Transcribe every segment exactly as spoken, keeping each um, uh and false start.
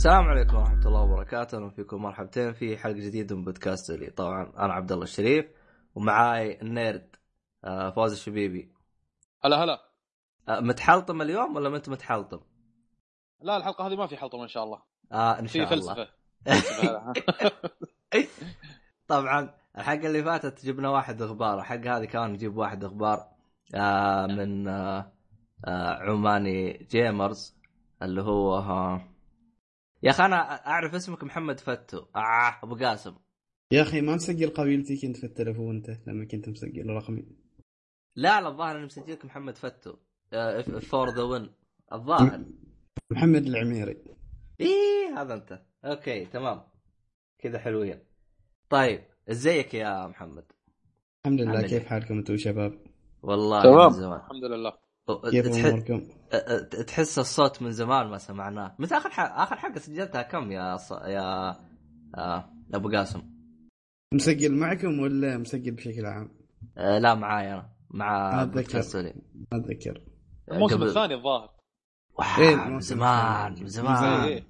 السلام عليكم ورحمة الله وبركاته، أهلا فيكم مرحبتين في حلقة جديدة من بودكاست لي. طبعا أنا عبد الله الشريف ومعاي النيرد فوز الشبيبي. هلا هلا. متحلطم اليوم ولا ما أنت متحلطم؟ لا الحلقة هذه ما في حلطم إن شاء الله. آه إن شاء في الله. فلسفة. فلسفة. طبعا الحلقة اللي فاتت جبنا واحد أخبار، الحلقة هذه كمان نجيب واحد أخبار آه من آه آه عماني جيمرز اللي هو آه يا أخي أنا أعرف اسمك محمد فتو آه أبو قاسم. يا أخي ما مسجل قبيلتي كنت في التلفون أنت لما كنت مسجل رقمي. لا لا الظاهر أنا مسجلك محمد فتو فور ذا وين الظاهر محمد العميري. إيه هذا أنت. أوكي تمام كذا حلوين. طيب ازيك يا محمد؟ الحمد لله. كيف حالكم انتم شباب؟ والله تمام من زمان. الحمد لله. كيف اموركم؟ تحس الصوت من زمان ما سمعناه. متى اخر حلقه اخر حلقه سجلتها كم يا ص... يا آه... ابو قاسم؟ مسجل معكم ولا مسجل بشكل عام؟ آه لا معاي انا مع اتذكر ما اتذكر الموسم قبل... الثاني الظاهر. إيه من زمان من زمان إيه.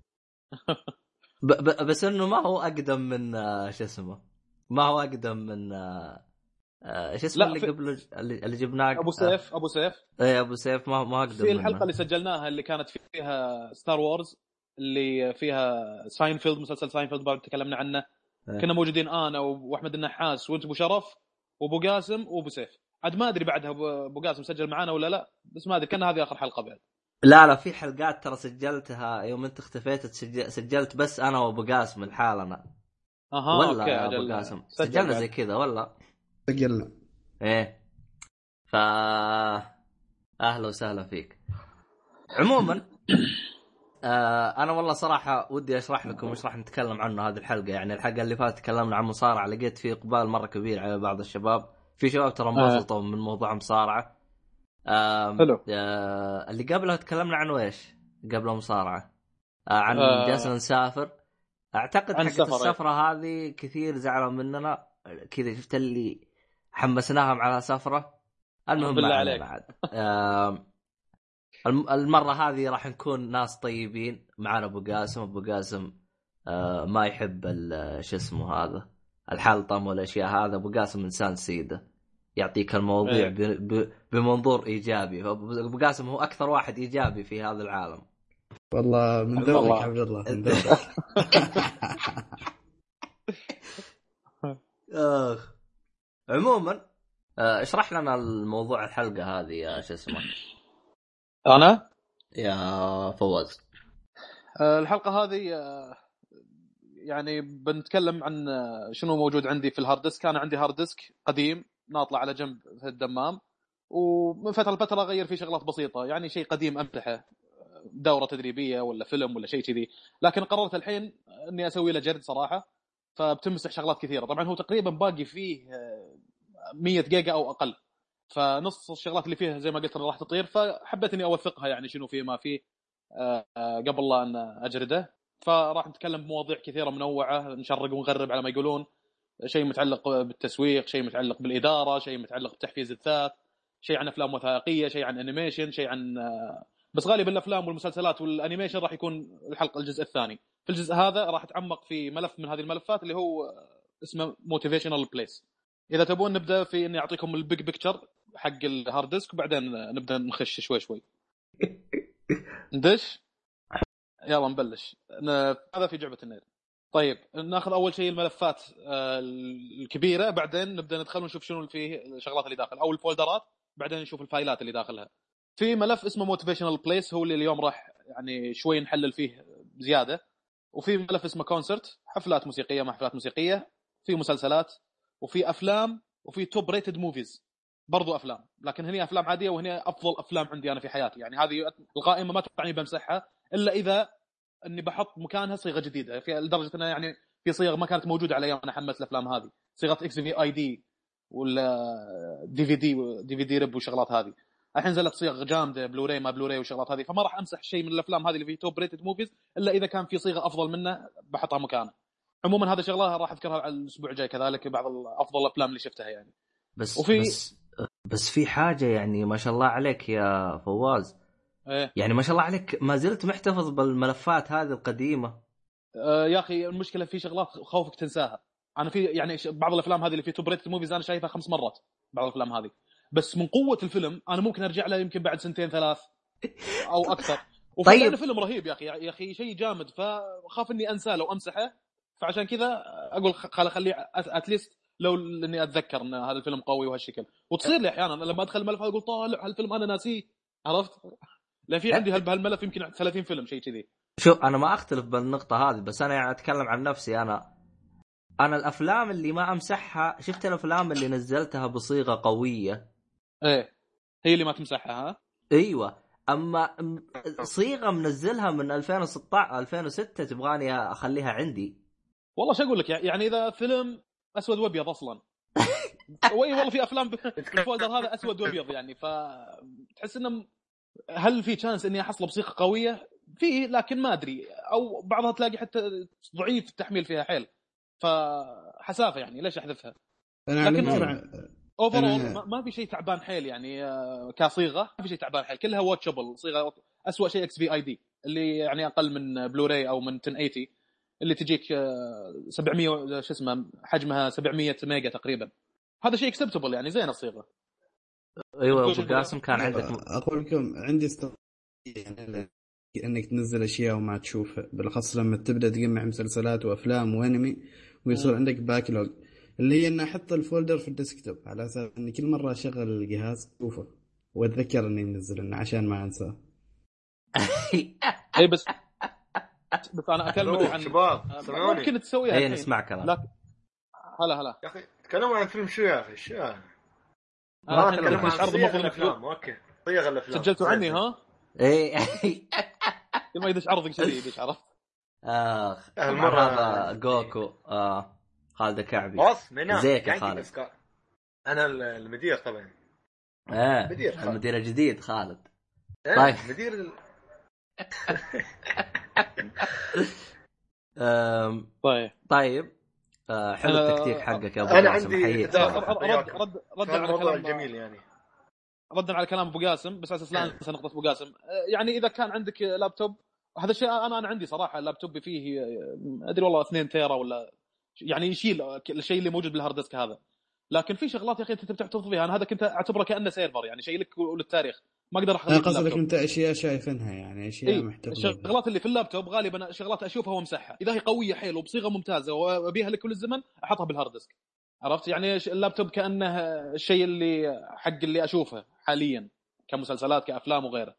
ب... ب... بس انه ما هو اقدم من آه... شو اسمه ما هو اقدم من آه... ايش اسمه اللي في... قبل اللي جبناه ابو سيف آه. ابو سيف ايه ابو سيف ما ما اقدم في الحلقه اللي سجلناها اللي كانت فيها ستار وورز اللي فيها ساينفيلد، مسلسل ساينفيلد بعد تكلمنا عنه. إيه. كنا موجودين انا واحمد النحاس وانت ابو شرف وابو قاسم وابو سيف. عاد ما ادري بعدها ابو قاسم سجل معانا ولا لا، بس ما ادري كان هذه اخر حلقه بعد. لا لا في حلقات ترى سجلتها يوم انت اختفيت تسجل... سجلت بس انا وابو قاسم الحالنا. اها ولا اوكي ابو قاسم سجلنا زي كذا ولا سجلنا ايه. ف اهلا وسهلا فيك. عموما آه انا والله صراحه ودي اشرح لكم ايش راح نتكلم عنه هذه الحلقه. يعني الحلقه اللي فاتت تكلمنا عن مصارعه، لقيت فيه اقبال مره كبير على بعض الشباب. في شباب ترى انبسطوا آه. من موضوع مصارعه. آه آه اللي قبلها تكلمنا عن ايش قبل مصارعه آه عن آه. جالسين نسافر. اعتقد حق السفره هذه كثير زعلوا مننا كذا. شفت اللي حمسناهم على سفره. المهم بالله عليك بعد آه المرة هذه راح نكون ناس طيبين معنا. أبو قاسم أبو قاسم آه ما يحب شو اسمه هذا الحلطم والأشياء هذا. أبو قاسم إنسان سيدة يعطيك المواضيع بمنظور إيجابي. أبو قاسم هو أكثر واحد إيجابي في هذا العالم. والله من ذوقك عبد الله من ذوقك. آخ عموما اشرح لنا الموضوع الحلقة هذه يا شو اسمه. أنا يا فواز. الحلقة هذه يعني بنتكلم عن شنو موجود عندي في الهارد ديسك. أنا عندي هارد ديسك قديم ناطلع على جنب في الدمام، ومن فترة لفترة أغير فيه شغلات بسيطة. يعني شيء قديم أمسحه، دورة تدريبية ولا فيلم ولا شيء كذي. لكن قررت الحين أني أسوي له جرد صراحة، فبتمسح شغلات كثيرة. طبعا هو تقريبا باقي فيه مية جيجا أو أقل، فنص الشغلات اللي فيها زي ما قلت راح تطير. فحبيت اني اوثقها يعني شنو فيه ما فيه قبل لا ان اجرده. فراح نتكلم بمواضيع كثيره منوعه، نشرق ونغرب على ما يقولون. شيء متعلق بالتسويق، شيء متعلق بالاداره، شيء متعلق بتحفيز الذات، شيء عن افلام وثائقيه، شيء عن انيميشن، شيء عن بس غالبا الافلام والمسلسلات والانيميشن راح يكون الحلقه الجزء الثاني. في الجزء هذا راح اتعمق في ملف من هذه الملفات اللي هو اسمه موتيفيشنال بليس. اذا تبون نبدا في اني اعطيكم البيج بيكتشر حق الهارد ديسك وبعدين نبدا نخش شوي شوي. ندش يلا نبلش. هذا في جعبه النير. طيب ناخذ اول شيء الملفات الكبيره، بعدين نبدا ندخل ونشوف شنو فيه الشغلات اللي داخل او الفولدرات، بعدين نشوف الفايلات اللي داخلها. في ملف اسمه موتيفيشنال بليس هو اللي اليوم راح يعني شوي نحلل فيه زياده. وفي ملف اسمه كونسرت، حفلات موسيقيه مع حفلات موسيقيه. في مسلسلات وفي افلام وفي توب ريتد موفيز برضو افلام، لكن هني افلام عاديه وهنا افضل افلام عندي انا في حياتي. يعني هذه القائمه ما تعني بمسحها الا اذا اني بحط مكانها صيغه جديده، في لدرجه انها يعني في صيغ ما كانت موجوده على ايام انا حملت الافلام هذه، صيغه اكس في اي دي ولا دي في دي دي في دي ريب وشغلات هذه. الحين نزلت صيغ جامده بلوراي ما بلوراي وشغلات هذه، فما راح امسح شيء من الافلام هذه اللي في توب ريتد موفيز الا اذا كان في صيغه افضل منه بحطها مكانه. عموما هذا شغله راح اذكرها على الاسبوع الجاي كذلك، بعض افضل الافلام اللي شفتها يعني. بس وفي... بس بس في حاجه يعني ما شاء الله عليك يا فواز. ايه يعني ما شاء الله عليك ما زلت محتفظ بالملفات هذه القديمه. آه يا اخي المشكله في شغلات خوفك تنساها. انا في يعني بعض الافلام هذه اللي في توب ريت موفيز انا شايفها خمس مرات بعض الافلام هذه، بس من قوه الفيلم انا ممكن ارجع له يمكن بعد سنتين ثلاث او اكثر. وفعلا طيب. فيلم رهيب يا اخي يا اخي شيء جامد، فخاف اني انساه لو امسحه، فعشان كذا اقول خل اخليه اتليست لو اني اتذكر ان هذا الفيلم قوي وهالشكل. وتصير لي احيانا لما ادخل الملف اقول طالع هالفيلم انا ناسيه، عرفت؟ لا في عندي بهالملف يمكن ثلاثين فيلم شيء كذي. شوف انا ما اختلف بالنقطه هذه، بس انا يعني اتكلم عن نفسي. انا انا الافلام اللي ما امسحها، شفت الافلام اللي نزلتها بصيغه قويه ايه هي اللي ما تمسحها. ها ايوه. اما صيغه منزلها من ألفين وستة عشر ألفين وستة تبغاني اخليها عندي؟ والله شو اقول لك، يعني اذا فيلم اسود وابيض اصلا واي والله في افلام الفولدر هذا اسود وابيض يعني، فتحس انه هل في تشانس اني احصله بصيغه قويه فيه، لكن ما ادري، او بعضها تلاقي حتى ضعيف التحميل فيها حيل، فحسافه يعني ليش احذفها. انا لكن على اوفرول أنا... ما في شيء تعبان حيل يعني كصيغه، ما في شيء تعبان حيل، كلها واتشبل. صيغه اسوأ شيء اكس في اي دي اللي يعني اقل من بلوراي او من ألف وثمانين اللي تجيك سبعمية شو اسمه حجمها سبعمية ميجا تقريبا، هذا شيء اكسبتبل يعني زين الصيغه. ايوه ابو قاسم كان عندك م... اقول لكم عندي است... يعني انك تنزل اشياء وما تشوفها، بالاخص لما تبدا تجمع مسلسلات وافلام وانمي ويصير م. عندك باكلوج، اللي هي ان احط الفولدر في الديسكتوب على اساس اني كل مره اشغل الجهاز اشوفه واتذكر اني منزل انه عشان ما انساه. اي بس بس انا اكلمك عن شباب سمعوني، ممكن تسويها. اي نسمع كلام. لا هلا هلا يا اخي تكلموا عن فيلم شو يا اخي شو انا ما تكلموا عن عرض الافلام. اوكي صيغ الافلام سجلتوا عني ها اي ما يدش عرضك كذي يدش عرفت. اخ المره هذا جوكو اه خالد كعبي بص منام زيك يا خالد. انا المدير طبعا اه المدير, المدير الجديد خالد. آه طيب مدير ال... طيب طيب آه حلو التكتيك حقك يا ابو انا قاسم. عندي رد رد رد رد على كلام جميل يعني ردا على كلام ابو قاسم بس على اساس لا انسى نقطه ابو قاسم. يعني اذا كان عندك لابتوب هذا الشيء انا انا عندي صراحه اللابتوب فيه ادري والله اثنين تيرا ولا يعني يشيل الشيء اللي موجود بالهارد ديسك هذا، لكن في شغلات يا اخي انت بتحتفظ فيها. انا هذا كنت اعتبره كانه سيرفر يعني شيء لك وللتاريخ ما اقدر احفظه. قصدك انت اشياء شايفينها يعني اشياء إيه؟ محتفظه. الشغلات اللي في اللابتوب غالبا شغلات اشوفها وامسحها، اذا هي قويه حيل وبصيغه ممتازه وابيها لكل الزمن احطها بالهارد ديسك، عرفت؟ يعني اللابتوب كانه الشيء اللي حق اللي اشوفه حاليا كمسلسلات كافلام وغيره.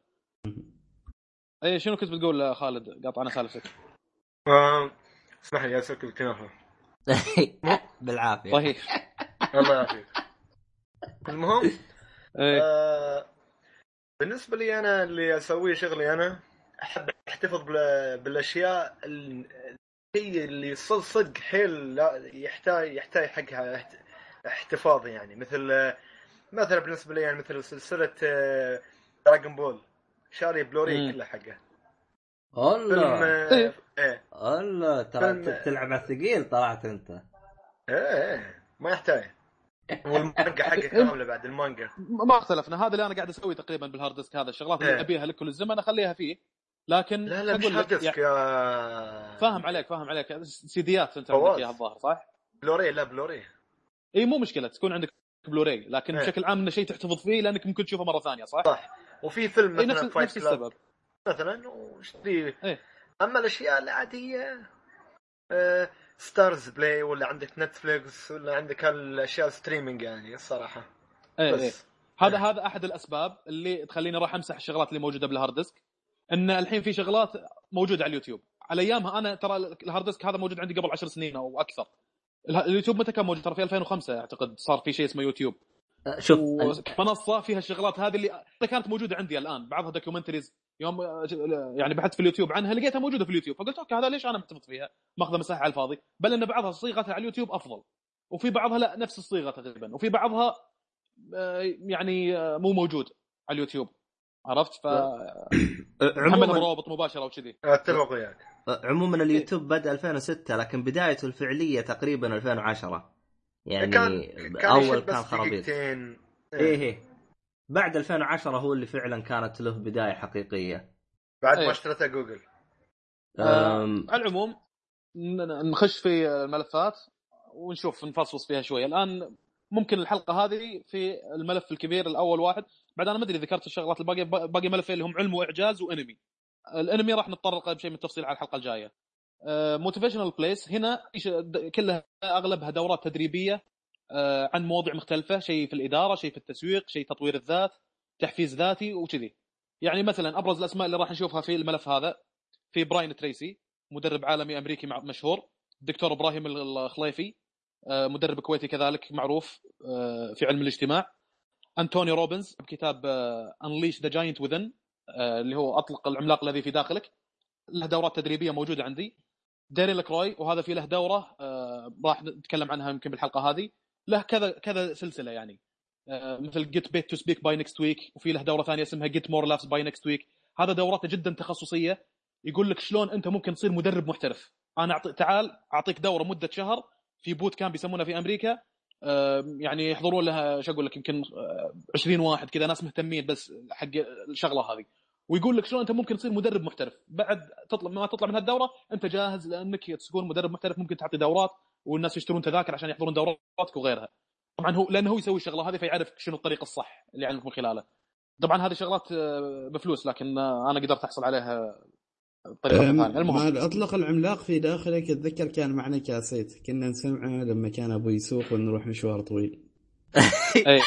اي شنو كنت بتقول خالد؟ قاطعنا سالفتك. آه، اسمح لي اسكت الكنافه. بالعافيه. طيب الله يعافيك. المهم إيه؟ آه بالنسبه لي انا اللي اسويه شغلي انا احب احتفظ بالاشياء الشيء اللي صدق حيل يحتاج يحتاج حقها احتفاظ يعني، مثل مثلا بالنسبه لي يعني مثل سلسله دراغون بول شاري بلوري كلها حقه. الله فيلم ايه الله ترى تلعب على الثقيل طلعت انت. ايه ما يحتاج. والمانجا حقه كامله بعد المانجا ما اختلفنا، هذا اللي انا قاعد اسويه تقريبا بالهارد ديسك. هذا الشغلات اللي ابيها لكل الزمن اخليها فيه، لكن لا لا مش هارد ديسك يا فاهم عليك فاهم عليك سيديات انت عندك اياها الظاهر صح؟ بلوري لا بلوري اي مو مشكله تكون عندك بلوري، لكن ايه. بشكل عام انه شيء تحتفظ فيه لانك ممكن تشوفه مره ثانيه صح؟ صح. وفي فيلم مثلا نفس, فايت نفس السبب مثلا وشتري ايه. اما الاشياء العاديه آه ستارز بلاي ولا عندك نتفليكس ولا عندك هالاشياء ستريمينج يعني الصراحه ايه بس ايه. هذا ايه. هذا احد الاسباب اللي تخليني راح امسح الشغلات اللي موجوده بالهارد ديسك، ان الحين في شغلات موجوده على اليوتيوب. على ايامها انا ترى الهارد ديسك هذا موجود عندي قبل عشر سنين او اكثر. اليوتيوب متى كان موجود؟ ترى في ألفين وخمسة اعتقد صار في شيء اسمه يوتيوب. شوف منصه فيها الشغلات هذه اللي كانت موجوده عندي الان، بعضها دوكيومنتريز يوم يعني بحثت في اليوتيوب عنها لقيتها موجوده في اليوتيوب، فقلت اوكي هذا ليش انا محتفظ فيها ماخذه مساحه على الفاضي، بل ان بعضها صيغتها على اليوتيوب افضل وفي بعضها لا نفس الصيغه تقريبا، وفي بعضها يعني مو موجود على اليوتيوب، عرفت؟ ف عموما روابط مباشره وكذي. اتفق وياك. عموما اليوتيوب بدا ألفين وستة لكن بدايته الفعليه تقريبا ألفين وعشرة يعني كان اول كان خرابيط. ايه ايه بعد ألفين وعشرة هو اللي فعلا كانت له بدايه حقيقيه بعد ما أيه. اشتريتها جوجل. آه أم... على العموم ن- نخش في الملفات ونشوف نفصص فيها شويه. الان ممكن الحلقه هذه في الملف الكبير الاول واحد، بعد انا ما ادري ذكرت الشغلات الباقيه، باقي ملفين اللي هم علم واعجاز وانمي. الانمي راح نتطرق بشيء من التفصيل على الحلقه الجايه. موتيفيشنال بليس هنا كلها اغلبها دورات تدريبيه آه، عن مواضيع مختلفه، شيء في الاداره، شيء في التسويق، شيء تطوير الذات، تحفيز ذاتي وكذي. يعني مثلا ابرز الاسماء اللي راح نشوفها في الملف هذا في براين تريسي، مدرب عالمي امريكي مشهور. دكتور ابراهيم الخليفي، آه، مدرب كويتي كذلك معروف آه، في علم الاجتماع. أنتوني روبنز بكتاب Unleash the Giant Within اللي هو أطلق العملاق الذي في داخلك، له دورات تدريبية موجودة عندي. ديريل كروي، وهذا في له دورة راح نتكلم عنها يمكن بالحلقة هذه. له كذا كذا سلسلة يعني مثل Get Bit to Speak by Next Week، وفي له دورة ثانية اسمها Get More Laughs by Next Week. هذا دوراته جدا تخصصية، يقول لك شلون أنت ممكن تصير مدرب محترف. أنا أعطي تعال أعطيك دورة مدة شهر في بوت كامب يسمونها في أمريكا، يعني يحضرون لها شو اقول لك يمكن عشرين واحد كذا، ناس مهتمين بس حق الشغله هذه، ويقول لك شلون انت ممكن تصير مدرب محترف بعد تطلع ما تطلع من هالدوره انت جاهز لانك تكون مدرب محترف. ممكن تعطي دورات والناس يشترون تذاكر عشان يحضرون دوراتك وغيرها. طبعا هو لانه هو يسوي الشغله هذه فيعرف شنو الطريق الصح اللي يعلمك من خلاله. طبعا هذه شغلات بفلوس لكن انا قدرت احصل عليها بطريقه ثانيه. المهم ما اطلق العملاق في داخلك اتذكر كان معنا كاسيت كنا نسمعه لما كان ابو يسوق ونروح مشوار طويل. اي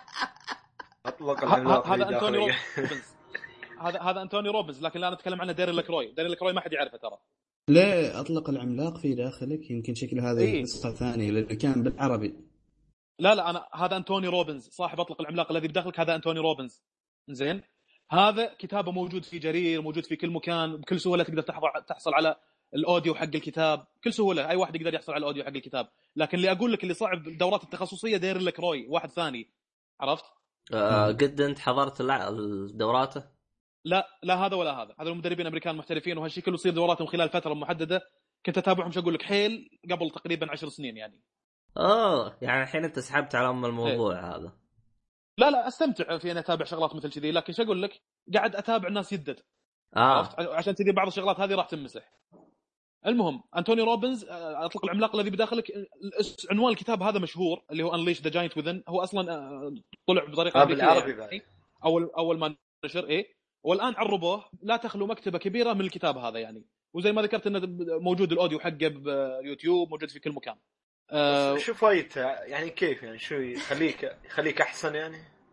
اطلق العملاق هذا انتوني روبنز هذا هذا انتوني روبنز لكن لا انا اتكلم عنه ديريل كروي. ديريل كروي ما حد يعرفه ترى. لا اطلق العملاق في داخلك يمكن شكل هذه إيه؟ نسخه ثانيه لانه كان بالعربي. لا لا انا هذا انتوني روبنز صاحب اطلق العملاق الذي بداخلك، هذا انتوني روبنز. زين هذا كتابه موجود في جرير، موجود في كل مكان بكل سهوله، تقدر تحصل على الاوديو حق الكتاب بكل سهوله، اي واحد يقدر يحصل على الاوديو حق الكتاب. لكن اللي اقول لك اللي صعب الدورات التخصصيه دير لك روي واحد ثاني، عرفت؟ آه قد انت حضرت الدوراته؟ لا لا هذا ولا هذا، هذا المدربين امريكان محترفين وهالشيء كله يصير دوراتهم خلال فتره محدده. كنت اتابعهم شو اقول لك حيل قبل تقريبا عشر سنين يعني. اه يعني الحين انت سحبت على ام الموضوع ايه. هذا لا لا استمتع في اني اتابع شغلات مثل كذي، لكن شو اقول لك قاعد اتابع الناس يدد اه عشان كذي بعض الشغلات هذه راح تمسح. المهم انتوني روبنز اطلق العملاق الذي بداخلك، عنوان الكتاب هذا مشهور اللي هو Unleash the Giant Within، هو اصلا طلع بطريقه بالعربي يعني. اول اول ما نشر ايه، والان عربوه. لا تخلو مكتبه كبيره من الكتاب هذا يعني، وزي ما ذكرت انه موجود الاوديو حقه بيوتيوب، موجود في كل مكان. أه شو فايدته يعني؟ كيف يعني؟ شو يخليك يخليك احسن يعني؟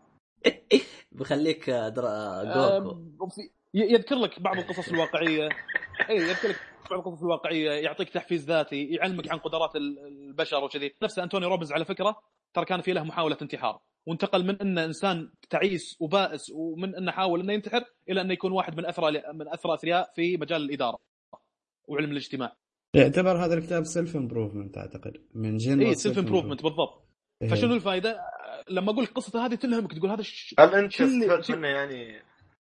بخليك جوكو يذكر لك بعض القصص الواقعيه. اي يذكر لك بعض القصص الواقعيه، يعطيك تحفيز ذاتي، يعلمك عن قدرات البشر وكذي. نفس انتوني روبنز على فكره ترى كان في له محاوله انتحار، وانتقل من انه انسان تعيس وبائس ومن انه حاول انه ينتحر الى انه يكون واحد من اثرى من اثرى اثرياء في مجال الاداره وعلم الاجتماع. يعتبر هذا الكتاب سيلف امبروفمنت اعتقد من جنرال اي سيلف امبروفمنت بالضبط. إيه. فشنو الفائده لما اقول قصته هذه تلهمك تقول هذا ش... هل انت استفدت منه يعني؟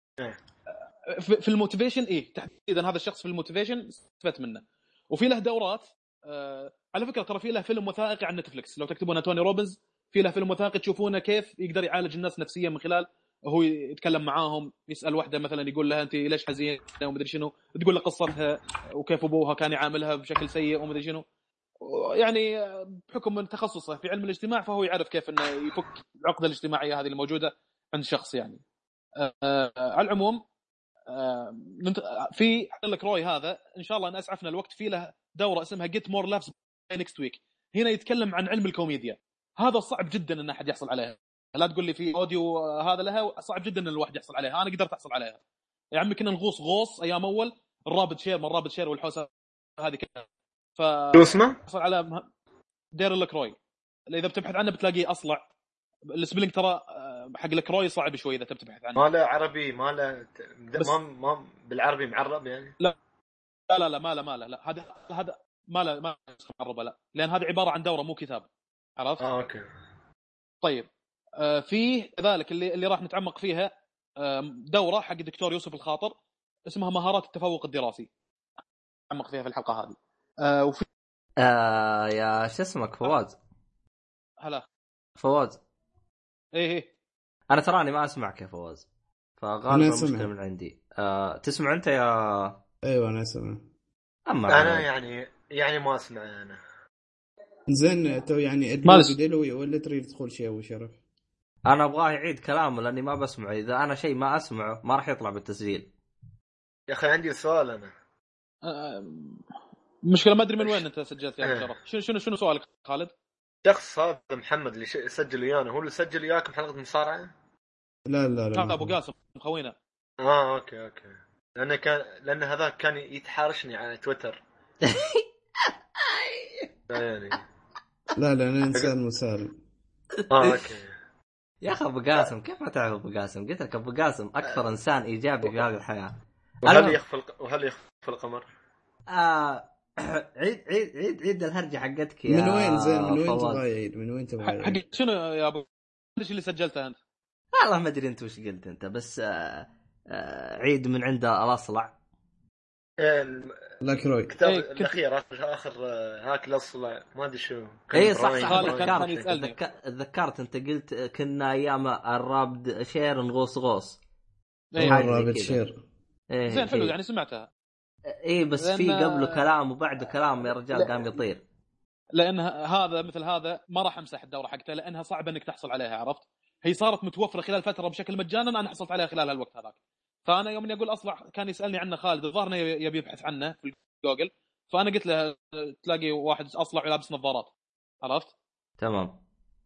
في الموتيفيشن ايه تحديدا هذا الشخص في الموتيفيشن استفدت منه. وفي له دورات آه على فكره ترى في له فيلم وثائقي عن نتفلكس، لو تكتبون توني روبنز في له فيلم وثائقي تشوفونه كيف يقدر يعالج الناس نفسيا من خلال هو يتكلم معاهم. يسال واحده مثلا يقول لها انت ليش حزينه ومدري شنو، تقول له قصتها وكيف ابوها كان يعاملها بشكل سيء ومدري شنو. يعني بحكم من تخصصه في علم الاجتماع فهو يعرف كيف انه يفك العقده الاجتماعيه هذه الموجوده عند شخص يعني. آه على العموم آه في لك روي هذا ان شاء الله ان اسعفنا الوقت في له دوره اسمها Get More Laughs by Next Week. هنا يتكلم عن علم الكوميديا. هذا صعب جدا ان احد يحصل عليها، لا تقول لي في اوديو هذا لها، صعب جدا ان الواحد يحصل عليها. انا قدرت احصل عليها يا عمي، كنا نغوص غوص ايام اول الرابط شير من الرابط شير والحوسه هذه كذا. ف اسمه حصل على دير لكروي، اذا بتبحث عنه بتلاقيه اصلع. السبيلنج ترى حق لكروي صعب شوي اذا تبحث عنه. ما له عربي ما له ما ما بالعربي معرب يعني؟ لا لا لا ما له ما له لا هذا هذا ما له ما معربه لا، لان هذه عباره عن دوره مو كتاب، عرفت؟ اه اوكي طيب آه في ذلك اللي اللي راح نتعمق فيها آه دوره حق الدكتور يوسف الخاطر اسمها مهارات التفوق الدراسي، نتعمق فيها في الحلقه هذه. آه وفي آه يا شو اسمك فواز؟ هلا فواز ايه ايه انا تراني ما اسمعك يا فواز، فغالبا المشكله من عندي. أه... تسمع انت يا؟ ايوه انا اسمع. اما انا يعني يعني ما اسمع انا. زين تو يعني ادلو بدلوي ولا تريد تقول شيء ابو شرف؟ انا ابغاه يعيد كلامه لاني ما بسمعه. اذا انا شيء ما اسمعه ما راح يطلع بالتسجيل. يا اخي عندي سؤال انا. مشكله ما ادري من وين انت سجلت يا ابو شرف. شنو شنو شنو سؤالك خالد؟ شخص هذا محمد اللي سجل ويانا هو اللي سجل وياكم حلقه مصارعه؟ لا لا لا ابو قاسم خوينا. اه اوكي اوكي. لانه كان لان هذاك كان يتحارشني على تويتر. يعني لا لا انا انسان مسالم. اه اوكي. يا اخي ابو قاسم كيف ما تعرف ابو قاسم؟ قلت لك ابو قاسم اكثر انسان ايجابي في هذه الحياه. وهل يخفى وهل يخفى القمر؟ آه... عيد عيد عيد عيد الهرجه حقتك يا من وين زين؟ من وين تبغى يعيد؟ من وين تبغى يعيد؟ حق شنو يا ابو؟ ايش اللي سجلته انت؟ والله ما ادري انت وش قلت انت، بس آه... آه... عيد من عند الاصلع. لك روي الكتاب إيه الاخير اخر اخر هاك الاصلع ما ادري شو. اي صح صح. تذكرت تذكرت انت قلت كنا ايام الرابد شير نغوص غوص. ايه الرابد شير. إيه زين حلو يعني سمعتها. ايه بس في قبله كلام وبعده كلام يا رجال قام يطير. لان هذا مثل هذا ما راح امسح الدوره حقته لانها صعبه انك تحصل عليها. عرفت؟ هي صارت متوفره خلال فتره بشكل مجانا، انا حصلت عليها خلال الوقت هذاك. فانا يوم اني اقول اصلع كان يسالني عنه خالد، الظاهر يبي يبحث عنه في جوجل، فانا قلت له تلاقي واحد اصلع ولابس نظارات. عرفت؟ تمام.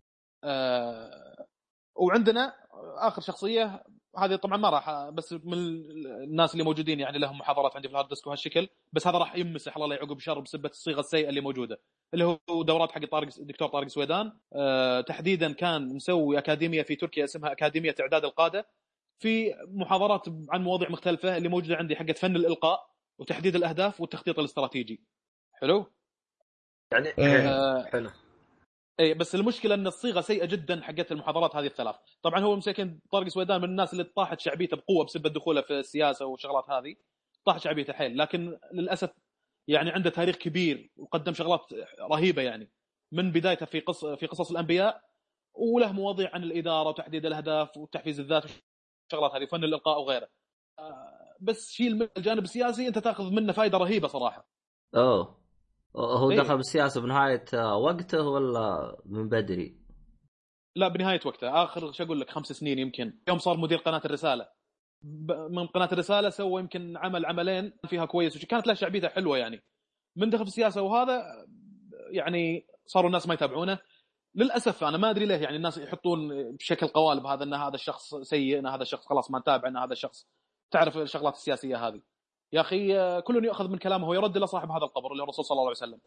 آه وعندنا اخر شخصيه هذه طبعا ما راح، بس من الناس اللي موجودين يعني لهم محاضرات عندي في الهارد ديسك وهالشكل، بس هذا راح يمسح الله لا يعقب شر بسبه الصيغه السيئه اللي موجوده، اللي هو دورات حق طارق دكتور طارق سويدان. أه تحديدا كان مسوي اكاديميه في تركيا اسمها اكاديميه اعداد القاده، في محاضرات عن مواضيع مختلفه اللي موجوده عندي حقت فن الالقاء وتحديد الاهداف والتخطيط الاستراتيجي. حلو يعني آه حلو. اي بس المشكله ان الصيغه سيئه جدا حقت المحاضرات هذه الثلاث. طبعا هو مسكين طارق سويدان من الناس اللي طاحت شعبيته بقوه بسبب دخوله في السياسه وشغلات هذه، طاحت شعبيته حيل، لكن للاسف يعني عنده تاريخ كبير وقدم شغلات رهيبه يعني من بدايته في قص في قصص الانبياء، وله مواضيع عن الاداره وتحديد الاهداف وتحفيز الذات والشغلات هذه فن الالقاء وغيره. بس شيل الجانب السياسي انت تاخذ منه فائده رهيبه صراحه. اوه هو دخل إيه؟ بالسياسة بنهاية وقته ولا من بدري؟ لا بنهاية وقته، آخر شو أقول لك خمس سنين يمكن، يوم صار مدير قناة الرسالة. من قناة الرسالة سوى يمكن عمل عملين فيها كويس وكانت له شعبيته حلوة يعني. من دخل في السياسة وهذا يعني صاروا الناس ما يتابعونه للأسف. أنا ما أدري ليه يعني الناس يحطون بشكل قوالب هذا أن هذا الشخص سيء، أن هذا الشخص خلاص ما نتابع، أن هذا الشخص تعرف الشغلات السياسية هذه. يا أخي كل يأخذ من كلامه ويرد إلى صاحب هذا القبر اللي هو الرسول صلى الله عليه وسلم.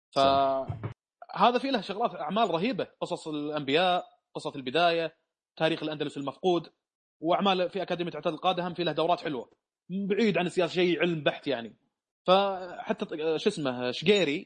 فهذا فيه له شغلات أعمال رهيبة، قصص الأنبياء، قصة البداية، تاريخ الأندلس المفقود، وأعمال في أكاديمية اعداد القادة هم فيه له دورات حلوة بعيد عن السياسة، شيء علم بحث يعني. فحتى شو اسمه شقيري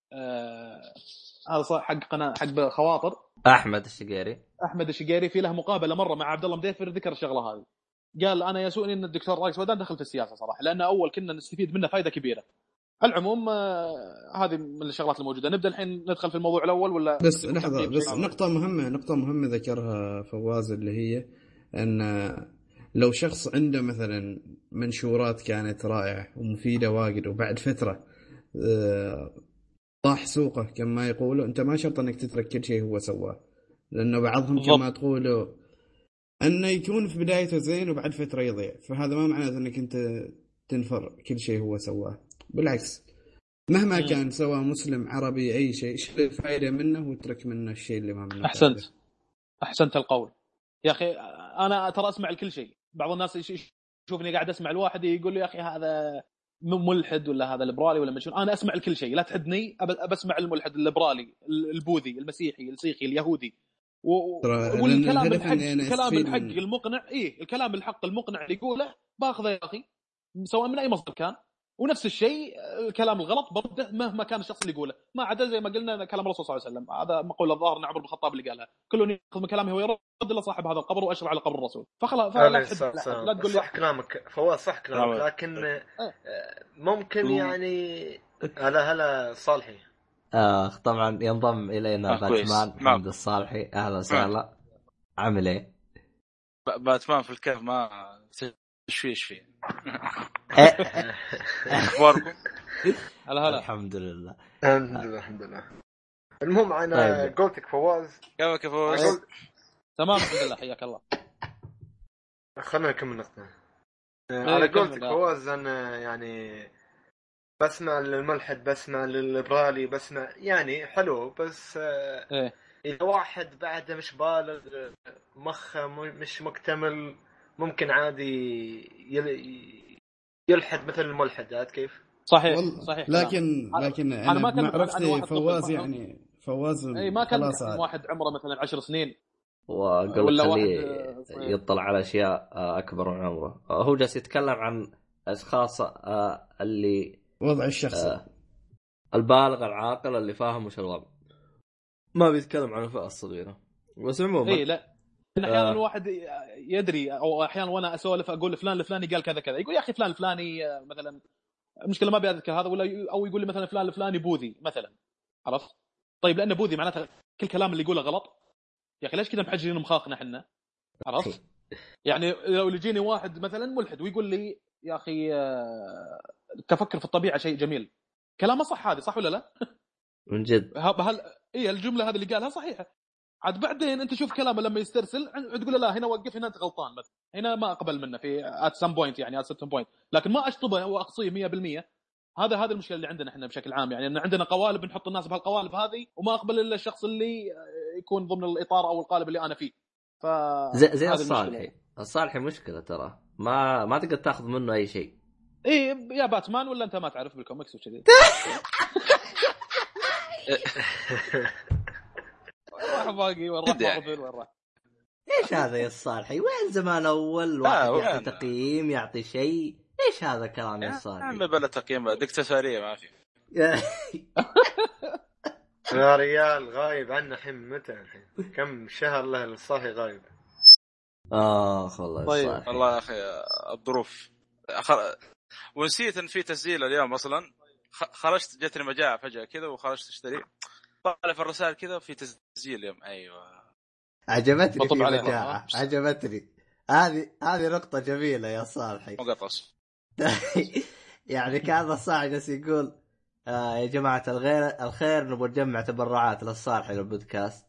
هذا آه حق قناة حق خواطر أحمد الشقيري أحمد الشقيري في له مقابلة مرة مع عبد الله مديفر ذكر الشغلة هذه، قال أنا يسوءني أن الدكتور رايس ودان دخل في السياسة صراحة لأن أول كنا نستفيد منه فائدة كبيرة. العموم هذه من الشغلات الموجودة. نبدأ الحين ندخل في الموضوع الأول ولا بس لحظة بس نقطة مهمة نقطة مهمة ذكرها فواز اللي هي أن لو شخص عنده مثلا منشورات كانت رائعة ومفيدة واجد وبعد فترة طاح سوقه كما يقولوا، أنت ما شرط أنك تترك كل شيء هو سواه، لأنه بعضهم كما تقولوا أنه يكون في بدايته زين وبعد فترة يضيع، فهذا ما معناه أنك أنت تنفر كل شيء هو سواه، بالعكس مهما م. كان سواء مسلم عربي أي شيء شيل الفائدة منه وترك منه الشيء اللي ما منه. أحسنت فائدة. أحسنت القول يا أخي. أنا ترى أسمع الكل شيء، بعض الناس يشوفني قاعد أسمع الواحد يقول لي يا أخي هذا ملحد ولا هذا ليبرالي ولا مشون، أنا أسمع الكل شيء لا تحدني، أسمع الملحد الليبرالي البوذي المسيحي السيخي اليهودي و... والكلام الحق الكلام الحق من... المقنع إيه الكلام الحق المقنع اللي يقوله باخذه يا أخي سواء من أي مصدر كان، ونفس الشيء الكلام الغلط برده مهما كان الشخص اللي يقوله، ما عدا زي ما قلنا كلام الرسول صلى الله عليه وسلم، هذا مقولة الظاهر ان عمر بن الخطاب اللي قالها، كل ياخذ من كلامه هو يرد الا صاحب هذا القبر واشرع على قبر الرسول. فخلاص فلا تحد لا تقول صح كلامك فواز صح كلامك، لكن ممكن يعني هلا هلا صالحي اخ طبعا ينضم الينا باتمان محمد الصالحي. اهلا وسهلا. عامل ايه؟ باتمان في الكهف ما تشويش فيه. اخباركم؟ هلا هلا. الحمد لله الحمد لله الحمد لله. المهم انا طيب. قلتك فواز كيفك يا فواز؟ أقول... تمام الحمد لله حياك الله. خلنا نكمل نقطة. إيه على كمل قولتك بقى. فواز انا يعني بسمع للملحد، بسمع للليبرالي، بسمع يعني حلو، بس آه، ايه اذا واحد بعده مش بالغ مخه م- مش مكتمل ممكن عادي يل- يلحد مثل الملحدات كيف. صحيح والله صحيح كلام. لكن لكن انا انا ما كلمت عن, عن بمعرفتي واحد طفل فواز ما... يعني فواز اي ما كلمت خلاص عن عاد. واحد عمره مثلا عشر سنين وقال ولا خليه واحد آه، يطلع على اشياء آه، اكبر من عمره. آه، هو جالس يتكلم عن اشخاص آه، اللي وضع الشخصي آه، البالغ العاقل اللي فاهم وش الوضع، ما بيتكلم عن الفئة الصغيرة. بس عموما اي لا إن احيانا آه. الواحد يدري او احيانا وانا اسولف اقول فلان الفلاني قال كذا كذا، يقول يا اخي فلان الفلاني آه، مثلا المشكله ما بيذكر هذا، ولا ي- او يقول لي مثلا فلان الفلاني بوذي مثلا، عرفت؟ طيب لانه بوذي معناته كل كلام اللي يقوله غلط؟ يا اخي ليش كذا محجرين مخاخنا احنا؟ عرفت؟ يعني لو يجيني واحد مثلا ملحد ويقول لي يا اخي آه، التفكر في الطبيعه شيء جميل، كلامه صح هذه صح ولا لا؟ من جد هل اي الجمله هذه اللي قالها صحيحه؟ عاد بعدين انت شوف كلامه لما يسترسل تقول له لا هنا وقف، هنا انت غلطان، مثلا هنا ما اقبل منه في ات سم بوينت يعني ات سم بوينت، لكن ما اشطبه واقصيه مية بالمية. هذا هذا المشكله اللي عندنا احنا بشكل عام، يعني ان عندنا قوالب نحط الناس بهالقوالب هذه وما اقبل الا الشخص اللي يكون ضمن الاطار او القالب اللي انا فيه. ف زي, زي الصالحي. الصالحي مشكلة ترى ما ما تقدر تاخذ منه اي شيء. ايه يا باتمان ولا انت ما تعرف بالكوميكس وكذي. راح باقي وين راح مارفل وين راح. ايش هذا يا الصالحي؟ وين زمان اول واحد يعطي تقييم يعطي شيء؟ ايش هذا كلام يا الصالحي؟ عم بلا تقييم دكتاتورية ما في. يا ريال غايب عنا الحين متى الحين كم شهر له الصاحي غايب. اخ والله طيب. الصالحي والله يا اخي الظروف خل... ونسيت ان في تسجيل اليوم اصلا. خرجت جتني مجاعة فجأة كذا وخرجت اشتري، طالع في الرسائل كذا في تسجيل اليوم. ايوه عجبتني في مجاعة، عجبتني هذه هذه نقطة جميلة يا صالحي. مقطص يعني كان الصاحي جالس يقول آه يا جماعة الغير الخير نبغى نجمع تبرعات للصالحي للبودكاست.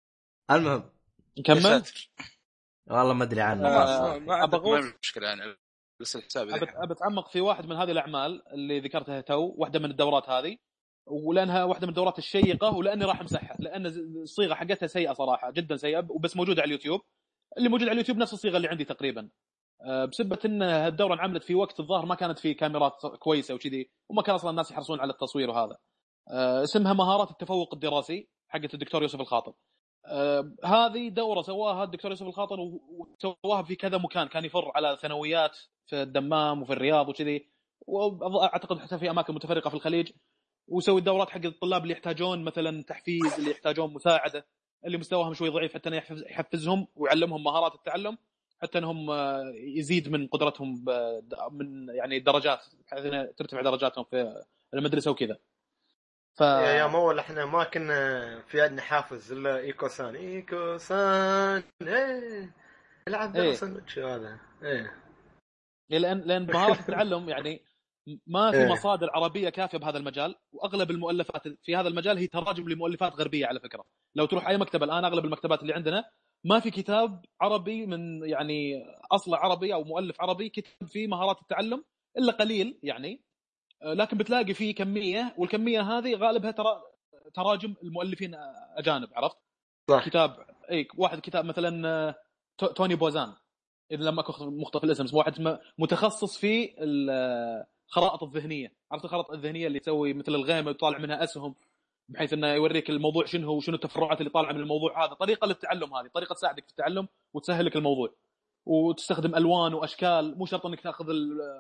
المهم نكمل. والله ما ادري عنه. آه ما عندك مشكلة يعني بس الحساب أبى أتعمق في واحد من هذه الأعمال اللي ذكرتها تو، واحدة من الدورات هذه، ولأنها واحدة من الدورات الشيقة، ولأني راح امسحها لأن الصيغة حقتها سيئة صراحة جدا سيئة، وبس موجودة على اليوتيوب. اللي موجود على اليوتيوب نفس الصيغة اللي عندي تقريبا، بسبب ان الدورة انعملت في وقت الظاهر ما كانت في كاميرات كويسة وكذي، وما كان أصلا الناس يحرصون على التصوير وهذا. اسمها مهارات التفوق الدراسي حقت الدكتور يوسف الخاطر. آه هذه دورة سواها الدكتور يوسف الخاطر وسواها في كذا مكان، كان يفر على ثانويات في الدمام وفي الرياض وكذي، واعتقد حتى في اماكن متفرقة في الخليج، وسوي الدورات حق الطلاب اللي يحتاجون مثلا تحفيز، اللي يحتاجون مساعدة، اللي مستواهم شوي ضعيف، حتى يحفز يحفزهم ويعلمهم مهارات التعلم حتى انهم يزيد من قدرتهم من يعني الدرجات، بحيث ترتفع درجاتهم في المدرسة وكذا. ف... يا يا مول احنا ما كنا في عندنا حافز الا ايكوسان ايكوسان ايه العب درسا شو هذا ايه لان لان مهارات التعلم يعني ما في إيه؟ مصادر عربيه كافيه بهذا المجال، واغلب المؤلفات في هذا المجال هي تراجم لمؤلفات غربيه على فكره. لو تروح اي مكتبه الان اغلب المكتبات اللي عندنا ما في كتاب عربي من يعني اصل عربي او مؤلف عربي كتب فيه مهارات التعلم الا قليل يعني، لكن بتلاقي فيه كميه، والكميه هذه غالبها ترى تراجم المؤلفين اجانب، عرفت؟ صح. كتاب اي واحد كتاب مثلا توني بوزان اذا لم اكن مخطئ في الاسم، اسمه واحد متخصص في الخرائط الذهنيه، عرفت الخرائط الذهنيه اللي تسوي مثل الغيمه ويطالع منها اسهم بحيث انه يوريك الموضوع شنو هو وشنو التفرعات اللي طالعه من الموضوع هذا. طريقه للتعلم هذه، طريقه تساعدك في التعلم وتسهل لك الموضوع، وتستخدم الوان واشكال، مو شرط انك تاخذ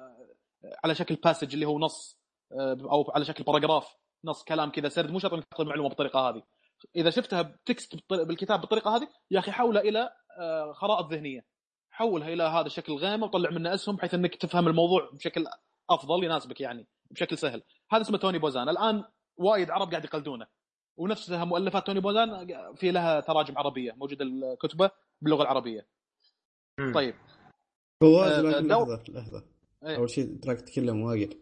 على شكل باسج اللي هو نص او على شكل باراجراف نص كلام كذا سرد، مو شرط انك تاخذ المعلومه بالطريقه هذه. اذا شفتها بتكست بالكتاب بالطريقه هذه يا اخي حولها الى خرائط ذهنيه، حولها الى هذا الشكل الغامق وطلع منه اسهم بحيث انك تفهم الموضوع بشكل افضل يناسبك يعني بشكل سهل. هذا اسمه توني بوزان. الان وايد عرب قاعد يقلدونه، ونفسها مؤلفات توني بوزان في لها تراجم عربيه موجوده الكتبه باللغه العربيه. طيب فواز آه، لكن دو- لحظة لحظة إيه. أول شيء تراك تتكلم واجد.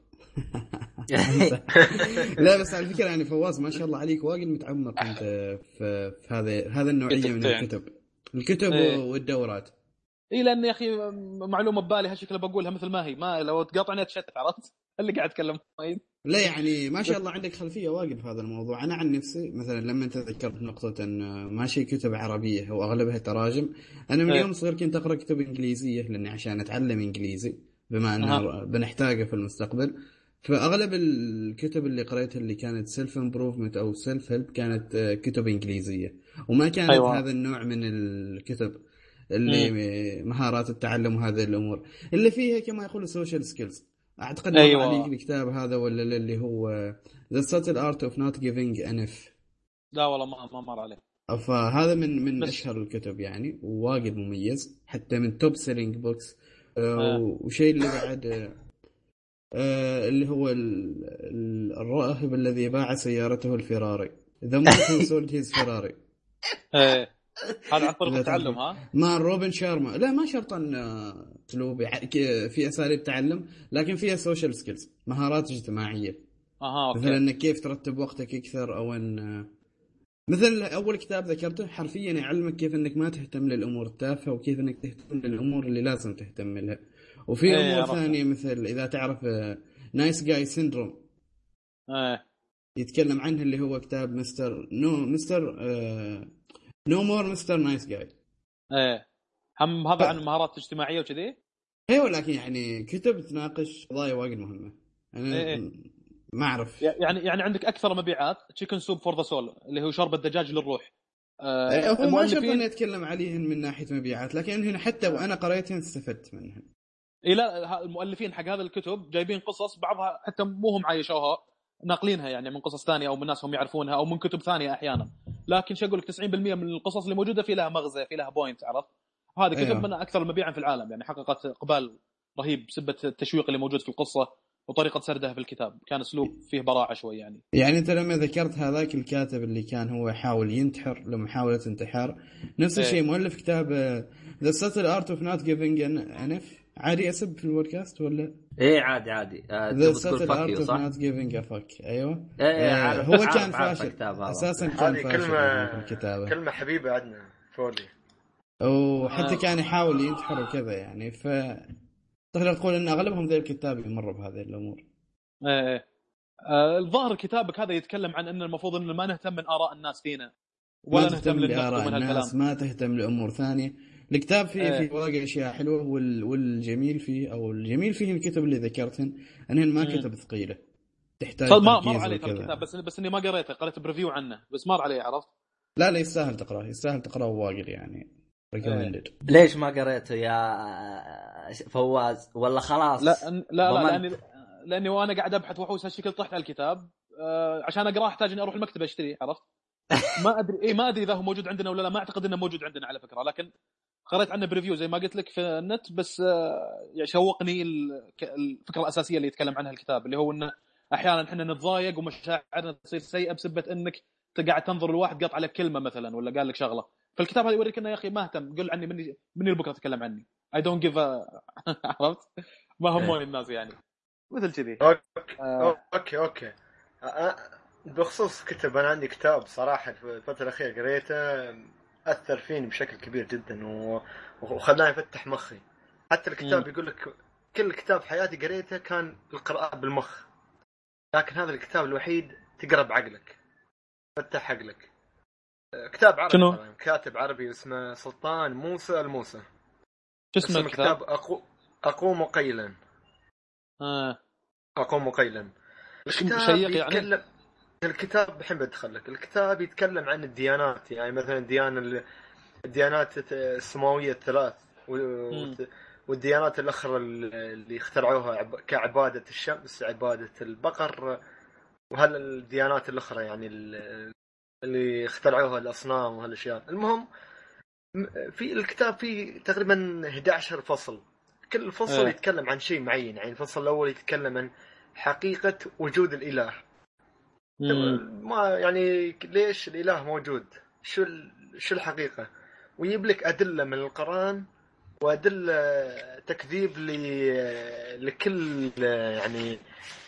لا بس على فكرة يعني فواز ما شاء الله عليك واجد متعمق أنت في, في هذا هذا النوعية من كتبتين. الكتب الكتب إيه. والدورات. اي لان يا اخي معلومه ببالي هالشكل بقولها مثل ما هي، ما لو تقاطعني اتشتت، عرفت اللي قاعد اتكلم. لا يعني ما شاء الله عندك خلفية واجد في هذا الموضوع. أنا عن نفسي مثلا لما أنت ذكرت نقطة أن ماشي كتب عربية وأغلبها تراجم، أنا من إيه. يوم صغير كنت أقرأ كتب إنجليزية لأني عشان أتعلم إنجليزي بما أنه أها. بنحتاجه في المستقبل. فأغلب الكتب اللي قرأتها اللي كانت سيلف امبروفمنت أو سيلف هيلب كانت آه، كتب إنجليزية، وما كانت أيوة. هذا النوع من الكتب اللي م- مهارات التعلم وهذه الأمور اللي فيها كما يقول سوشيال سكيلز. أعتقد مر أيوة. عليك الكتاب هذا ولا لا، اللي هو The Subtle Art of Not Giving a F. لا والله ما ما مر عليه. فهذا من من بس- أشهر الكتب يعني، وواجد مميز حتى من توب سيلينج بوكس. آه. وشيء اللي بعد آه، آه، اللي هو ال- ال- الراهب الذي باع سيارته الفيراري The monk who sold his Ferrari. ايه هذا عن طريق إذا التعلم تعرف. ها. مع روبن شارما. لا ما شرطا آه، اسلوب يع- ك- في اساليب تعلم، لكن فيها سوشيال سكيلز مهارات اجتماعيه. اها مثلا اوكي. انك كيف ترتب وقتك اكثر، او ان آه، مثل اول كتاب ذكرته حرفيا يعلمك كيف انك ما تهتم للامور التافهه وكيف انك تهتم للامور اللي لازم تهتم لها. وفي إيه، امور عرفتها. ثانيه مثل اذا تعرف نايس جاي سيندروم ايه يتكلم عنه، اللي هو كتاب مستر نو مستر نو مور مستر نايس جاي. ايه هم هذا عن المهارات الاجتماعيه وكذي. ايوه لكن يعني كتب تناقش قضايا واجد مهمه. انا إيه إيه. ما اعرف يعني يعني عندك اكثر مبيعات تشيكن سوب فور ذا سول اللي هو شرب الدجاج للروح. آه إيه، هو ما شرط المؤلفين- اني اتكلم عليهن من ناحيه مبيعات، لكن هنا حتى وانا قريتهن استفدت منهن. إيه لا ها- المؤلفين حق هذا الكتب جايبين قصص بعضها حتى مو هم عايشوها، ناقلينها يعني من قصص ثانيه او من ناس هم يعرفونها او من كتب ثانيه احيانا. لكن شو اقول لك تسعين بالمئة من القصص اللي موجوده في لها مغزى، في لها بوينت، عرفت. هذه كتب أيوة. من اكثر المبيعا في العالم، يعني حققت اقبال رهيب بسبه التشويق اللي موجود في القصه وطريقه سردها في الكتاب. كان اسلوب فيه براعه شوي يعني. يعني انت لما ذكرت هذاك الكاتب اللي كان هو يحاول ينتحر لمحاوله انتحار، نفس إيه. الشيء مؤلف كتاب ذا ساتل ارت اوف نوت جيفينج ان اف. عادي اسب في البودكاست ولا؟ ايه عادي عادي. آه، ذا تبغى تقول ساتل ارت فاكيو اوف صح؟ نوت جيفينج ا فك. ايوه ايه آه، عارف هو عارف كان عارف فاشل الكتاب هذا. اساسا، كان هذه فاشل كلمة في الكتابه، كلمة حبيبة عندنا فولي. وحتى آه. كان يحاول ينتحر وكذا يعني. ف تقدر تقول ان اغلبهم ذي الكتاب يمروا بهذه الامور. ايه إيه. آه الظاهر كتابك هذا يتكلم عن ان المفروض ان ما نهتم من اراء الناس فينا ما ولا تهتم نهتم للنقد لآراء ومن الناس، هالكلام. ما تهتم لأمور ثانية. الكتاب فيه إيه. فيه واقع أشياء حلوة، وال... والجميل فيه أو الجميل فيه الكتب اللي ذكرتهن أنهن ما مم. كتب ثقيلة تحتاج صار ما مر تركيز علي ترى وكذا. الكتاب، بس بس اني ما قريته، قريت بريفيو عنه بس مر علي، عرفت. لا لا يستاهل تقرأه، يستاهل تقرأه واقع يعني. recommended. ليش ما قريته يا فواز ولا خلاص؟ لا لا لا ضمنت. لاني لاني وانا قاعد ابحث وحوس هالشكل طحت على الكتاب. آه عشان اقراه احتاج اني اروح المكتبه اشتريه، عرفت. ما ادري اي ما ادري اذا هو موجود عندنا ولا لا، ما اعتقد انه موجود عندنا على فكره، لكن قريت عنه بريفيو زي ما قلت لك في النت. بس آه يعني شوقني الفكره الاساسيه اللي يتكلم عنها الكتاب، اللي هو انه احيانا احنا نتضايق ومشاعرنا تصير سيئه بسبب انك قاعد تنظر لواحد قط عليك كلمه مثلا ولا قال لك شغله. فالكتاب هذا يوريك انه يا اخي ما اهتم، قل عني مني مني بكره تتكلم عني. I don't give a عرفت، ما هموني الناس يعني مثل كذي. اوكي آه. اوكي اوكي أه، بخصوص كتب، انا عندي كتاب صراحه في الفتره الاخيره قريته اثر فيني بشكل كبير جدا و... وخلاني افتح مخي. حتى الكتاب مم. يقول لك كل كتاب في حياتي قريته كان القراءه بالمخ، لكن هذا الكتاب الوحيد تقرا بعقلك، فتح عقلك. كتاب عربي شنو؟ طبعا، كاتب عربي اسمه سلطان موسى الموسى. شو اسمه الكتاب؟ أقو... أقوم قيلا. آه. أقوم قيلا. الكتاب شيق يعني؟ يتكلم. الكتاب بحب أدخل لك. الكتاب يتكلم عن الديانات، يعني مثلا الديانة الديانات السماوية الثلاث والديانات الأخرى اللي اخترعوها كعبادة الشمس، عبادة البقر، وهل الديانات الأخرى يعني اللي اخترعوها الأصنام وهالأشياء. المهم في الكتاب فيه تقريبا إحدى عشر فصل، كل فصل أه. يتكلم عن شيء معين. يعني الفصل الأول يتكلم عن حقيقة وجود الإله. مم. ما يعني ليش الإله موجود، شو شو الحقيقة، ويجيب لك أدلة من القرآن وادل تكذيب ل لكل يعني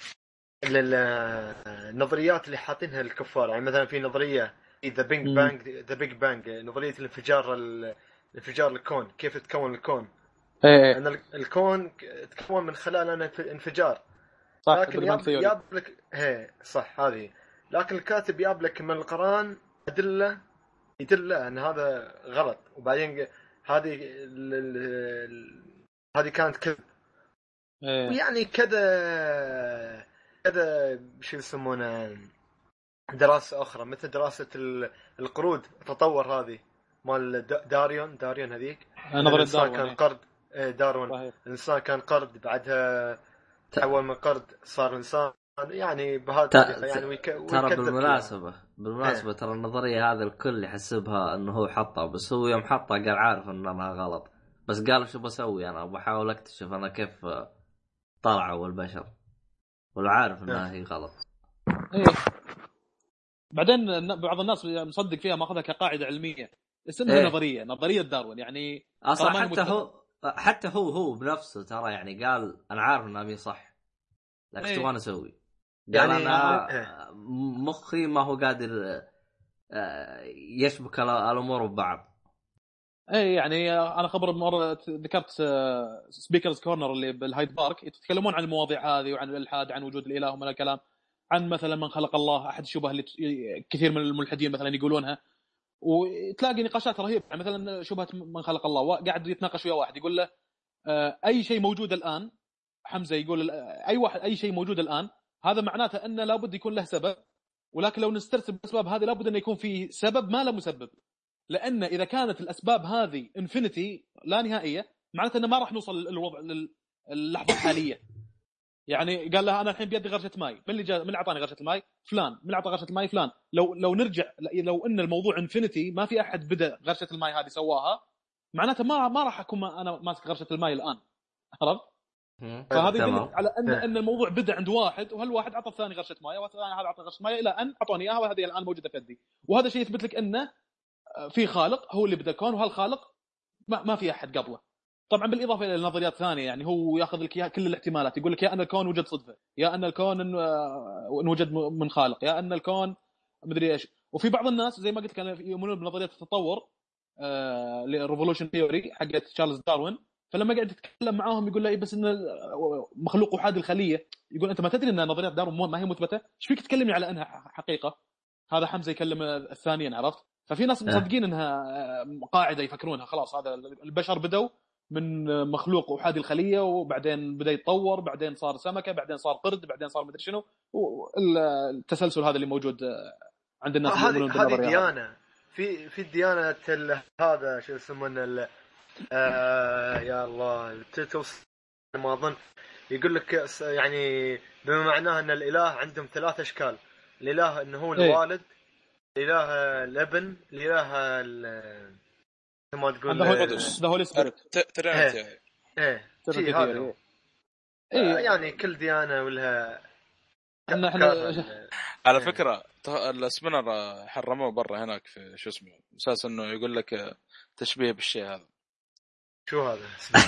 النظريات اللي حاطينها الكفار. يعني مثلا في نظريه ذا بيج بانج ذا بيج بانج نظريه الانفجار الانفجار الكون، كيف تكون الكون. ايه ان الكون تكون من خلال انفجار. صح، لكن ياب ياب لك هي صح هذه، لكن الكاتب ياب لك من القرآن أدلة يدل ان هذا غلط. وبعدين هذه هذه كانت كذب. إيه. ويعني كذا كذا شو يسمونه دراسة أخرى مثل دراسة القرود التطور هذه مال داريون داريون هذيك نظرية داروين كان قرد. داروين صحيح. الإنسان كان قرد بعدها تحول من قرد صار إنسان. يعني بهذا الطريقة يعني ويك... ترى بالمناسبة بالمناسبة ترى النظرية هذه الكل يحسبها انه هو حطها، بس هو يوم حطها قال عارف انها غلط، بس قال شو بسوي انا بحاول اكتشف انا كيف طلعوا البشر، ولا عارف انها هي غلط. ايه بعدين بعض الناس مصدق فيها ماخذها كقاعدة علمية اسمها إيه؟ نظرية نظرية داروين. يعني اصلا حتى هو حتى هو هو بنفسه ترى يعني قال انا عارف انها مي صح لكن شو إيه؟ انا اسوي؟ قال يعني انا مخي ما هو قادر يشبك الامور ببعض. اي يعني انا خبر مره ذكرت سبيكرز كورنر اللي بالهايد بارك يتكلمون عن المواضيع هذه وعن الالحاد، عن وجود الاله ومن الكلام، عن مثلا من خلق الله، احد الشبه اللي كثير من الملحدين مثلا يقولونها، وتلاقي نقاشات رهيبه. يعني مثلا شبهه من خلق الله قاعد يتناقش ويا واحد يقول له اي شيء موجود الان، حمزه يقول اي واحد اي شيء موجود الان هذا معناته انه لابد يكون له سبب، ولكن لو نسترسل بالاسباب هذه لابد انه يكون في سبب ما له مسبب، لأن إذا كانت الأسباب هذه إنفينيتي لا نهائية معناته أنه ما راح نوصل للوضع للحظة الحالية. يعني قال له أنا الحين بيدي غرشة ماء، من اللي جا من اللي أعطاني غرشة الماء؟ فلان. من اللي أعطى غرشة الماء؟ فلان. لو لو نرجع لو إن الموضوع إنفينيتي ما في أحد بدأ غرشة الماء هذه سواها، معناته ما ما راح أكون أنا ماسك غرشة الماء الآن. عرفت؟ فهذا يدل على أن أن الموضوع بدأ عند واحد، وهالواحد عطى الثاني غرشة ماء، والثاني هذا عطى غرشة ماء، إلى أن أعطوني إياها وهذه الآن موجودة في يدي. وهذا شيء يثبت لك أنه في خالق هو اللي بدا الكون، وهالخالق ما, ما في احد قبله. طبعا بالاضافه الى النظريات الثانيه، يعني هو ياخذ لك كل الاحتمالات، يقول لك يا ان الكون وجد صدفه، يا ان الكون ان وجد من خالق، يا ان الكون مدري ايش. وفي بعض الناس زي ما قلت كانوا يؤمنون بنظريه التطور الريفولوشن ثيوري حقت تشارلز داروين. فلما قاعد يتكلم معاهم يقول له بس ان مخلوق احاد الخليه، يقول انت ما تدري ان نظريات داروين ما هي مثبته، ايش فيك تكلمني على انها حقيقه؟ هذا حمزه يكلم الثانيين، عرفت؟ ففي ناس مصدقين انها قاعده يفكرونها خلاص هذا البشر بدوا من مخلوق احادي الخليه، وبعدين بدا يتطور، بعدين صار سمكه، بعدين صار قرد، بعدين صار مدري شنو، والتسلسل هذا اللي موجود عند الناس اللي يؤمنون بالنظريه. هذه ديانه في في الديانه هذا شو يسمونه آه يا الله توصل ما اظن يقول لك يعني بما معناه ان الاله عندهم ثلاث اشكال. الاله انه هو الوالد، الاله الابن، الاله ما تقول هذا هو الاسبريت ترينيتي. ايه شيء هذا إيه. يعني كل ديانه ولها ان احنا على فكره الاسبنر حرموه برا هناك في شو اسمه اساس انه يقول لك تشبيه بالشيء هذا. شو هذا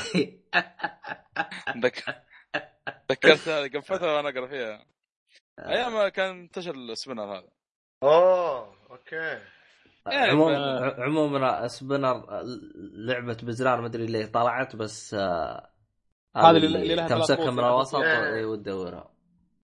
ذكرت هذا قبل فتره وانا اقرا فيها ايام ما كان منتشر الاسبنر هذا. اوه اوكي. عموما عموما سبينر لعبه بزرار ما ادري ليه طلعت، بس هذا اللي لها تمسكها من الوسط وتدورها.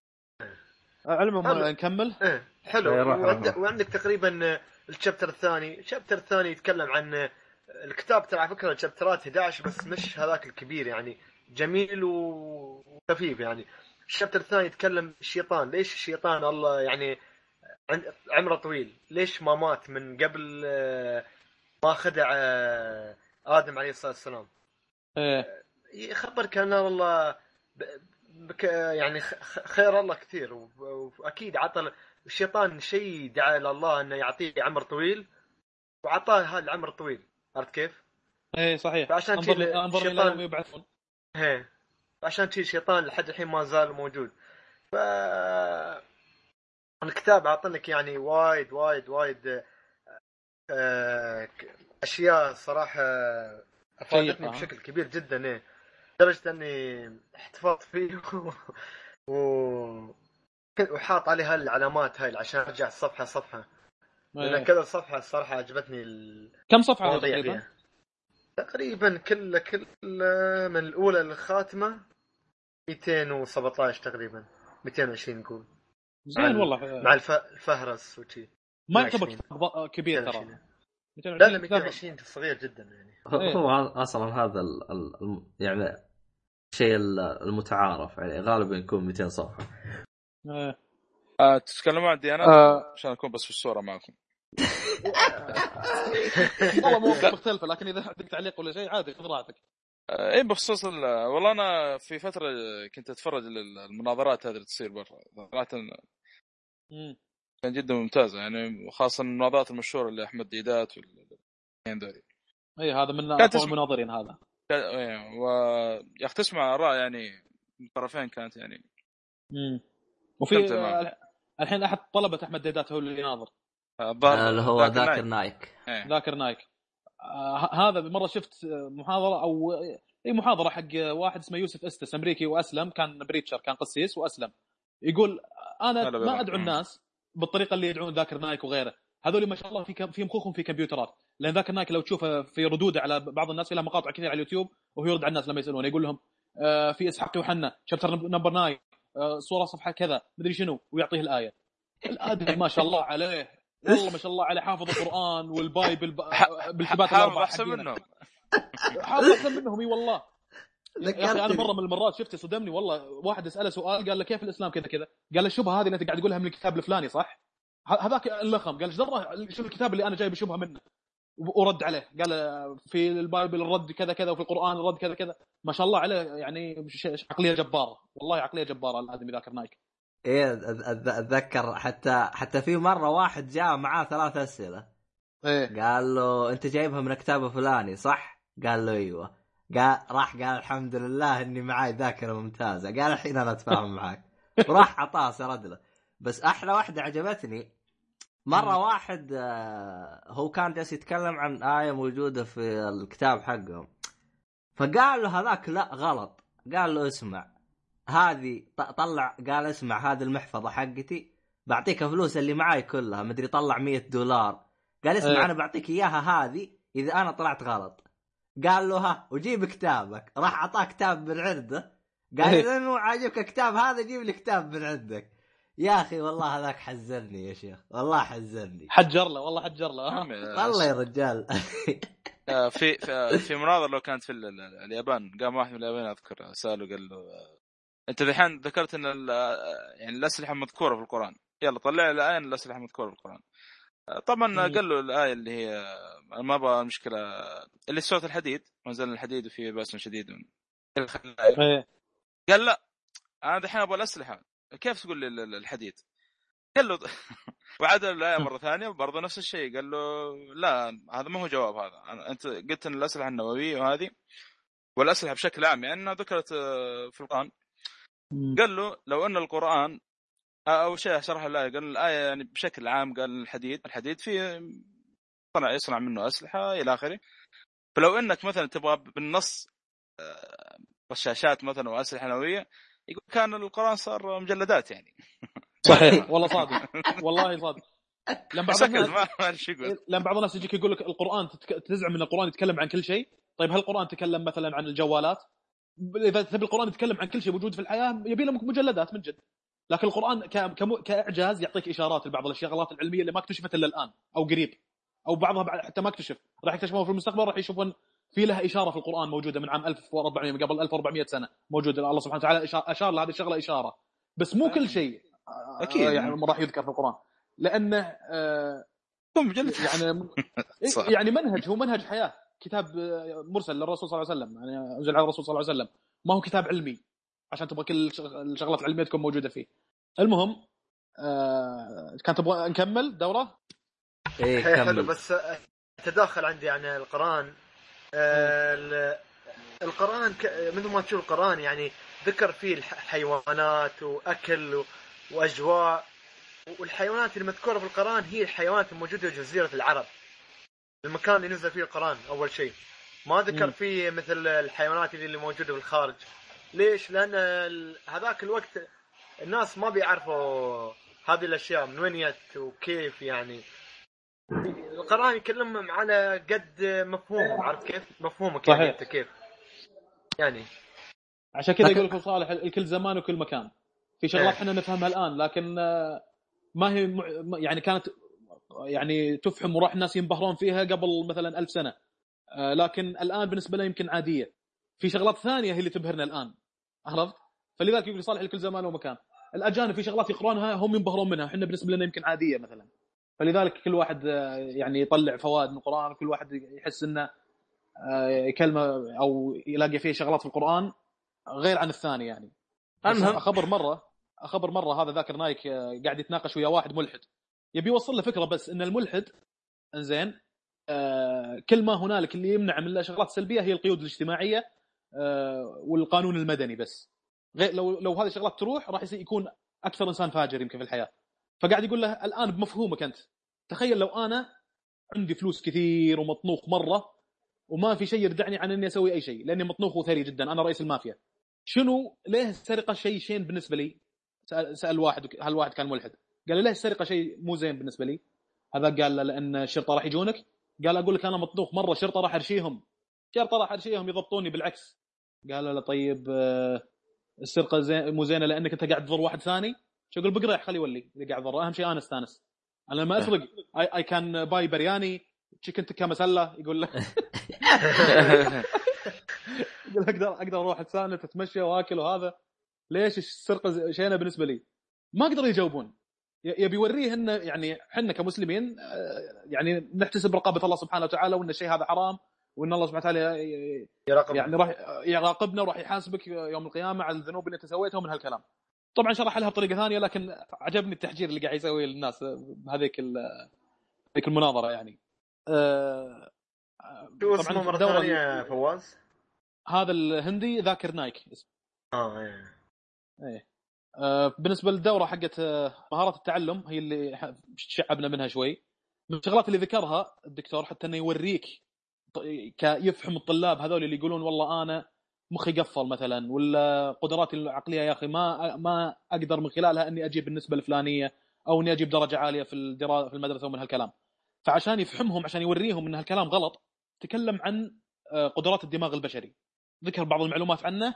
علمهم نكمل. ايه حلو. وعندك وعندك تقريبا الشابتر الثاني. الشابتر الثاني يتكلم عن الكتاب ترى على فكره الشابترات إحدى عشر بس مش هذاك الكبير، يعني جميل وخفيف. يعني الشابتر الثاني يتكلم الشيطان، ليش الشيطان الله يعني عمره طويل، ليش ما مات من قبل ما خدع آدم عليه الصلاة والسلام. ايه يخبرك أن الله بك يعني خير الله كثير، وأكيد عطى الشيطان شيء دعا لله أنه يعطيه عمر طويل، وعطاه هذا العمر طويل. عرفت كيف؟ ايه صحيح. فعشان انظر انظر الى يوم يبعثون. ايه عشان شيء الشيطان لحد الحين ما زال موجود. ف الكتاب عطنك يعني وايد وايد وايد اشياء صراحه افادتني بشكل كبير جدا ايه لدرجه اني احتفظت فيه و وحاط عليها العلامات هاي عشان ارجع الصفحه صفحه لان إيه. كذا الصفحه الصراحه عجبتني ال... كم صفحه تقريبا فيها. تقريبا كل كل من الاولى للخاتمه مئتين وسبعة عشر تقريبا مئتين وعشرين نقول زين والله مع الف... الفهرس وشي ما يعتبر كبير ترى. لا لا مئتين وعشرين صغير جدا يعني. هو اصلا هذا ال... ال... يعني الشيء المتعارف يعني غالبا يكون مئتين صفحه. ايه آه تتكلموا عن الديانات آه. عشان اكون بس في الصوره معكم. والله مو مختلفه لكن اذا عندك تعليق ولا شيء عادي خذ راحتك. آه ايه بخصوص والله انا في فتره كنت اتفرج المناظرات هذه اللي تصير برا صراحه كان جدا ممتازه يعني وخاصه المناظرات المشهوره اللي احمد ديدات والاثنين ذولي. اي هذا من اقوى المناظرين هذا. ويا اخي تسمع اراء يعني من الطرفين كانت يعني امم وفي الحين احد طلبه احمد ديدات هو اللي يناظر اللي هو ذاكر نايك. ذاكر نايك آه هذا مره شفت محاضره او اي محاضره حق واحد اسمه يوسف استس امريكي واسلم كان بريتشر كان قسيس واسلم يقول انا ما ادعو الناس بالطريقه اللي يدعون ذاكر نايك وغيره هذول ما شاء الله في في مخوخهم في كمبيوترات لان ذاكر نايك لو تشوفه في ردوده على بعض الناس في له مقاطع كثير على اليوتيوب وهو يرد على الناس لما يسالونه يقول لهم آه في اسحاق وحنا شابتر نمبر تسعة آه صوره صفحه كذا مدري شنو ويعطيه الايه. الادمي ما شاء الله عليه والله ما شاء الله عليه حافظ القران والبايبل بالكتابات الاربعه احسن منهم حافظ احسن منهم اي والله. يا اخي انا مره من المرات شفت صدمني والله واحد اساله سؤال قال له كيف الاسلام كذا كذا قال له الشبهه هذه اللي انت قاعد تقولها من الكتاب الفلاني صح هذاك اللخم قال ايش دره شوف الكتاب اللي انا جايب شبهه منه ورد عليه قال في البايبل الرد كذا كذا وفي القران الرد كذا كذا ما شاء الله عليه يعني عقليه جباره والله عقليه جباره الادمي ذاكر نايك. ايه اتذكر حتى حتى في مره واحد جاء معاه ثلاث اسئله ايه قال له انت جايبها من كتاب فلاني صح قال له ايوه قال راح قال الحمد لله اني معاي ذاكره ممتازه قال الحين انا اتفاهم معاك وراح عطاه سرد له. بس احلى واحده عجبتني مره واحد هو كان جالس يتكلم عن ايه موجوده في الكتاب حقهم فقال له هذاك لا غلط قال له اسمع هذه طلع قال اسمع هذه المحفظه حقتي بعطيك فلوس اللي معاي كلها مدري طلع مية دولار قال اسمع أه. انا بعطيك اياها هذه اذا انا طلعت غلط قال له ها وجيب كتابك راح عطاه كتاب من عنده قال اذا مو عاجبك كتاب هذا جيب لي كتاب من عندك. يا اخي والله هذاك حزنني يا شيخ والله حزنني حجر له والله حجر له والله يا رجال. في في مناظره لو كانت في اليابان قام واحد من اليابان اذكر ساله قال له انت الحين ذكرت ان يعني الاسلحه مذكوره في القران يلا طلع لي الايه الاسلحه مذكوره في القران. طبعا قال له الايه اللي هي ما بقى المشكله اللي سوره الحديد منزل الحديد وفي باس شديد قال لا انا دحين ابغى الاسلحه كيف تقول لي الحديد قال له وعاد الايه مره ثانيه برضه نفس الشيء قال له لا هذا ما هو جواب هذا انت قلت ان الاسلحه النوويه وهذه والاسلحه بشكل عام يعني ذكرت في القران. قال له لو ان القران او شيء شرح الايه قال الايه يعني بشكل عام قال الحديد الحديد فيه صنع يصنع منه اسلحه الى اخره فلو انك مثلا تبغى بالنص رشاشات مثلا واسلحه نوويه يقول كان القران صار مجلدات يعني. صحيح والله صادق والله صادق. لما بعض الناس ما ايش يقول لما بعض الناس يجيك يقول لك القران تزعم ان القران يتكلم عن كل شيء. طيب هل القران تكلم مثلا عن الجوالات؟ اذا تبي القران يتكلم عن كل شيء موجود في الحياه يبي له مجلدات من جد. لكن القرآن كإعجاز يعطيك إشارات لبعض الشغلات العلمية اللي ما اكتشفت إلا الآن أو قريب أو بعضها حتى ما اكتشف راح يكتشفوها في المستقبل راح يشوفون في لها إشارة في القرآن موجودة من عام ألف وأربعمية من قبل ألف وأربعمية سنة موجودة الله سبحانه وتعالى أشار لهذه الشغلة إشارة بس مو كل شيء أكيد يعني راح يذكر في القرآن لأنه آه يعني يعني منهج هو منهج حياة كتاب مرسل للرسول صلى الله عليه وسلم يعني أنزل على الرسول صلى الله عليه وسلم ما هو كتاب علمي عشان تبغى كل الشغلات العلمية تكون موجودة فيه. المهم آه... كان تبغى نكمل دورة؟ ايه كمل. بس تداخل عندي عن القرآن آه... القرآن ك... مثل ما تشوف القرآن يعني ذكر فيه الحيوانات وأكل و... وأجواء والحيوانات المذكورة في القرآن هي الحيوانات الموجودة في جزيرة العرب المكان اللي نزل فيه القرآن أول شيء ما ذكر مم. فيه مثل الحيوانات اللي موجوده في الخارج. ليش؟ لان ال- هذاك الوقت الناس ما بيعرفوا هذه الاشياء من وين جت وكيف. يعني القرآن يكلم على قد مفهومه، عرفت كيف مفهومك يعني صحيح. انت كيف يعني. عشان كذا لكن- يقول لك صالح الكل زمان وكل مكان. في شغلات إيه. احنا نفهمها الان لكن آه، ما هي مع- يعني كانت يعني تفهم وراح الناس ينبهرون فيها قبل مثلا ألف سنة، آه، لكن الآن بالنسبة لنا يمكن عادية. في شغلات ثانية هي اللي تبهرنا الآن، عرفت؟ فلذلك يقول صالح لكل زمان ومكان. الأجانب في شغلات يقرونها هم ينبهرون منها، احنا بالنسبة لنا يمكن عادية مثلا. فلذلك كل واحد آه، يعني يطلع فوائد من القرآن، وكل واحد يحس انه آه، كلمة او يلاقي فيه شغلات في القرآن غير عن الثاني يعني. بس المهم اخبر مرة اخبر مرة هذا ذاكر نايك آه، قاعد يتناقش ويا واحد ملحد، يبي يوصل له فكرة بس ان الملحد انزين آه كل ما هنالك اللي يمنع من الشغلات السلبيه هي القيود الاجتماعيه آه والقانون المدني بس. غير لو لو هذه الشغلات تروح راح يكون اكثر انسان فاجر يمكن في الحياه. فقاعد يقول له الان بمفهومك انت، تخيل لو انا عندي فلوس كثير ومطنوخ مره وما في شيء يردعني عن اني اسوي اي شيء لاني مطنوخ وثري جدا، انا رئيس المافيا، شنو ليه السرقه شيء شين بالنسبه لي؟ سأل, سأل واحد، هل واحد كان ملحد قال له ليه السرقه شيء مو زين بالنسبه لي؟ هذا قال له لان الشرطه راح يجونك. قال اقول لك انا مطنوخ مره، الشرطه راح ارشيهم، الشرطه راح ارشيهم يضبطوني بالعكس. قال له طيب السرقه زين مو زينه لانك انت قاعد تضر واحد ثاني؟ شو اقول بقرا خليه يولي اللي قاعد يضر، اهم شيء انا استانس، انا لما اسرق اي كان باي برياني تشيكن تكه مسله. يقول له يقول اقدر اقدر اروح اتسانس اتمشى واكل وهذا، ليش السرقه شينه بالنسبه لي؟ ما قدروا يجاوبون. يبي يوريه انه يعني احنا كمسلمين يعني نحتسب رقابه الله سبحانه وتعالى، وان الشيء هذا حرام، وان الله سبحانه وتعالى يعني راح يراقبنا وراح يحاسبك يوم القيامه على الذنوب اللي انت سويتها من هالكلام. طبعا شرح لها بطريقه ثانيه، لكن عجبني التحجير اللي قاعد يسويه للناس بهذيك هذيك المناظره يعني. أه شو اسمه مره ثانيه فواز؟ هذا الهندي ذاكر نايك اسمه. اه ايه ايه. أه بالنسبه للدوره حقت مهارات التعلم هي اللي شعبنا منها شوي. من الشغلات اللي ذكرها الدكتور حتى انه يوريك يفهم الطلاب هذول اللي يقولون والله انا مخي قفل مثلا، ولا قدراتي العقليه يا اخي ما ما اقدر من خلالها اني اجيب النسبه الفلانيه او اني اجيب درجه عاليه في الدراسه في المدرسه ومن هالكلام. فعشان يفهمهم، عشان يوريهم ان هالكلام غلط، تكلم عن قدرات الدماغ البشري، ذكر بعض المعلومات عنه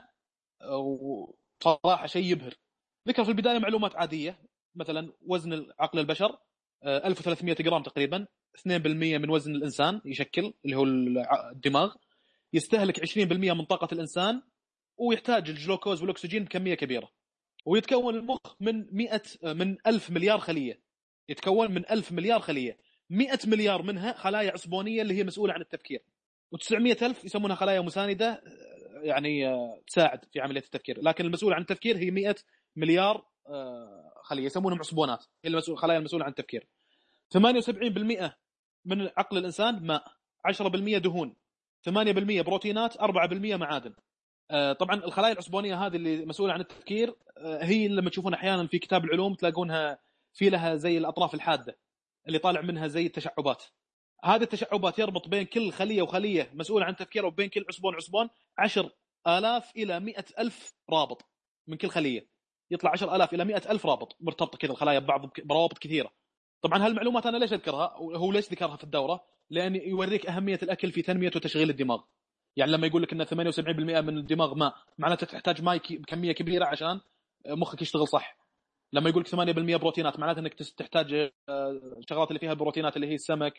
وصراحه شيء يبهر. ذكر في البدايه معلومات عاديه، مثلا وزن العقل البشر ألف وثلاثمئة جرام تقريبا، اثنين بالمئة من وزن الانسان يشكل اللي هو الدماغ، يستهلك عشرين بالمئة من طاقه الانسان، ويحتاج الجلوكوز والاكسجين بكميه كبيره. ويتكون المخ من مئة من ألف مليار خليه، يتكون من ألف مليار خليه، مئة مليار منها خلايا عصبونيه اللي هي مسؤوله عن التفكير، وتسعمئة ألف يسمونها خلايا مسانده يعني تساعد في عمليه التفكير، لكن المسؤول عن التفكير هي مئة مليار خليه يسمونهم عصبونات، هي المسؤول خلايا المسؤوله عن التفكير. ثمانية وسبعين بالمئة من عقل الانسان ماء، عشرة بالمئة دهون، ثمانية بالمئة بروتينات، أربعة بالمئة معادن. طبعا الخلايا العصبونيه هذه اللي مسؤوله عن التفكير هي لما تشوفون احيانا في كتاب العلوم تلاقونها في لها زي الاطراف الحاده اللي طالع منها زي التشعبات. هذه التشعبات يربط بين كل خليه وخليه مسؤوله عن تفكيره، وبين كل عصبون عصبون عشر آلاف الى مئة ألف رابط من كل خليه، يطلع عشر آلاف الى مئة ألف رابط مرتبطه كذا الخلايا ببعض بروابط كثيره. طبعا هالمعلومات انا ليش اذكرها وهو ليش ذكرها في الدوره؟ لان يوريك اهميه الاكل في تنميه وتشغيل الدماغ. يعني لما يقول لك ان ثمانية وسبعين بالمئة من الدماغ ماء، معناته تحتاج ماء بكميه كبيره عشان مخك يشتغل صح. لما يقول لك ثمانية بالمئة بروتينات، معناته انك تحتاج الشغلات اللي فيها بروتينات اللي هي السمك،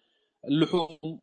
اللحوم،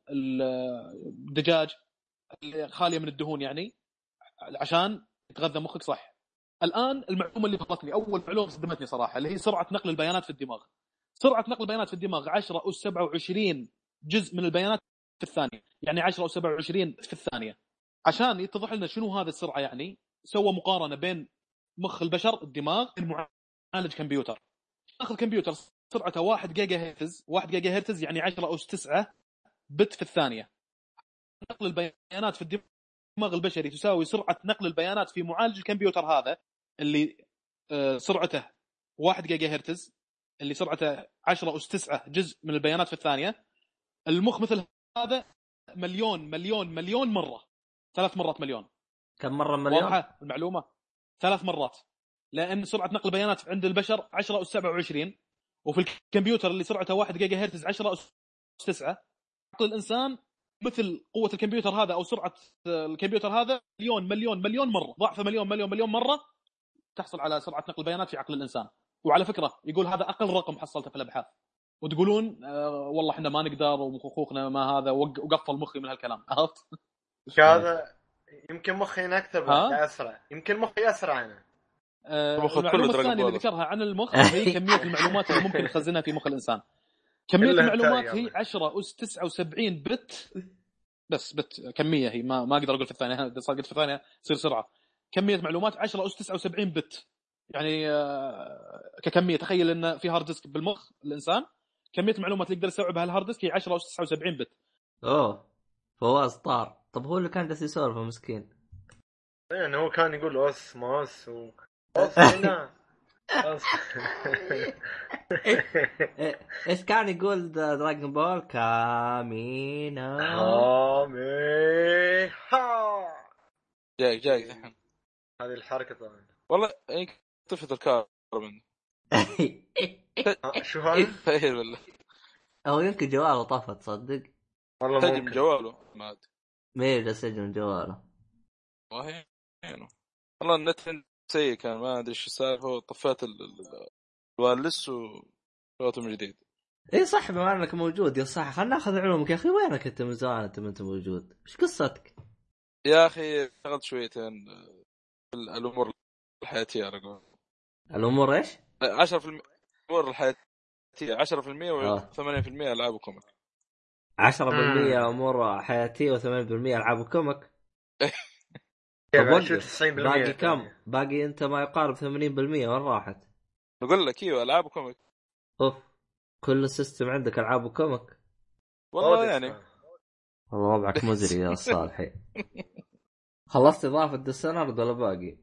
الدجاج خاليه من الدهون يعني عشان يتغذى مخك صح. الان المعلومه اللي فضلتني، اول معلومه صدمتني صراحه، اللي هي سرعه نقل البيانات في الدماغ. سرعه نقل البيانات في الدماغ عشرة أس سبعة وعشرين جزء من البيانات في الثانيه، يعني عشرة أس سبعة وعشرين في الثانيه. عشان يتضح لنا شنو هذه السرعه يعني سوى مقارنه بين مخ البشر الدماغ المعالج كمبيوتر. اخذ كمبيوتر سرعته واحد جيجا هرتز، واحد جيجا هرتز يعني عشرة أس تسعة بت في الثانيه. نقل البيانات في الدماغ البشري تساوي سرعه نقل البيانات في معالج الكمبيوتر هذا اللي سرعته واحد جيجا هرتز، اللي سرعته عشرة أس تسعة جزء من البيانات في الثانيه. المخ مثل هذا مليون مليون مليون مره، ثلاث مرات مليون. كم مره مليون؟ واضحه المعلومه؟ ثلاث مرات، لان سرعه نقل البيانات عند البشر عشرة أس سبعة وعشرين، وفي الكمبيوتر اللي سرعته واحد جيجا هرتز عشرة أس تسعة. عقل الانسان مثل قوه الكمبيوتر هذا او سرعه الكمبيوتر هذا مليون مليون مليون مره، ضعف مليون مليون مليون مره تحصل على سرعه نقل البيانات في عقل الانسان. وعلى فكره يقول هذا اقل رقم حصلته في الابحاث، وتقولون آه والله احنا ما نقدر ومخوخنا ما هذا، وقفل مخي من هالكلام. عرفت هذا يمكن مخي انا اكثر ها؟ اسرع، يمكن مخي اسرع انا. آه مخك كله المعلومه دراجون الثانيه اللي بول. ذكرها عن المخ هي كميه المعلومات اللي ممكن يخزنها في مخ الانسان. كميه إلا المعلومات أنت يا هي الله. عشرة أس تسعة وسبعين بت بس. بت كميه هي، ما ما اقدر اقول في الثانيه، اذا قلت في الثانيه تصير سرعه. كميه معلومات عشرة أس تسعة وسبعين بت، يعني آه ككميه. تخيل ان في هارد ديسك بالمخ الانسان، كميه المعلومات اللي يقدر يستوعبها الهارد ديسك هي عشرة أس تسعة وسبعين بت. اوه فواز طار. طب هو اللي كان جالس يسولف مسكين. يعني هو كان يقول اوس ماس و اوس هنا أوس. ايش كان يقول دراغون بول؟ كامينا هامي ها جاي جاي الحين هذه الحركة طبعا. والله إنك طفت الكار مني. ها، شو هذا؟ فاير ولا او يمكن جواله طفت. تصدق والله تجي من ممكن. جواله ما ادري ميل سجن جواله. والله يعني والله النت سيء كان، ما ادري ايش السالفه. طفيت الوالس وصوته من جديد. اي صح، بما انك موجود يا صح خلنا ناخذ علومك يا اخي. وينك انت من زمان انت ما انت موجود؟ ايش قصتك يا اخي اشتغلت شويتين في الامور الحياتيه. رقم الامور ايش؟ عشرة بالمئة الامور الحياتيه، عشرة بالمئة آه. وثمانية بالمئة العاب وكوميك. عشرة بالمية امور حياتيه وثمانين بالمية العاب وكوميك. كيف طب عشرة وقف. تسعين بالمئة باقي كم؟ باقي انت ما يقارب ثمانين بالمية. وين راحت؟ نقول لك ايوه العاب وكوميك. اوف كل السيستم عندك العاب وكوميك. والله يعني والله وضعك مزري يا صالحي. خلصت اضافه ديسنرد ولا باقي؟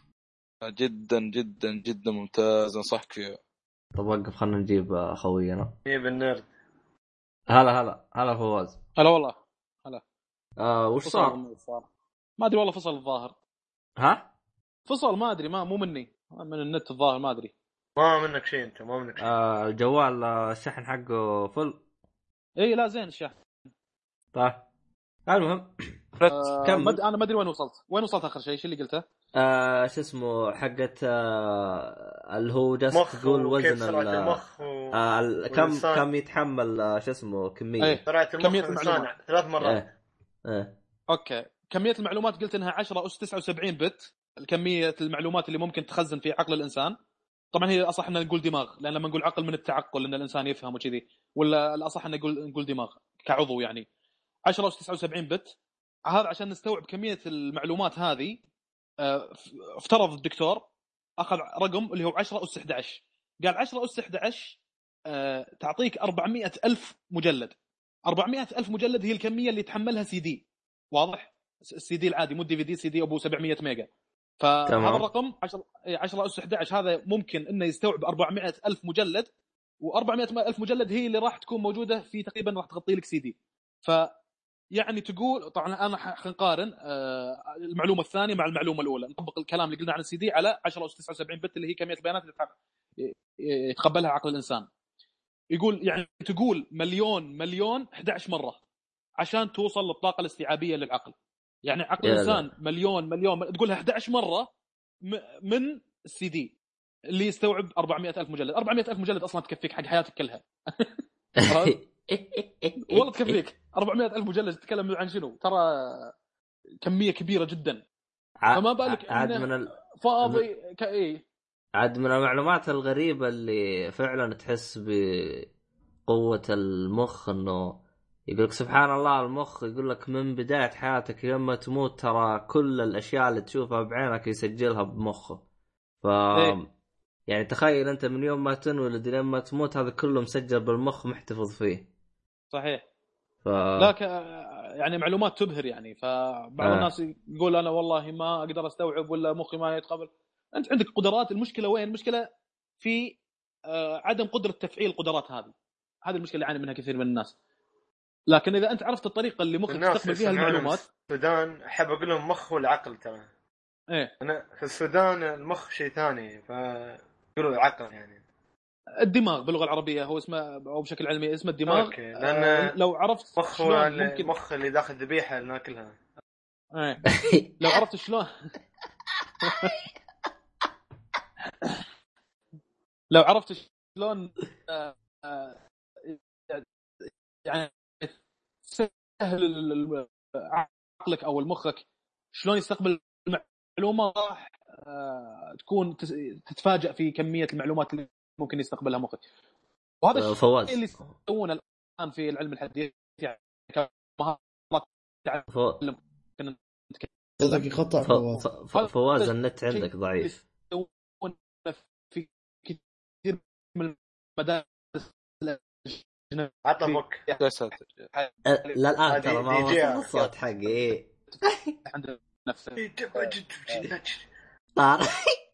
جدا جدا جدا ممتاز، انصحك فيها. طب وقف خلنا نجيب خوينا. جيب النرد. هلا هلا هلا فواز. هلا والله هلا. آه وش صار؟ ما ادري والله، فصل الظاهر. ها فصل ما ادري، ما مو مني، من النت الظاهر ما ادري. ما منك شيء انت، ما منك شيء. آه الجوال الشحن حقه فل. اي لا زين الشحن. طيب المهم آه كمل. مد... انا ما ادري وين وصلت. وين وصلت اخر شيء؟ ايش اللي قلته؟ آه شو اسمه حقت آه اللي هو جالس تقول وزن ال المخ و... آه ال... كم كم يتحمل آه شو اسمه كميه ايه. سرعة المخ كمية المعلومات ثلاث مرات. ايه. ايه. اوكي كمية المعلومات قلت انها عشرة أس تسعة وسبعين بت. الكمية المعلومات اللي ممكن تخزن في عقل الانسان. طبعا هي الاصح ان نقول دماغ، لان لما نقول عقل من التعقل ان الانسان يفهم وكذي، ولا الاصح ان نقول نقول دماغ كعضو يعني. عشرة أس تسعة وسبعين بت. هذا عشان نستوعب كمية المعلومات هذه. افترض الدكتور اخذ رقم اللي هو عشرة أس أحد عشر، قال عشرة أس أحد عشر أه تعطيك أربعمائة ألف مجلد. أربعمائة ألف مجلد هي الكمية اللي يتحملها سي دي. واضح؟ السي دي العادي مو دي في دي، سي دي ابو سبعمائة ميجا. فهذا الرقم عشرة أس أحد عشر هذا ممكن انه يستوعب أربعمائة ألف مجلد، و400 ألف مجلد هي اللي راح تكون موجودة في تقريبا راح تغطي لك سي دي. ف يعني تقول طبعا انا حنقارن آه المعلومه الثانيه مع المعلومه الاولى، نطبق الكلام اللي قلنا عن السي دي على عشرة أس تسعة وسبعين بت اللي هي كميه البيانات اللي يتقبلها عقل الانسان. يقول يعني تقول مليون مليون أحد عشر مره عشان توصل للطاقه الاستيعابيه للعقل. يعني عقل الانسان مليون مليون تقولها أحد عشر مره من السي دي اللي يستوعب أربعمائة ألف مجلد. أربعمائة ألف مجلد اصلا تكفيك حق حياتك كلها. والله تكفيك أربعمائة ألف مجلد. تتكلم عن شنو؟ ترى كمية كبيرة جدا. فما بالك عاد من ال... فاضي كايه. عاد من المعلومات الغريبة اللي فعلا تحس بقوة المخ انه يقولك سبحان الله المخ يقول لك من بداية حياتك لما تموت ترى كل الاشياء اللي تشوفها بعينك يسجلها بمخه. ف إيه؟ يعني تخيل انت من يوم ما تنولد لما تموت هذا كله مسجل بالمخ محتفظ فيه. صحيح. ف... لا يعني معلومات تبهر يعني. فبعض آه. الناس يقول انا والله ما اقدر استوعب ولا مخي ما يتقبل. انت عندك قدرات. المشكله وين؟ المشكله في آه عدم قدره تفعيل القدرات هذه. هذه المشكله اللي يعاني منها كثير من الناس. لكن اذا انت عرفت الطريقه اللي مخك تستقبل فيها المعلومات. السودان احب اقول لهم مخ والعقل ترى. ايه انا في السودان المخ شيء ثاني، فيقولوا العقل يعني الدماغ باللغه العربيه هو اسمه او بشكل علمي اسمه الدماغ. أوكي. لان آه لو عرفت مخ شلون ممكن المخ اللي داخل ذبيحه ناكلها. ايه لو عرفت شلون لو عرفت شلون آه آه يعني سهل عقلك او مخك شلون يستقبل المعلومه، راح آه تكون تتفاجأ في كميه المعلومات اللي ممكن يستقبلها مخك. وهذا الشيء اللي يسوونه الان في العلم الحديث يعني مهارات تعلم. صدق يقطع فواز. فواز النت عندك ضعيف في كثير من المدارس. عطبك لا الان ترى ما وصل الصوت حقي عند نفسه طار.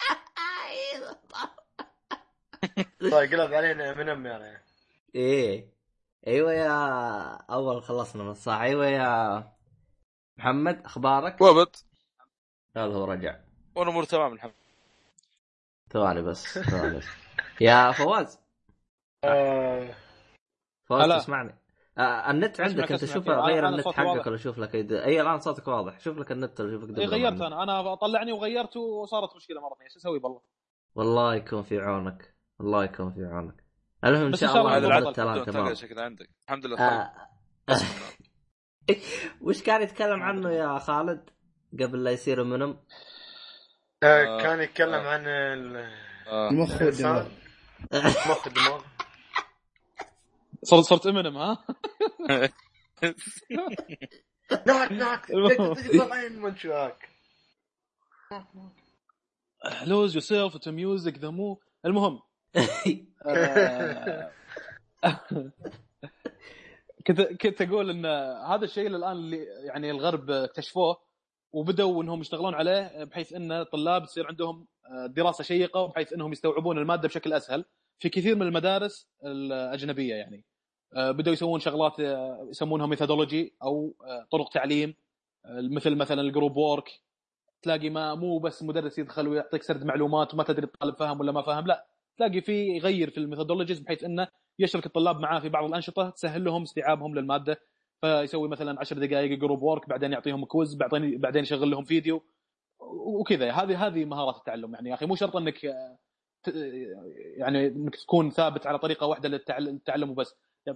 طيب قلب علينا من ام يعني. ايه ايوه يا اول خلصنا من الساعه. ايوه يا محمد اخبارك؟ وابد هذا هو رجع والامور تمام الحمد. ثواني بس ثواني. يا فواز آه... فواز تسمعني؟ آه النت عندك انت شوف غير النت حقك ولا شوف لك يد... اي الان صوتك واضح. شوف لك النت ولا شوفك اي غيرت انا انا طلعني وغيرت وصارت مشكله مره ثانيه. ايش اسوي بالله؟ والله يكون في عونك الله يكون في عونك. المهم ان شاء الله هذا العدد تمام شكله عندك الحمد لله. آه... وش كان يتكلم عنه يا خالد قبل لا يصير منهم؟ آه كان يتكلم آه. عن المخ والدماغ. مخ والدماغ. صرت صرت امنم ها. ناك ناك طلعين من شاك. lose yourself to music the move. المهم كنت كنت اقول ان هذا الشيء اللي الان اللي يعني الغرب اكتشفوه وبدأوا انهم يشتغلون عليه بحيث ان الطلاب يصير عندهم دراسه شيقه وبحيث انهم يستوعبون الماده بشكل اسهل. في كثير من المدارس الاجنبيه يعني بدأوا يسوون شغلات يسمونها ميثودولوجي او طرق تعليم مثل مثلا الجروب وورك. تلاقي ما مو بس مدرس يدخل ويعطيك سرد معلومات وما تدري الطالب فاهم ولا ما فاهم، لا تلاقي فيه يغير في الميثودولوجيز بحيث انه يشرك الطلاب معاه في بعض الانشطه تسهل لهم استيعابهم للماده. فيسوي مثلا عشر دقائق جروب وورك بعدين يعطيهم كويز بعدين بعدين يشغل لهم فيديو وكذا. هذه هذه مهارات التعلم يعني يا اخي. مو شرط انك يعني انك تكون ثابت على طريقه واحده للتعلم وبس.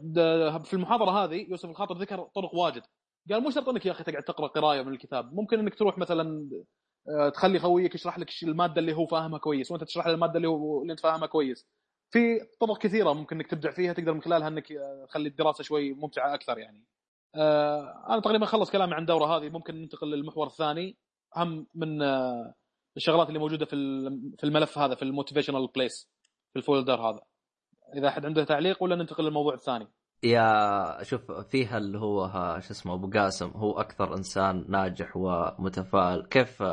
في المحاضره هذه يوسف الخاطر ذكر طرق واجد. قال مو شرط انك يا اخي تقعد تقرا قرايه من الكتاب، ممكن انك تروح مثلا تخلي خويك يشرح لك الماده اللي هو فاهمها كويس وانت تشرح له الماده اللي هو اللي انت فاهمها كويس. في طرق كثيره ممكن انك تبدع فيها تقدر من خلالها انك تخلي الدراسه شوي ممتعه اكثر يعني. انا تقريبا خلص كلامي عن الدوره هذه. ممكن ننتقل للمحور الثاني هم من الشغلات اللي موجوده في في الملف هذا في الموتيفيشنال بليس في الفولدر هذا. اذا احد عنده تعليق ولا ننتقل للموضوع الثاني؟ يا شوف فيها اللي هو شو اسمه ابو قاسم هو اكثر انسان ناجح ومتفائل. كيف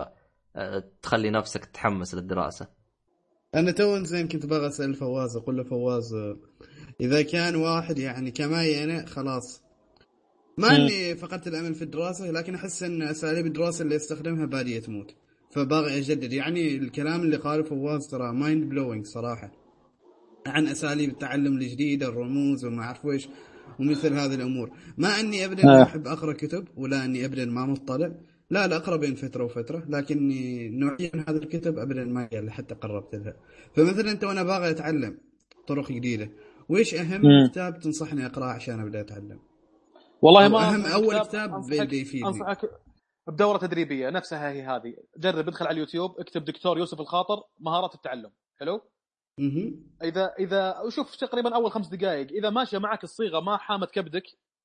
تخلي نفسك تتحمس للدراسه؟ انا تو زين كنت باغي اسال فواز اقول له فواز اذا كان واحد يعني كماي انا خلاص ما اني فقدت الامل في الدراسه لكن احس ان اساليب الدراسه اللي استخدمها باديه تموت فباغي اجدد. يعني الكلام اللي قاله فواز ترى مايند بلوينج صراحه عن اساليب التعلم الجديده الرموز وما اعرف ايش ومثل هذه الامور. ما اني ابدا ما احب اقرا كتب ولا اني ابدا ما مطلع، لا لا اقرا بين فتره وفتره، لكني نوعيا هذا الكتب ابدا ما قال حتى قربت لها. فمثلا انت وانا باغي اتعلم طرق جديده ويش اهم مم. كتاب تنصحني اقراه عشان ابدا اتعلم؟ والله ما اهم اول كتاب بيفيدني. انصحك بدوره تدريبيه نفسها هي هذه. جرب ادخل على اليوتيوب اكتب دكتور يوسف الخاطر مهارات التعلم. حلو. اها اذا اذا شوف تقريبا اول خمس دقائق اذا ماشيه معك الصيغه ما حامت كبدك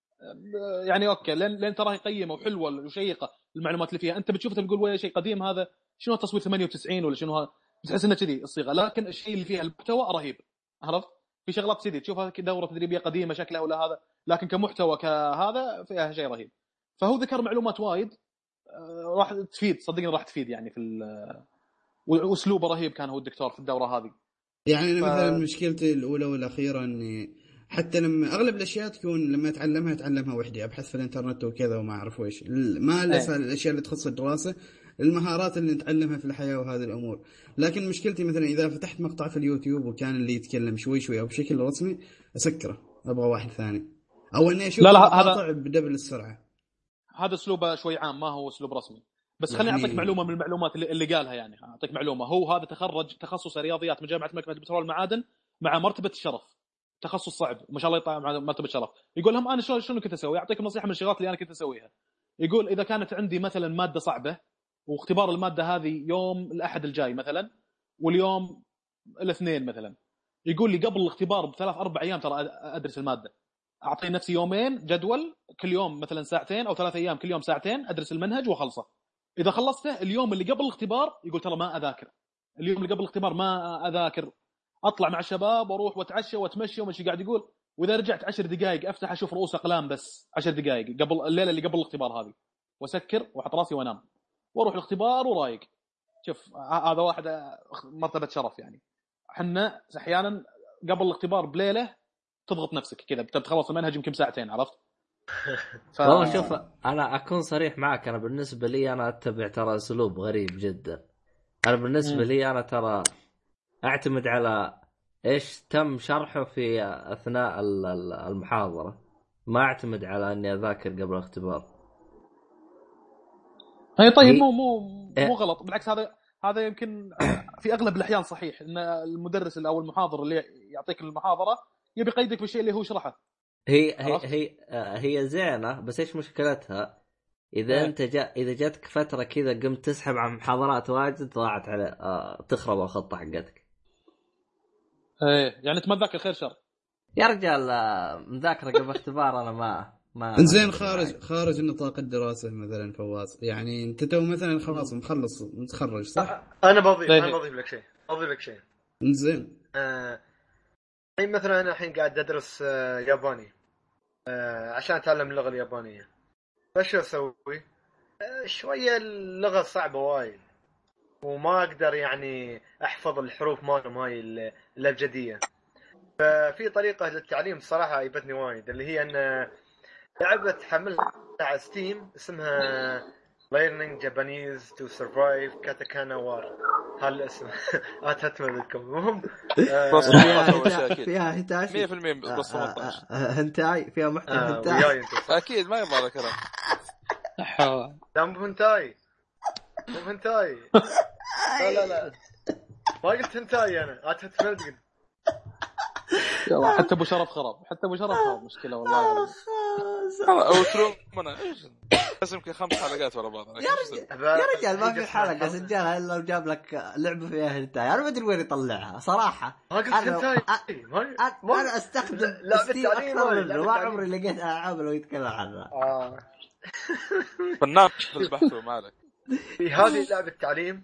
يعني اوكي لين لين تراها قيمه وحلوه وشيقه المعلومات اللي فيها. انت بتشوفها بتقول ويا شيء قديم هذا شنو تصوير ثمانية وتسعين ولا شنو هذا بتحس انه كذي الصيغه. لكن الشيء اللي فيها المحتوى رهيب. عرفت في شغلات سيدي تشوفها دوره تدريبيه قديمه شكلها ولا هذا لكن كمحتوى كهذا فيها شيء رهيب. فهو ذكر معلومات وايد راح تفيد صدقني راح تفيد يعني في واسلوبه رهيب كان هو الدكتور في الدوره هذه. يعني أنا ف... مثلا مشكلتي الأولى والأخيرة أني حتى لما اغلب الاشياء تكون لما اتعلمها اتعلمها وحدي، ابحث في الانترنت وكذا وما اعرف ويش، ما الا الاشياء اللي تخص الدراسه، المهارات اللي نتعلمها في الحياه وهذه الامور. لكن مشكلتي مثلا اذا فتحت مقطع في اليوتيوب وكان اللي يتكلم شوي شوي او بشكل رسمي اسكره، ابغى واحد ثاني، او اني اشوف مقاطع بدبل السرعه. هذا اسلوبه شوي عام، ما هو اسلوب رسمي. بس خليني اعطيك معلومه من المعلومات اللي, اللي قالها. يعني اعطيك معلومه، هو هذا تخرج تخصص رياضيات من جامعه مكة البترول والمعادن مع مرتبه الشرف، تخصص صعب ما شاء الله يطلع مع مرتبه شرف. يقول لهم انا شلون شنو كنت اسوي، اعطيك نصيحه من الشغلات اللي انا كنت اسويها. يقول اذا كانت عندي مثلا ماده صعبه واختبار الماده هذه يوم الاحد الجاي مثلا واليوم الاثنين مثلا، يقول لي قبل الاختبار بثلاث اربع ايام ترى ادرس الماده، اعطي نفسي يومين جدول كل يوم مثلا ساعتين او ثلاث ايام كل يوم ساعتين ادرس المنهج واخلصه. اذا خلصته اليوم اللي قبل الاختبار يقول ترى ما اذاكر، اليوم اللي قبل الاختبار ما اذاكر، اطلع مع الشباب واروح واتعشى واتمشى ومشي قاعد يقول، واذا رجعت عشر دقائق افتح اشوف رؤوس اقلام بس عشر دقائق قبل الليله اللي قبل الاختبار هذه، واسكر واحط راسي وانام واروح الاختبار ورايق. شوف هذا واحد مرتبه شرف. يعني احنا احيانا قبل الاختبار بليله تضغط نفسك كذا بتخلص المنهج يمكن ساعتين، عرفت؟ ف... والله شوف انا اكون صريح معك، انا بالنسبه لي انا اتبع ترى اسلوب غريب جدا. انا بالنسبه م. لي انا ترى اعتمد على ايش تم شرحه في اثناء المحاضره، ما اعتمد على اني اذاكر قبل الاختبار. اي طيب مو مو مو غلط، بالعكس هذا هذا يمكن في اغلب الاحيان صحيح، ان المدرس او المحاضر اللي يعطيك المحاضره يبي يقيدك بالشيء اللي هو شرحه. هي هي هي هي زينه، بس ايش مشكلتها؟ اذا اه. انت جا اذا جاتك فتره كذا قمت تسحب عن محاضرات واجد ضاعت على اه تخرب الخطه حقتك. ايه يعني انت ما تذاكر خير شر يا رجال. مذاكره قبل اختبار انا ما ما زين خارج معي. خارج نطاق الدراسه مثلا فواز، يعني انت تو مثلا خلاص مخلص متخرج صح؟ انا بضيف انا بضيف لك شيء اضيف لك شيء زين. آه... مثلا انا الحين قاعد ادرس آه ياباني آه عشان اتعلم اللغه اليابانيه. فشو اسوي؟ آه شويه اللغه صعبه وايد وما اقدر يعني احفظ الحروف مالهم هاي الابجديه. ففي طريقه للتعليم صراحه عجبتني وايد، اللي هي ان لعبه حملها على ستيم اسمها Learning Japanese to Survive Katakana War. هالاسم اتهتم لكم. المهم فيها هنتاي مية بالمية بس ثمانية عشر هنتاي فيها محتوى هنتاي اكيد ما يبغى لك انا لا مو هنتاي مو هنتاي لا لا لا ما قلت هنتاي انا اتهتم لكم. حتى ابو شرف خراب، حتى ابو شرف خراب مشكله والله. او تروم انا ايش بس يمكن خمس حلقات ورا بعض. يا رجال يا رجال ما في حلقه سجلها الا لو جاب لك لعبه فيها هنتاي. انا ما ادري وين يطلعها صراحه. انا انا استخدم ستيم اكثر منه، ما عمري لقيت العاب لو يتكلم عنها. اه فنان في البحث مالك في هذه لعبه تعليم.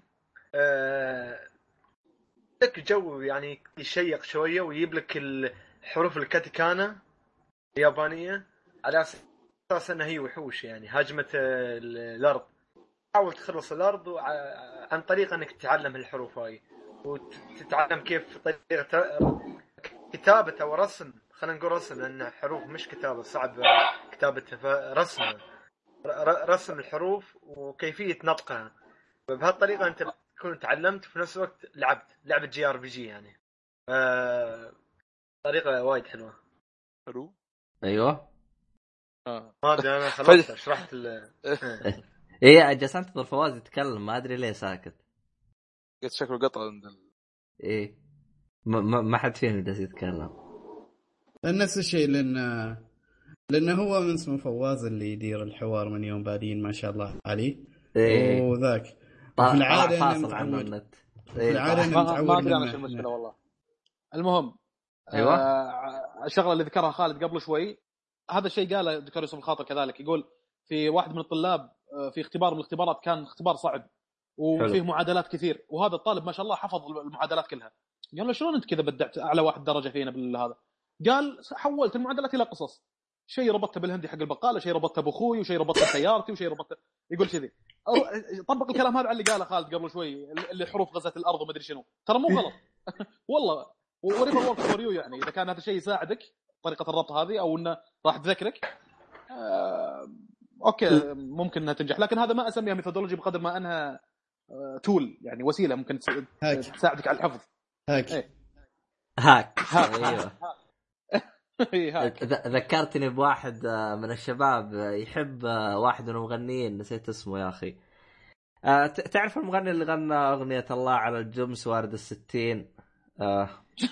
لك جو يعني يشيق شويه ويجيب لك الحروف الكاتيكانا اليابانيه على اساس انها هي وحوش يعني هاجمت الارض. حاول تخلص الارض عن طريق انك تتعلم الحروف هاي وتتعلم كيف طريقه كتابه او رسم. خلينا نقول رسم لان حروف مش كتابه، صعب كتابتها، رسم رسم الحروف وكيفيه نطقها. بهالطريقه انت تكون تعلمت في نفس الوقت لعبت لعبه جي ار بي جي يعني. آه... طريقه وايد حلوه. حلو ايوه اه ما ادري انا خلصت شرحت ال ايه جالس انتظر فواز يتكلم ما ادري ليه ساكت. قلت شكله قطع عند ايه ما ما حد فينا جالس يتكلم. نفس الشيء لان لان هو من اسمه فواز اللي يدير الحوار من يوم بادين ما شاء الله عليه. إيه. وذاك في العاده فاصل عن النت. في العاده ما ما ادري انا شو المشكله والله. المهم ايوه آه الشغله اللي ذكرها خالد قبل شوي، هذا الشيء قاله دكتور يوسف الخاطر كذلك. يقول في واحد من الطلاب في اختبار من الاختبارات كان اختبار صعب وفيه حلو. معادلات كثير، وهذا الطالب ما شاء الله حفظ المعادلات كلها. قال له شلون انت كذا بدعت اعلى واحد درجه فينا بالهذا؟ قال حولت المعادلات الى قصص، شيء ربطته بالهندي حق البقاله، شيء ربطته بأخوي، وشيء ربطته بسيارتي، وشيء ربطته. يقول كذي طبق الكلام هذا على اللي قاله خالد قبل شوي، اللي حروف غزت الارض وما ادري شنو. ترى مو غلط والله. وريفر وورك فور يو يعني اذا كان هذا الشيء يساعدك طريقه الربط هذه او انه راح تذكرك آه، اوكي ممكن انها تنجح، لكن هذا ما اسميها ميثودولوجي بقدر ما انها آه، تول، يعني وسيله ممكن تساعدك على الحفظ. هاك إيه. هاك هاك. ايوه إيه هاك. ذ- ذكرتني بواحد آه، من الشباب آه، يحب آه، واحد من المغنيين نسيت اسمه يا اخي. آه، ت- تعرف المغني اللي غنى اغنيه الله على الجمس وارد الستين؟ آه.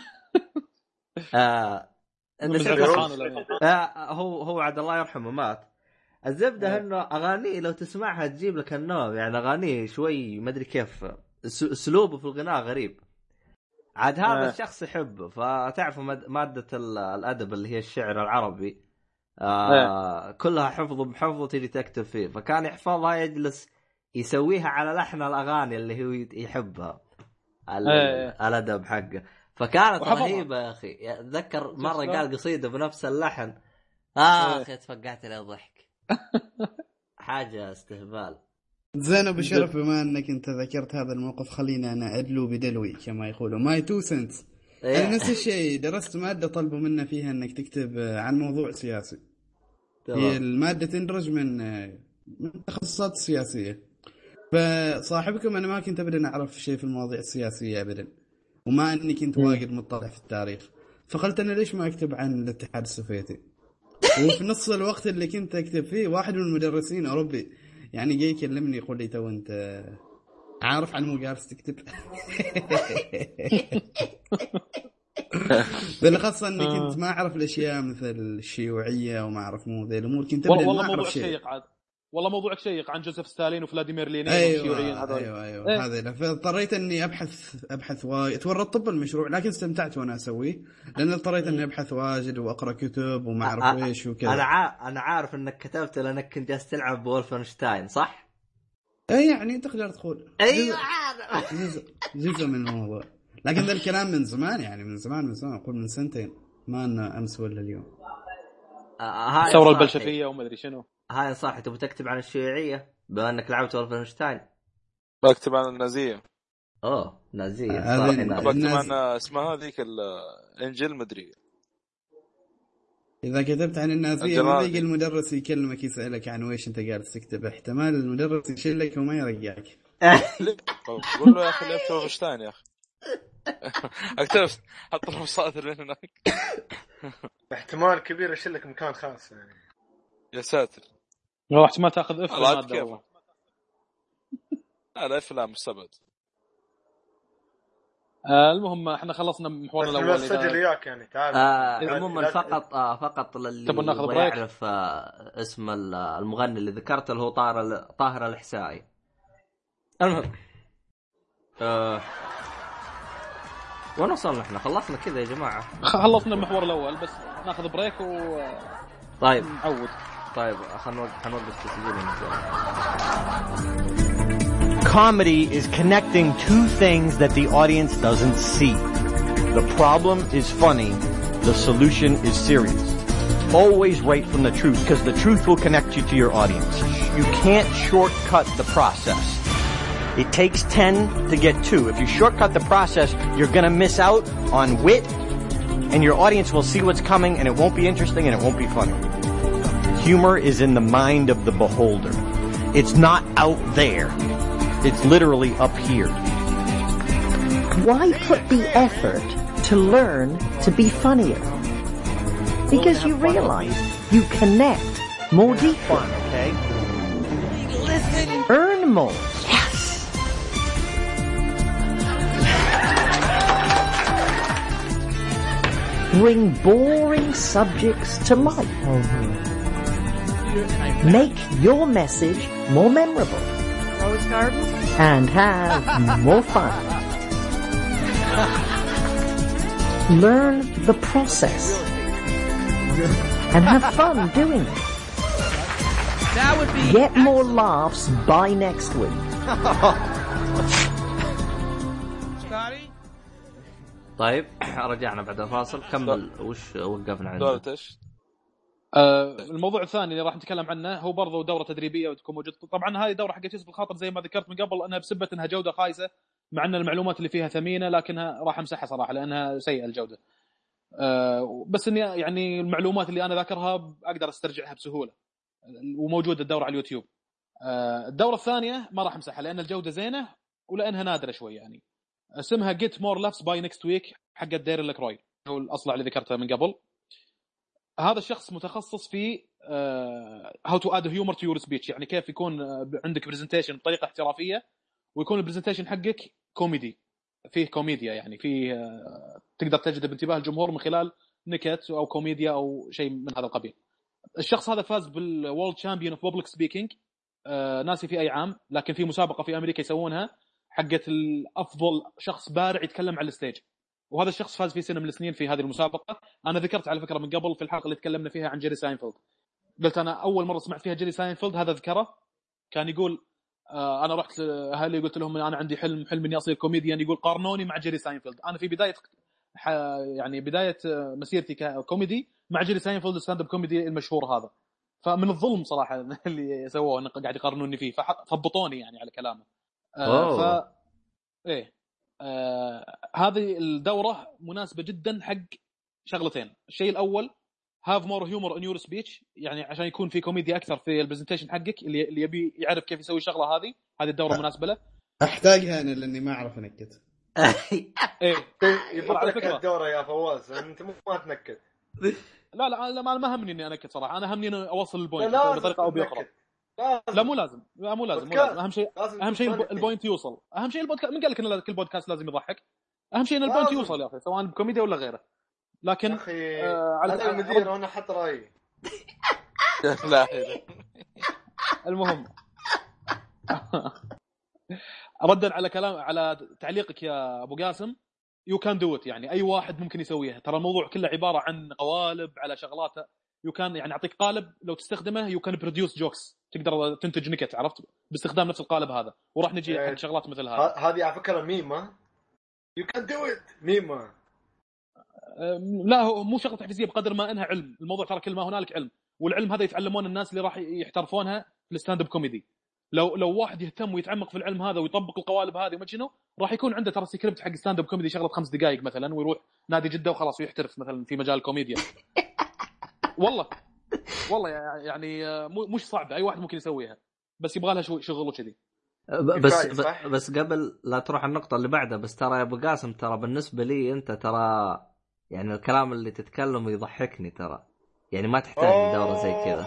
آه. نسيت اسمه. آه هو هو عاد الله يرحمه مات. الزبده انه اغانيه لو تسمعها تجيب لك النوم، يعني اغانيه شوي ما ادري كيف س- اسلوبه في الغناء غريب. عاد هذا آه. الشخص يحبه، فتعرفوا مد- ماده ال- الادب اللي هي الشعر العربي آه آه. كلها حفظ بحفظ تيجي تكتب فيه، فكان يحفظها يجلس يسويها على لحن الاغاني اللي هو يحبها ال- آه. الادب حقه، فكانت وحفظها. رهيبه يا اخي. اتذكر مره شفت قال قصيده بنفس اللحن اه إيه. اخي تفقعت لي ضحك. حاجه استهبال. زين ابو شرف، بما انك انت ذكرت هذا الموقف خلينا انا ادلو بدلوي كما يقولوا ماي تو سنت. انا نفس الشيء درست ماده طلبوا منا فيها انك تكتب عن موضوع سياسي. هي الماده تندرج من من التخصصات السياسيه، فصاحبكم انا ما كنت ابدا اعرف شيء في المواضيع السياسيه ابدا، وما اني كنت واجد مطلع في التاريخ، فقلت انا ليش ما اكتب عن الاتحاد السوفيتي. وفي نص الوقت اللي كنت اكتب فيه واحد من المدرسين اوروبي يعني جاي يكلمني يقول لي تو انت عارف عن مو جالس تكتب. بالاخص اني كنت ما اعرف الاشياء مثل الشيوعيه وما اعرف مو ذي الامور، كنت ابدا والله ما موضوع اعرف شيء. شيق عاد، والله موضوعك شيق عن جوزيف ستالين وفلاديمير لينين أيوة والشيوعيين هذول. ايوه ايوه إيه. هذا، فاضطريت اني ابحث ابحث وايد، تورطت بالمشروع لكن استمتعت وانا اسويه، لان اضطريت اني ابحث واجد واقرا كتب وما اعرف ايش وكذا. انا ع... انا عارف انك كتبت لانك كنت جالس تلعب بولفنشتاين صح؟ اي يعني تقدر تقول ايوه عارف جزء, جزء من الموضوع، لكن ذا الكلام من زمان، يعني من زمان من زمان اقول من سنتين، ما أنا امس ولا اليوم. آه الثوره البلشفيه وما ادري شنو. هاي صح. تبغى تكتب عن الشيوعيه بما انك لعبت وولفنشتاين؟ بكتب عن النازيه. اوه نازيه آه، صح. هذه- نازية. بكتب الناز- عن اسمها هذيك الانجيل مدري. اذا كتبت عن النازيه الجرائد. ويجي المدرس يكلمك يسالك عن ويش انت جالس تكتب، احتمال المدرس يشلك وما يرجعك. قول له يا اخي لعبت وولفنشتاين يا اخي. اكتب حط له صادر هناك. احتمال كبير يشلك مكان خاص يعني. يا ساتر. لو احتمال تاخذ اف الله الماده كيف. والله. لا اف لا مستبعد. آه المهم احنا خلصنا محورنا بس الاول. نسجل وياك يعني تعال. آه لا- عموما لا- فقط آه فقط للي تبون ناخذ يبغى بريك؟ يعرف آه اسم ال- المغني اللي ذكرته اللي هو طاهر طاهر الإحسائي. المهم آه وين وصلنا احنا؟ خلصنا كذا يا جماعه؟ خلصنا المحور الاول بس ناخذ بريك ونعود. طيب طيب خلينا نوقف حنوقف تسجيل ونرجع. Comedy is connecting two things that the audience doesn't see. The problem is funny. The solution is serious. Always write from the truth because the truth will connect you to your audience. You can't shortcut the process. It takes ten to get two. If you shortcut the process, you're going to miss out on wit and your audience will see what's coming and it won't be interesting and it won't be funny. Humor is in the mind of the beholder. It's not out there. It's literally up here. Why put the effort to learn to be funnier? Because you realize you connect more deeply. Okay? Earn more. Yes. Bring boring subjects to life. Make your message more memorable. Rose Garden? And have more fun. Learn the process and have fun doing it. That would be... Get more laughs by next week. Scotty? طيب رجعنا بعد الفاصل. كمل وش وقفنا عنده. دورة ايش؟ آه الموضوع الثاني اللي راح نتكلم عنه هو برضو دورة تدريبية وتكون موجود. طبعا هذه دورة حقت يوسف الخاطر زي ما ذكرت من قبل انها بسبة انها جودة خايسة، مع ان المعلومات اللي فيها ثمينة، لكنها راح امسحها صراحة لانها سيئة الجودة. أه بس اني يعني المعلومات اللي انا ذاكرها اقدر استرجعها بسهوله، وموجوده الدوره على اليوتيوب. أه الدوره الثانيه ما راح امسحها لان الجوده زينه ولانها نادره شوي يعني. اسمها Get More Laughs by Next Week حق ديرل كروي، هو الاصلع اللي ذكرته من قبل. هذا الشخص متخصص في هاو تو اد هيومر تو يور سبيتش، يعني كيف يكون عندك برزنتيشن بطريقه احترافيه ويكون البرزنتيشن حقك كوميدي، فيه كوميديا يعني فيه تقدر تجذب انتباه الجمهور من خلال نكت او كوميديا او شيء من هذا القبيل. الشخص هذا فاز بالورلد تشامبيون اوف بابليك سبيكينج، ناسي في اي عام، لكن في مسابقه في امريكا يسوونها حقت الافضل شخص بارع يتكلم على الستيج، وهذا الشخص فاز في سنه من السنين في هذه المسابقه. انا ذكرت على فكره من قبل في الحلقه اللي تكلمنا فيها عن جيري ساينفيلد، قلت انا اول مره سمعت فيها جيري ساينفيلد هذا ذكره، كان يقول آه انا رحت اهلي قلت لهم انا عندي حلم حلم اني اصير كوميديان، يقول قارنوني مع جيري ساينفيلد. انا في بدايه يعني بدايه مسيرتي ككوميدي مع جيري ساينفيلد ستاند اب كوميدي المشهور هذا، فمن الظلم صراحه اللي سووه انه قاعد يقارنوني فيه، فضبطوني يعني على كلامه. آه ف ايه آه هذه الدوره مناسبه جدا حق شغلتين. الشيء الاول have more humor in your speech، يعني عشان يكون في كوميديا اكثر في البرزنتيشن حقك، اللي اللي يبي يعرف كيف يسوي الشغله هذه، هذه الدوره مناسبه له. احتاجها انا لاني ما اعرف انكت. ايه يبغى لك الدوره يا فواز، انت مو ما تنكت. لا لا لا ما همني اني انكت صراحه، انا همني اني اوصل البوينت بطريقه او باخرى. لا مو لازم، لا مو لازم، مو لازم. اهم شيء اهم شيء البوينت يوصل. اهم شيء البودكاست، من قال لك ان كل بودكاست لازم يضحك؟ اهم شيء ان البوينت يوصل يا اخي، سواء بكوميديا ولا غيره. لكن اخي آه على انا المدير وانا حط رايي. لا المهم ردا على كلام على تعليقك يا ابو قاسم، يو كان دو ات، يعني اي واحد ممكن يسويها. ترى الموضوع كله عباره عن قوالب على شغلات، يو كان يعني اعطيك قالب لو تستخدمه يو كان بروديوس جوكس، تقدر تنتج نكت، عرفت، باستخدام نفس القالب هذا، وراح نجي حق شغلات مثل هذه. هذه على فكره ميمه، يو كان دو ات ميمه. لا هو مو شغله تحفيزيه بقدر ما انها علم. الموضوع ترى كل ما هنالك علم، والعلم هذا يتعلمون الناس اللي راح يحترفونها في الستاند اب كوميدي. لو لو واحد يهتم ويتعمق في العلم هذا ويطبق القوالب هذه وما شنو، راح يكون عنده ترى سكريبت حق ستاند اب كوميدي شغله خمس دقائق مثلا، ويروح نادي جده وخلاص ويحترف مثلا في مجال الكوميديا. والله والله يعني مش صعبه، اي واحد ممكن يسويها، بس يبغى لها شغل وكذي. بس بس قبل لا تروح النقطه اللي بعدها، بس ترى يا ابو قاسم، ترى بالنسبه لي انت ترى يعني الكلام اللي تتكلم يضحكني ترى، يعني ما تحتاج دوره زي كذا.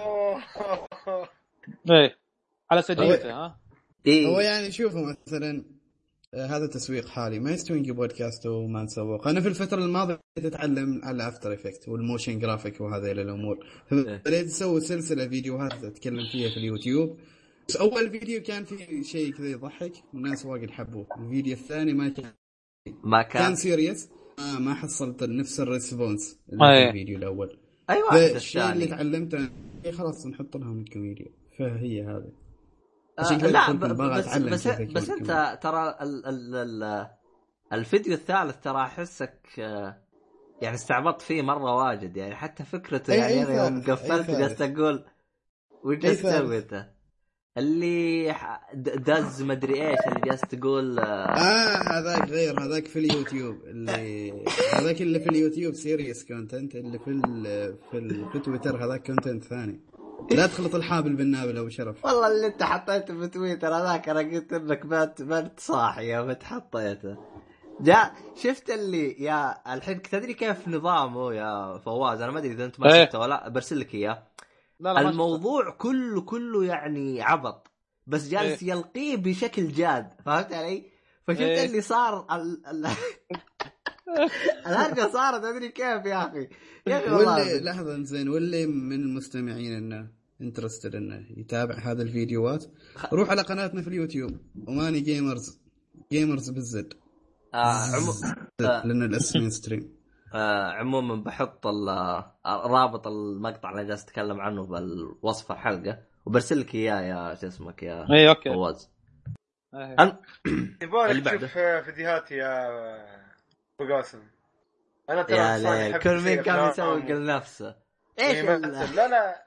ايه على سجيته. ها إيه؟ هو يعني شوفوا مثلا هذا تسويق حالي، ما يستوي نجيب بودكاست وما نسوق. انا في الفتره الماضيه اتعلم على افتر افكت والموشن جرافيك وهذه الامور، فبديت اسوي سلسله فيديوهات اتكلم فيها في اليوتيوب. بس اول فيديو كان فيه شيء كذا يضحك، الناس واجد حبوه. الفيديو الثاني ما كان ما كان, كان سيريس، آه ما حصلت نفس الريسبونس اللي في الفيديو الاول. ايوه الشيء اللي تعلمته خلاص نحط لهم الكوميديا، فهي هذه. آه لا بس بس, بس انت ترى ال ال ال الفيديو الثالث ترى احسك يعني استعبطت فيه مره واجد، يعني حتى فكرته يعني انا يوم قفلت جالس اقول وش سويته اللي داز مدري ايش اللي جالس تقول اه هذاك غير، هذاك في اليوتيوب اللي هذاك اللي في اليوتيوب سيريس كونتنت، اللي في في في تويتر هذاك كونتنت ثاني. لا تخلط الحابل بالنابل ابو شرف. والله اللي انت حطيته في تويتر هذاك انا قلت انك ما ما صاحي يا ما حطيته. جاء شفت اللي يا الحين تدري كيف نظامه يا فواز؟ انا ما ادري اذا انت ما شفته ولا، برسل لك اياه. الموضوع كله كله يعني عبط، بس جالس إيه؟ يلقيه بشكل جاد، فهمت علي؟ فشفت إيه؟ اللي صار ال... ال... الهرجة صارت أدري كيف يا أخي. يا أخي واللي لحظة زين، واللي من المستمعين إنه انترستد إنه يتابع هذا الفيديوهات، روح على قناتنا في اليوتيوب وماني جيمرز جيمرز بالزد. آه عمو... لأن الاسم ستريم. آه عموما بحط رابط المقطع اللي جالس أتكلم عنه بالوصف الحلقة، وبرسل لك إياه يا شو اسمك يا اي اوكي فواز. أن... يبغالك تشوف فيديوهاتي يا ابو قاسم. انا ترى كل مين كان يسوق لنفسه ايش ال... لا لا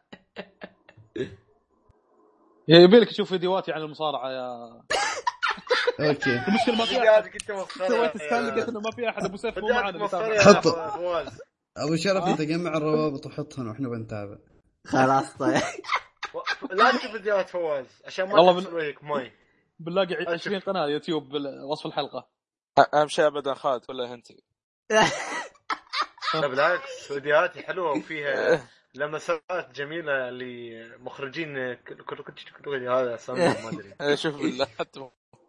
يبي لك تشوف فيديوهاتي عن المصارعه يا اوكي. المشكله ما في احد، سويت ستانلي قلت انه ما في احد ابو سيف مو معنا. حط ابو شرف انت جمع الروابط وحطهن واحنا بنتابع. خلاص طيب. لا تجيب فيديوهات فواز عشان ما والله تحصل وياك ماي. بنلاقي عشرين قناه يوتيوب وصف الحلقه. اهم شيء ابدا خالد ولا هنتي. لا بالعكس فيديوهاتي حلوه وفيها لمسات جميله لمخرجين كل كل هذا سامي ما ادري. شوف بالله حتى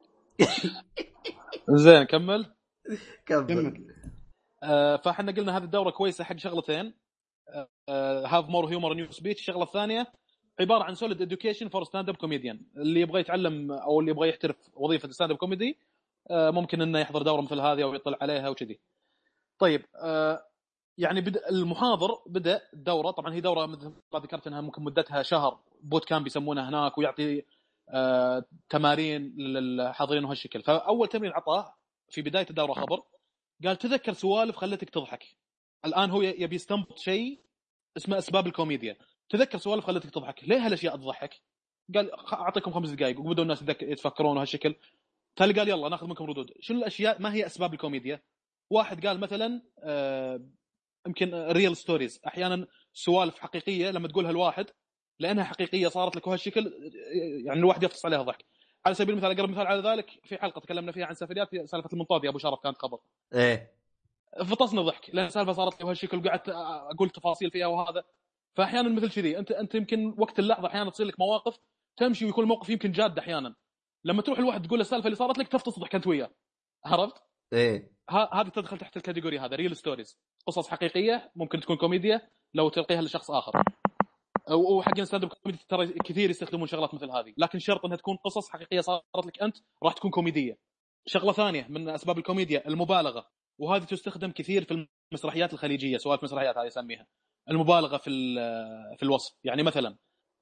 زين كمل كمل. آه فاحنا قلنا هذه الدوره كويسه حق شغلتين. هاف مور هيومر نيو سبيتش. الشغله الثانيه عباره عن سوليد اديوكيشن فور ستاند اب كوميديان. اللي يبغى يتعلم او اللي يبغى يحترف وظيفه ستاند اب كوميدي آه ممكن انه يحضر دوره مثل هذه او يطلع عليها وكذي. طيب آه يعني بدا المحاضر بدا الدوره. طبعا هي دوره مثل ما ذكرت انها ممكن مدتها شهر. بوت كامب بيسمونه هناك ويعطي آه تمارين للحاضرين وهالشكل. فاول تمرين عطاه في بدايه الدوره خبر قال تذكر سوالف خلتك تضحك. الان هو يبي يستنبط شيء اسمه اسباب الكوميديا. تذكر سوالف خلتك تضحك. ليه هالاشياء تضحك؟ قال اعطيكم خمس دقائق وبدأوا الناس يتفكرون وهالشكل. تالي قال يلا ناخذ منكم ردود. شنو الاشياء ما هي اسباب الكوميديا؟ واحد قال مثلا آه يمكن ريل ستوريز. احيانا سوالف حقيقيه لما تقولها الواحد لانها حقيقيه صارت لك وهالشكل يعني الواحد يفطس عليها ضحك. على سبيل المثال اقرب مثال على ذلك في حلقه تكلمنا فيها عن سفريات في سالفه المنطاد يا ابو شرف كانت خبر ايه فطسنا ضحك لان سالفه صارت لي وهالشكل وقعدت اقول تفاصيل فيها وهذا. فاحيانا مثل كذي انت انت يمكن وقت اللحظه احيانا تصير لك مواقف تمشي ويكون الموقف يمكن جاد. احيانا لما تروح الواحد تقول السالفه اللي صارت لك تفطس ضحك انت وياه. عرفت؟ ايه هذه تدخل تحت الكاتيجوري هذا ريل ستوريز. قصص حقيقيه ممكن تكون كوميديا لو تلقيها لشخص اخر. وحقين ستاند اب كوميدي ترى كثير يستخدمون شغلات مثل هذه لكن شرط انها تكون قصص حقيقيه صارت لك انت راح تكون كوميديه. شغله ثانيه من اسباب الكوميديا المبالغه. وهذه تستخدم كثير في المسرحيات الخليجيه. سواء في مسرحيات هذه يسميها المبالغه في في الوصف. يعني مثلا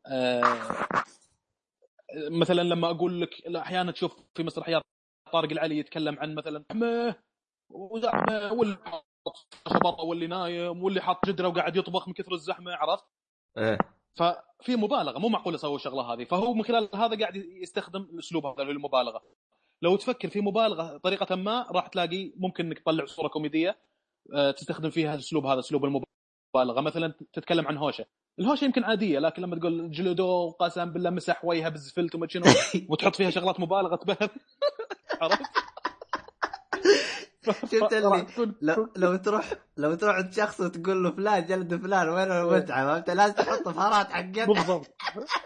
مثلا لما اقول لك احيانا تشوف في مسرحيات طارق العلي يتكلم عن مثلا زحمه وزحمه واللي حاط شبطه واللي نايم واللي حاط جدره وقاعد يطبخ من كثر الزحمه. عرفت؟ ايه ففي مبالغه مو معقول اسوي الشغله هذه. فهو من خلال هذا قاعد يستخدم الاسلوب هذا للمبالغه. لو تفكر في مبالغه طريقه ما راح تلاقي ممكن انك تطلع صوره كوميديه تستخدم فيها الاسلوب هذا اسلوب المبالغه. مثلا تتكلم عن هوشه. الهوشه يمكن عاديه لكن لما تقول جلدو قسم بالله مسح وجهه بالزفلت وما شنو وتحط فيها شغلات مبالغه تبهر. عرفت؟ شفت اللي لو لو تروح لو تروح عند شخص وتقول له فلان جلد فلان وين المتعه انت لازم تحط فهرات حقتك. بالضبط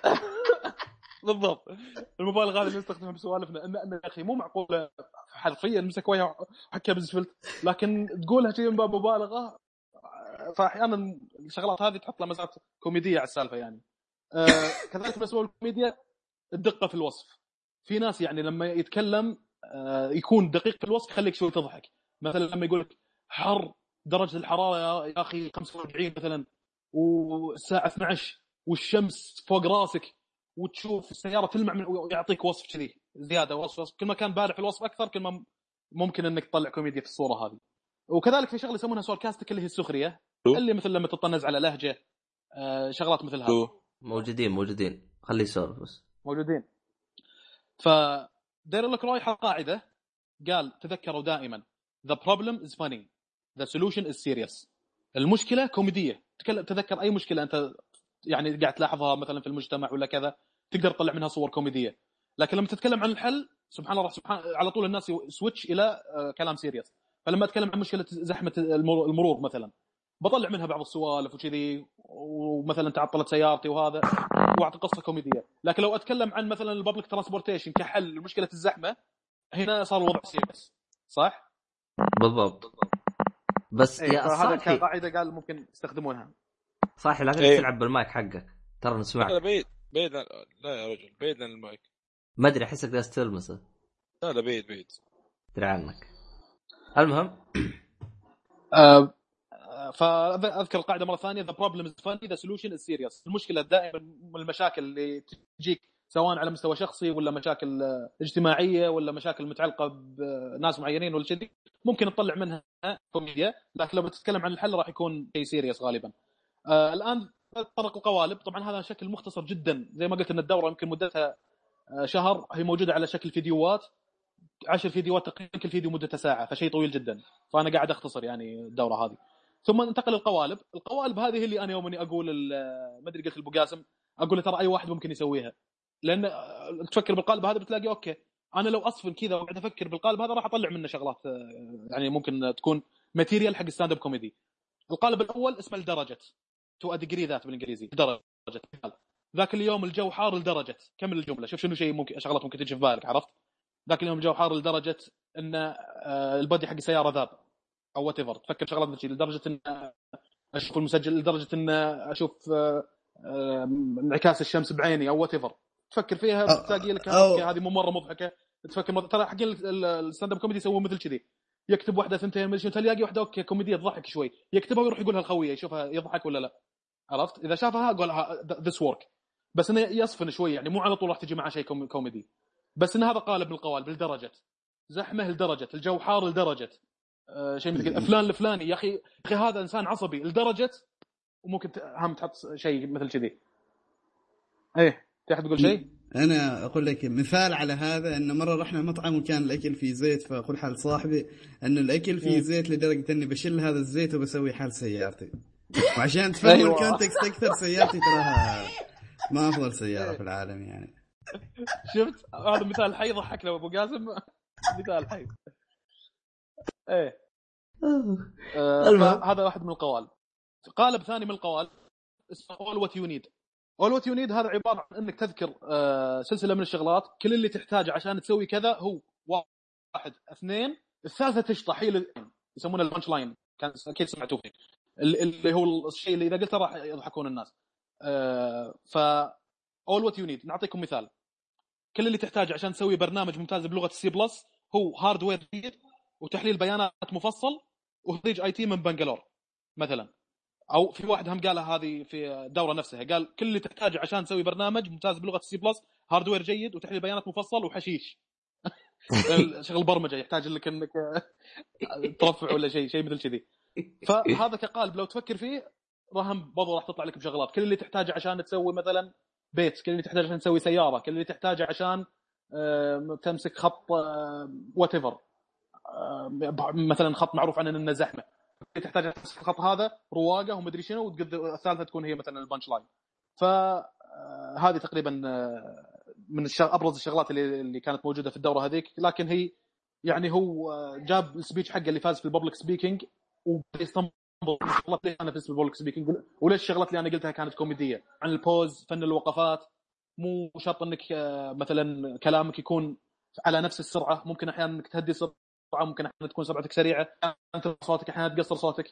بالضبط. المبالغه اللي نستخدمها بسوالفنا ان ان يا اخي مو معقوله حرفيا مسك وجهه وحكى بالزفلت لكن تقولها شيء من باب مبالغه. فاحيانا الشغلات هذه تحط لمسات كوميديه على السالفه يعني. آه كذلك بس الكوميديا الدقه في الوصف. في ناس يعني لما يتكلم آه يكون دقيق في الوصف يخليك شوي تضحك. مثلا لما يقول لك حر درجه الحراره يا اخي خمسة وأربعين مثلا والساعه اثني عشر والشمس فوق راسك وتشوف السياره تلمع من ويعطيك وصف كذي زياده وصف, وصف كل ما كان بارع في الوصف اكثر كل ما ممكن انك تطلع كوميديا في الصوره هذه. وكذلك في شغله يسمونها سوركاستيك اللي هي السخريه اللي مثل لما تطنز على لهجه آه شغلات مثل هذه. موجودين موجودين خليه يسولف بس موجودين. ف داير لك رايح قاعده قال تذكروا دائما the problem is funny the solution is serious. المشكله كوميديه. تذكر اي مشكله انت يعني قاعد تلاحظها مثلا في المجتمع ولا كذا تقدر تطلع منها صور كوميديه. لكن لما تتكلم عن الحل سبحان الله سبحان على طول الناس يسويتش الى كلام سيريس. فلما اتكلم عن مشكله زحمه المرور مثلا بطلع منها بعض السوالف وكذي ومثلا تعطلت سيارتي وهذا واعطي قصه كوميديه. لكن لو اتكلم عن مثلا الببليك ترانسبورتيشن كحل لمشكله الزحمه هنا صار الوضع سيريس. صح بالضبط. بس أي يا هذا صاحي قاعده قال ممكن يستخدمونها. صح لازم إيه. تلعب بالمايك حقك ترى نسمعك. لا بعيد بعيد لا يا رجل بعيد عن المايك. ما ادري احسك جالس تلمسه. لا لا بعيد بعيد تدري عنك. المهم أه فاذكر القاعده مره ثانيه the problem is funny the solution is serious. المشكله دائما من المشاكل اللي تجيك سواء على مستوى شخصي ولا مشاكل اجتماعيه ولا مشاكل متعلقه بناس معينين ولا شيء ممكن تطلع منها كوميديا. لكن لو بتتكلم عن الحل راح يكون شيء سيريس غالبا. آه الان طرق القوالب. طبعا هذا شكل مختصر جدا زي ما قلت ان الدوره يمكن مدتها شهر. هي موجوده على شكل فيديوهات عشر فيديوهات تقريبا كل فيديو مدته ساعه فشيء طويل جدا. فانا قاعد اختصر يعني الدوره هذه. ثم ننتقل للقوالب. القوالب هذه اللي انا يومني اقول ما ادري قلت لابو قاسم اقول ترى اي واحد ممكن يسويها، لان تفكر بالقالب هذا بتلاقي اوكي انا لو اصفن كذا وقاعد افكر بالقالب هذا راح اطلع منه شغلات يعني ممكن تكون ماتيريال حق ستاند اب كوميدي. القالب الاول اسمه لدرجه تو ادجري ذات بالانجليزي درجه. ذاك اليوم الجو حار لدرجه كمل الجمله شوف شنو شيء ممكن شغلات ممكن تجي في بالك عرفت. ذاك اليوم الجو حار لدرجه ان البادي حق السياره ذاب او وات ايفر. تفكر شغلات مثل لدرجه ان اشوف المسجل لدرجه ان اشوف انعكاس الشمس بعيني او وات ايفر. تفكر فيها تلاقي لك هذه مو مره مضحكه. تفكر ترى حق الستاند اب كوميدي يسوون مثل كذي يكتب واحده ثنتين مش تلاقي واحده اوكي كوميديه تضحك شوي يكتبها ويروح يقولها الخويه يشوفها يضحك ولا لا عرفت. اذا شافها قالها ذس ورك بس انه يصفن شوي يعني مو على طول راح تجي معه شيء كوميدي بس ان هذا قالب من القوالب لدرجه زحمه لدرجه الجو حار لدرجه آه شيء مثل فلان الفلاني يا اخي يا اخي هذا انسان عصبي لدرجه وممكن هم تحط شيء مثل كذي. ايه تحب تقول شيء؟ انا اقول لك مثال على هذا انه مره رحنا مطعم وكان الاكل فيه زيت فاقول حال صاحبي ان الاكل فيه زيت لدرجه اني بشيل هذا الزيت وبسوي حال سيارتي وعشان تفهم أيوة. الكونتكست اكثر سيارتي تراها ما افضل سياره في العالم يعني. شفت هذا مثال حي ضحك لو ابو قاسم مثال حي. ايه آه هذا واحد من القوالب. قالب ثاني من القوالب اسمه all what you need. all what you need هذا عباره عن انك تذكر آه سلسله من الشغلات كل اللي تحتاجه عشان تسوي كذا هو واحد اثنين الثالثه تشطح هي يسمونه البانش لاين كان اكيد سمعتوه فيه اللي هو الشيء اللي اذا قلته راح يضحكون الناس. آه ف all what you need نعطيكم مثال. كل اللي تحتاجه عشان تسوي برنامج ممتاز بلغه السي بلس هو هاردوير وتحليل بيانات مفصل وخريج اي تي من بنغلور مثلا. او في واحد هم قالها هذه في الدوره نفسها قال كل اللي تحتاجه عشان تسوي برنامج ممتاز بلغه السي بلس هاردوير جيد وتحليل بيانات مفصل وحشيش. شغل برمجه يحتاج لك انك ترفع ولا شيء شيء مثل كذي. فهذا كقالب لو تفكر فيه راهم برضو راح تطلع لك بشغلات كل اللي تحتاجه عشان تسوي مثلا بيت كل اللي تحتاجه عشان تسوي سياره كل اللي تحتاجه عشان تمسك خط وات ايفر مثلا خط معروف عنه انه زحمه تحتاج الخط هذا رواقه ومدري شنو وتقدر الثالثه تكون هي مثلا البانش لاين. فهذه تقريبا من ابرز الشغلات اللي اللي كانت موجوده في الدوره هذيك. لكن هي يعني هو جاب السبيتش حقه اللي فاز في الببليك سبيكينج وبيستنبط الشغلات اللي انا في الببليك سبيكينج وليش الشغلات اللي انا قلتها كانت كوميديه عن البوز فن الوقفات. مو شرط انك مثلا كلامك يكون على نفس السرعه ممكن احيانا انك تهدي سرعه ممكن احيانا تكون سرعتك سريعه انت صوتك احيانا تقصر صوتك.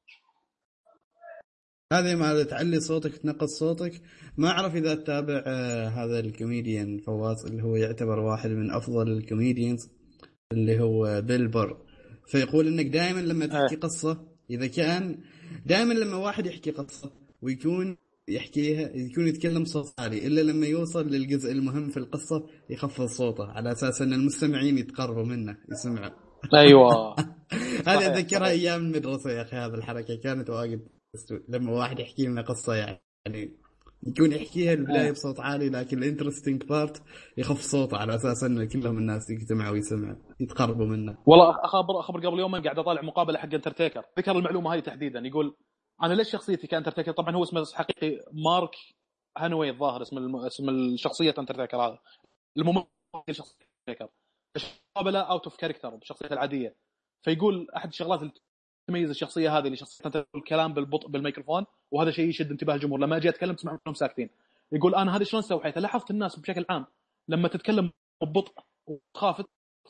هذه ما تعلي صوتك تنقص صوتك. ما اعرف اذا تتابع آه هذا الكوميديان فواز اللي هو يعتبر واحد من افضل الكوميديانز اللي هو بيلبر. فيقول انك دائما لما تحكي قصه اذا كان دائما لما واحد يحكي قصه ويكون يحكيها يكون يتكلم صوت عالي الا لما يوصل للجزء المهم في القصه يخفض صوته على اساس ان المستمعين يتقربوا منه يسمعوا. ايوه هذا اذكرها ايام المدرسه يا اخي. هذا الحركه كانت واجد لما واحد يحكي لنا قصه يعني يكون يحكيها البدايه بصوت عالي لكن الانترستينج بارت يخف صوته على اساس ان كلهم الناس يجتمعوا ويسمعوا يتقربوا منه. والله اخبر اخبر قبل يومين قاعد اطالع مقابله حق انترتيكر ذكر المعلومه هاي تحديدا. يقول انا ليش شخصيتي كانترتيكر طبعا هو اسمه حقيقي مارك هانوي الظاهر اسم الم... اسم الشخصيه انترتيكر هذا الممثل شخصيه انترتيكر مقابله اوت اوف كاركتر بشخصيته العاديه. فيقول احد الشغلات اللي تميز الشخصيه هذه اللي شخصيه الكلام بالبطء بالميكروفون وهذا شيء يشد انتباه الجمهور. لما اجي اتكلم تسمعهم ساكتين. يقول انا هذا شلون سويته لاحظت الناس بشكل عام لما تتكلم ببطء وخافت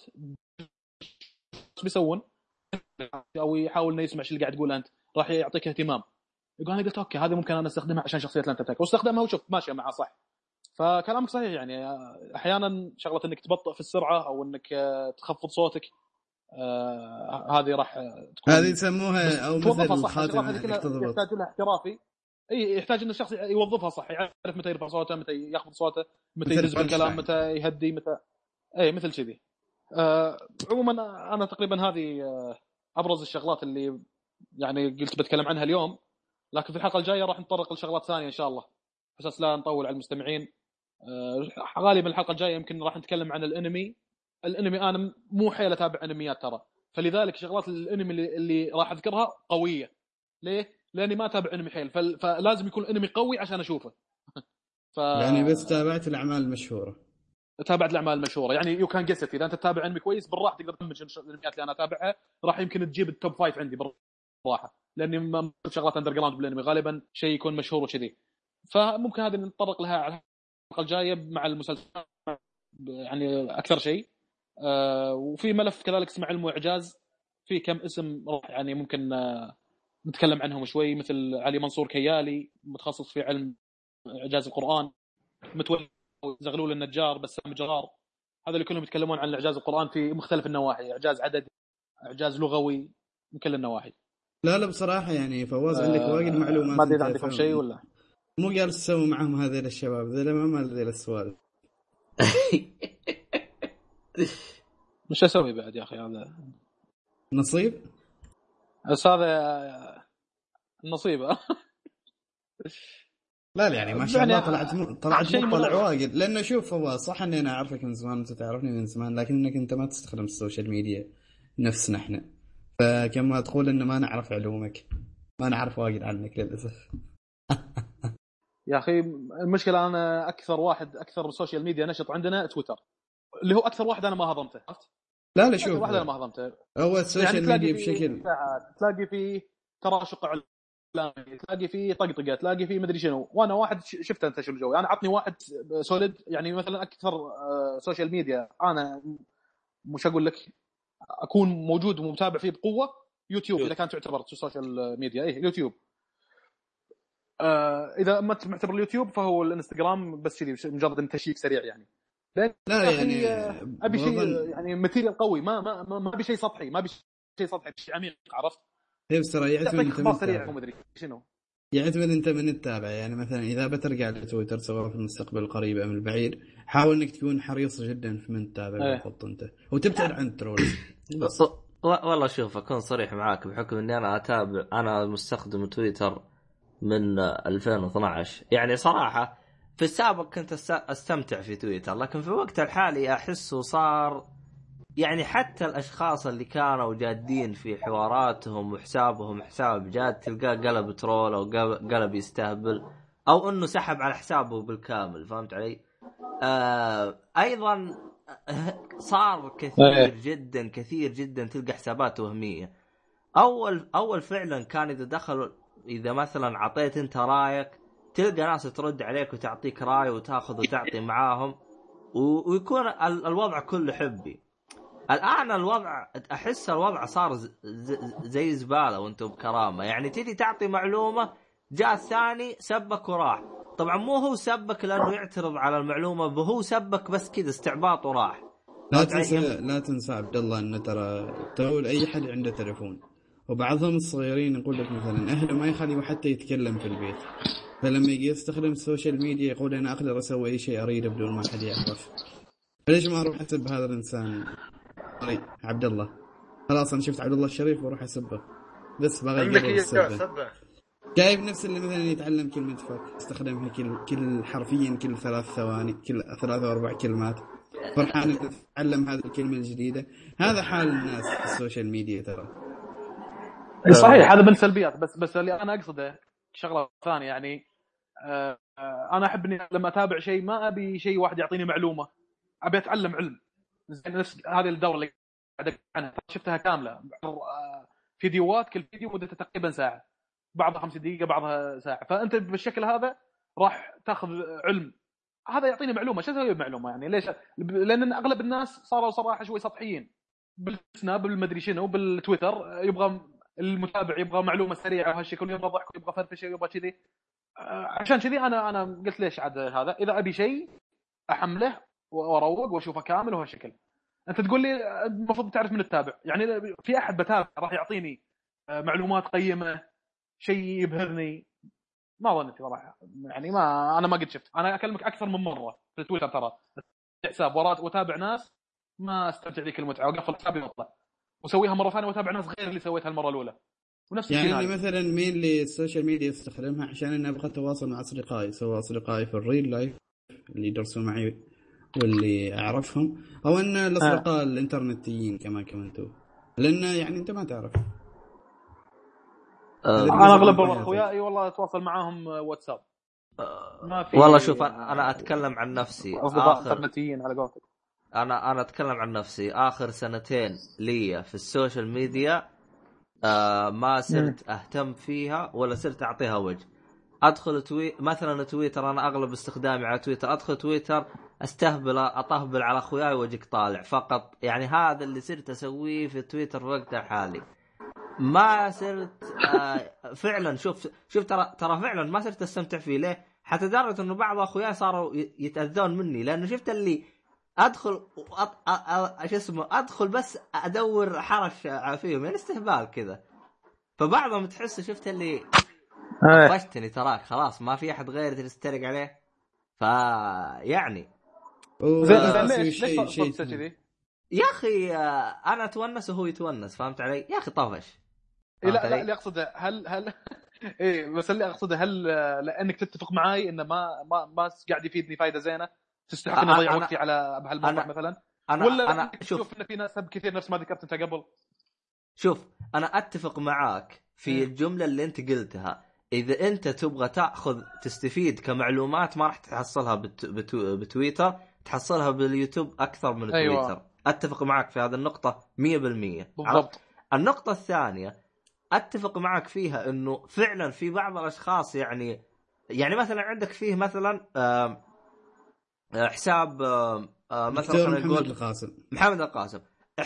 بيسوون او يحاول انه يسمع ايش اللي قاعد تقول انت راح يعطيك اهتمام. يقول انا قلت اوكي هذا ممكن انا استخدمها عشان شخصيه لانترتيكر واستخدمها وشوف ماشيه معه صح. فكلامك صحيح يعني احيانا شغله انك تبطئ في السرعه او انك تخفض صوتك آه هذه راح تكون هذه يسموها او مثل الخاتم يحتاج لها احترافي. اي يحتاج ان الشخص يوظفها صح يعرف متى يرفع صوته متى يخفض صوته متى يدز بالكلام متى يهدي متى اي مثل كذي. آه عموما انا تقريبا هذه آه ابرز الشغلات اللي يعني قلت بتكلم عنها اليوم. لكن في الحلقه الجايه راح نتطرق لشغلات ثانيه ان شاء الله اساس لا نطول على المستمعين. آه غالبا الحلقه الجايه يمكن راح نتكلم عن الانمي. الانمي انا مو حيل اتابع انميات ترى فلذلك شغلات الانمي اللي, اللي راح اذكرها قويه ليه؟ لاني ما اتابع انمي حيل، فل... فلازم يكون انمي قوي عشان اشوفه. ف... يعني بس تابعت الاعمال المشهوره. تابعت الاعمال المشهوره، يعني يو كان جيست اذا انت تتابع انمي كويس بالراحه تقدر تمنج الانميات اللي انا اتابعها، راح يمكن تجيب التوب فايف عندي بالراحه، لاني ما شغلات اندر جراوند بالانمي غالبا شيء يكون مشهور وكذي. فممكن هذه نتطرق لها على الحلقه الجايه مع المسلسل يعني اكثر شيء. آه وفي ملف كذلك اسمه علم واعجاز، في كم اسم راح يعني ممكن آه نتكلم عنهم شوي، مثل علي منصور كيالي متخصص في علم اعجاز القران، متولي زغلول النجار، بسام جرار، هذا اللي كلهم يتكلمون عن اعجاز القران في مختلف النواحي، اعجاز عددي، اعجاز لغوي، من كل النواحي. لا لا بصراحه يعني فواز عندك آه واجد معلومات. ما ادري عندكم شيء ولا مو جالس تسوي معهم هذول الشباب ذي ما ما ذي السوالف. مش اسوي بعد يا اخي، هذا نصيب بس هذا النصيبه. لا لا يعني ما شاء الله طلعت م... طلعت مطلع واجد. لانه شوف فواز صح اني انا اعرفك من زمان وانت تعرفني من زمان، لكنك انت ما تستخدم السوشيال ميديا نفسنا احنا، فكما تقول انه ما نعرف علومك، ما نعرف واجد عنك للاسف. يا اخي المشكله انا اكثر واحد اكثر سوشيال ميديا نشط عندنا تويتر، اللي هو اكثر واحد انا ما هضمته. لا لا شوف واحد انا ما هضمته هو السوشيال يعني ميديا بشكل تلاقي فيه تراشق علامي، تلاقي فيه طقطقه، تلاقي فيه مدري شنو، وانا واحد شفت انت شو الجو. انا عطني واحد سوليد، يعني مثلا اكثر سوشيال ميديا انا مش اقول لك اكون موجود ومتابع فيه بقوه، يوتيوب اذا كانت تعتبر سوشيال ميديا. ايه يوتيوب. آه اذا ما تعتبر اليوتيوب فهو الانستغرام، بس كذي مجرد تشيك سريع يعني. لا يعني ابي شيء يعني ماتيريال قوي، ما ما ما, ما ابي شيء سطحي، ما ابي شيء سطحي، شيء عميق. عرفت؟ هي بصراحه يعتمد انت من سريع وما ادري شنو، يعتمد انت من التابع. يعني مثلا اذا بترجع لتويتر سواء في المستقبل القريب ام البعيد، حاول انك تكون حريص جدا في من تتابع بالضبط انت، وتبتعد عن الترولز. والله شوف اكون صريح معاك، بحكم اني انا اتابع انا مستخدم تويتر من ألفين واثناشر، يعني صراحه في السابق كنت استمتع في تويتر، لكن في الوقت الحالي احسه صار يعني حتى الاشخاص اللي كانوا جادين في حواراتهم وحسابهم حساب جاد تلقاه قلب ترول او قلب يستهبل او انه سحب على حسابه بالكامل. فهمت علي؟ آه ايضا صار كثير جدا كثير جدا تلقى حسابات وهميه. اول اول فعلا كان اذا دخلوا اذا مثلا عطيت انت رايك تلقى ناس ترد عليك وتعطيك راي وتاخذ وتعطي معاهم ويكون الوضع كله حبي. الآن الوضع أحس الوضع صار زي زبالة وانتم بكرامة، يعني تيجي تعطي معلومة جاء الثاني سبك وراح. طبعا مو هو سبك لأنه يعترض على المعلومة، هو سبك بس كذا استعباط وراح. لا تنسى لا تنسى عبد الله إنه ترى تقول أي حد عنده تليفون، وبعضهم الصغيرين يقول لك مثلا أهله ما يخليه حتى يتكلم في البيت، فلما يجي يستخدم السوشيال ميديا يقول أنا أقدر أسوي أي شيء أريده بدون ما حد يعرف. فليش ما أروح أسب هذا الإنسان طيب عبد الله؟ خلاص أنا شفت عبد الله الشريف وأروح أسبه، بس بغى يقرب السبة. جايب نفس اللي مثلا يتعلم كلمة فك يستخدمها كل كل حرفيا كل ثلاث ثواني، كل ثلاث أربع كلمات، فرحان يتعلم هذه الكلمة الجديدة. هذا حال الناس في السوشيال ميديا ترى. صحيح هذا من سلبيات، بس بس اللي أنا أقصده شغلة ثانية يعني. آه أنا أحب إني لما أتابع شيء ما أبي شيء واحد يعطيني معلومة، أبي أتعلم علم. زي نفس هذه الدورة اللي قاعد عنها شفتها كاملة، فيديوهات كل فيديو مدته تقريبا ساعة، بعضها خمس دقيقة بعضها ساعة، فأنت بالشكل هذا راح تأخذ علم، هذا يعطيني معلومة. شو أسوي بمعلومة يعني؟ ليش؟ لأن أغلب الناس صاروا صراحة شوي سطحيين بالسناب بالمدري شنو بالتويتر، يبغى المتابع يبغى معلومة سريعة وهالشكل، يبغى ضحك يبغى فرفشة يبغى كذي. عشان كذي أنا أنا قلت ليش عاد هذا، إذا أبي شيء أحمله واروق واشوفه كامل وهالشكل. انت تقول لي المفروض تعرف من التابع، يعني في احد بتابع راح يعطيني معلومات قيمه شيء يبهرني؟ ما ظنيت صراحه يعني. ما انا ما قد شفت، انا اكلمك اكثر من مره في تويتر ترى حساب ورات وتابع ناس ما استمتع ذيك المتعه، وقفل حسابي واطلع وسويها مره ثانيه وتابع ناس غير اللي سويتها المره الاولى. ونفس يعني اللي مثلا مين اللي السوشيال ميديا يستخدمها عشان اني ابغى اتواصل مع اصدقائي، سواء اصدقائي في الريل لايف اللي يدرسوا معي واللي أعرفهم، أو أن الأصدقاء آه. الإنترنتيين كما كمان تو، لأن يعني أنت ما تعرف. أه انا اغلب اخوياي والله اتواصل معاهم واتساب. ما في والله شوف انا اتكلم عن نفسي اصدقاء انترنتيين على قولتك. انا انا اتكلم عن نفسي اخر سنتين لي في السوشيال ميديا آه ما صرت اهتم فيها ولا صرت اعطيها وجه. ادخل توي مثلا تويتر، انا اغلب استخدامي على تويتر ادخل تويتر استهبل اطهبل على اخوياي وجهك طالع فقط. يعني هذا اللي صرت اسويه في تويتر في وقتها حالي. ما صرت آه فعلا شوف شوف ترى ترى فعلا ما صرت استمتع فيه. ليه؟ حتى درجة انه بعض اخوياي صاروا يتأذون مني لانه شفت اللي ادخل ايش اسمه ادخل بس ادور حرش فيهم يعني استهبال كذا. فبعضهم تحس شفت اللي طفشتني تراك خلاص ما في احد غيري تسترق عليه. فيعني ليش ليش صرت كذي يا اخي؟ انا اتونس وهو يتونس فهمت علي يا اخي طفش. لا لا اللي اقصده هل هل ايه بس اللي اقصده هل لانك تتفق معاي انه ما ما ما قاعد يفيدني فايده زينه تستحق اني اضيع وقتي على بهالموضوع مثلا أنا ولا أنا شوف ان في ناس كثير نفس ما ذكرت انت قبل. شوف انا اتفق معاك في م. الجمله اللي انت قلتها. اذا انت تبغى تاخذ تستفيد كمعلومات ما راح تحصلها بت... بتو... بتويتر، تحصلها باليوتيوب اكثر من أيوة. تويتر. اتفق معك في هذه النقطه مية بالمية. بالضبط. النقطه الثانيه اتفق معك فيها انه فعلا في بعض الاشخاص يعني يعني مثلا عندك فيه مثلا حساب مثلا محمد القاسم محمد القاسم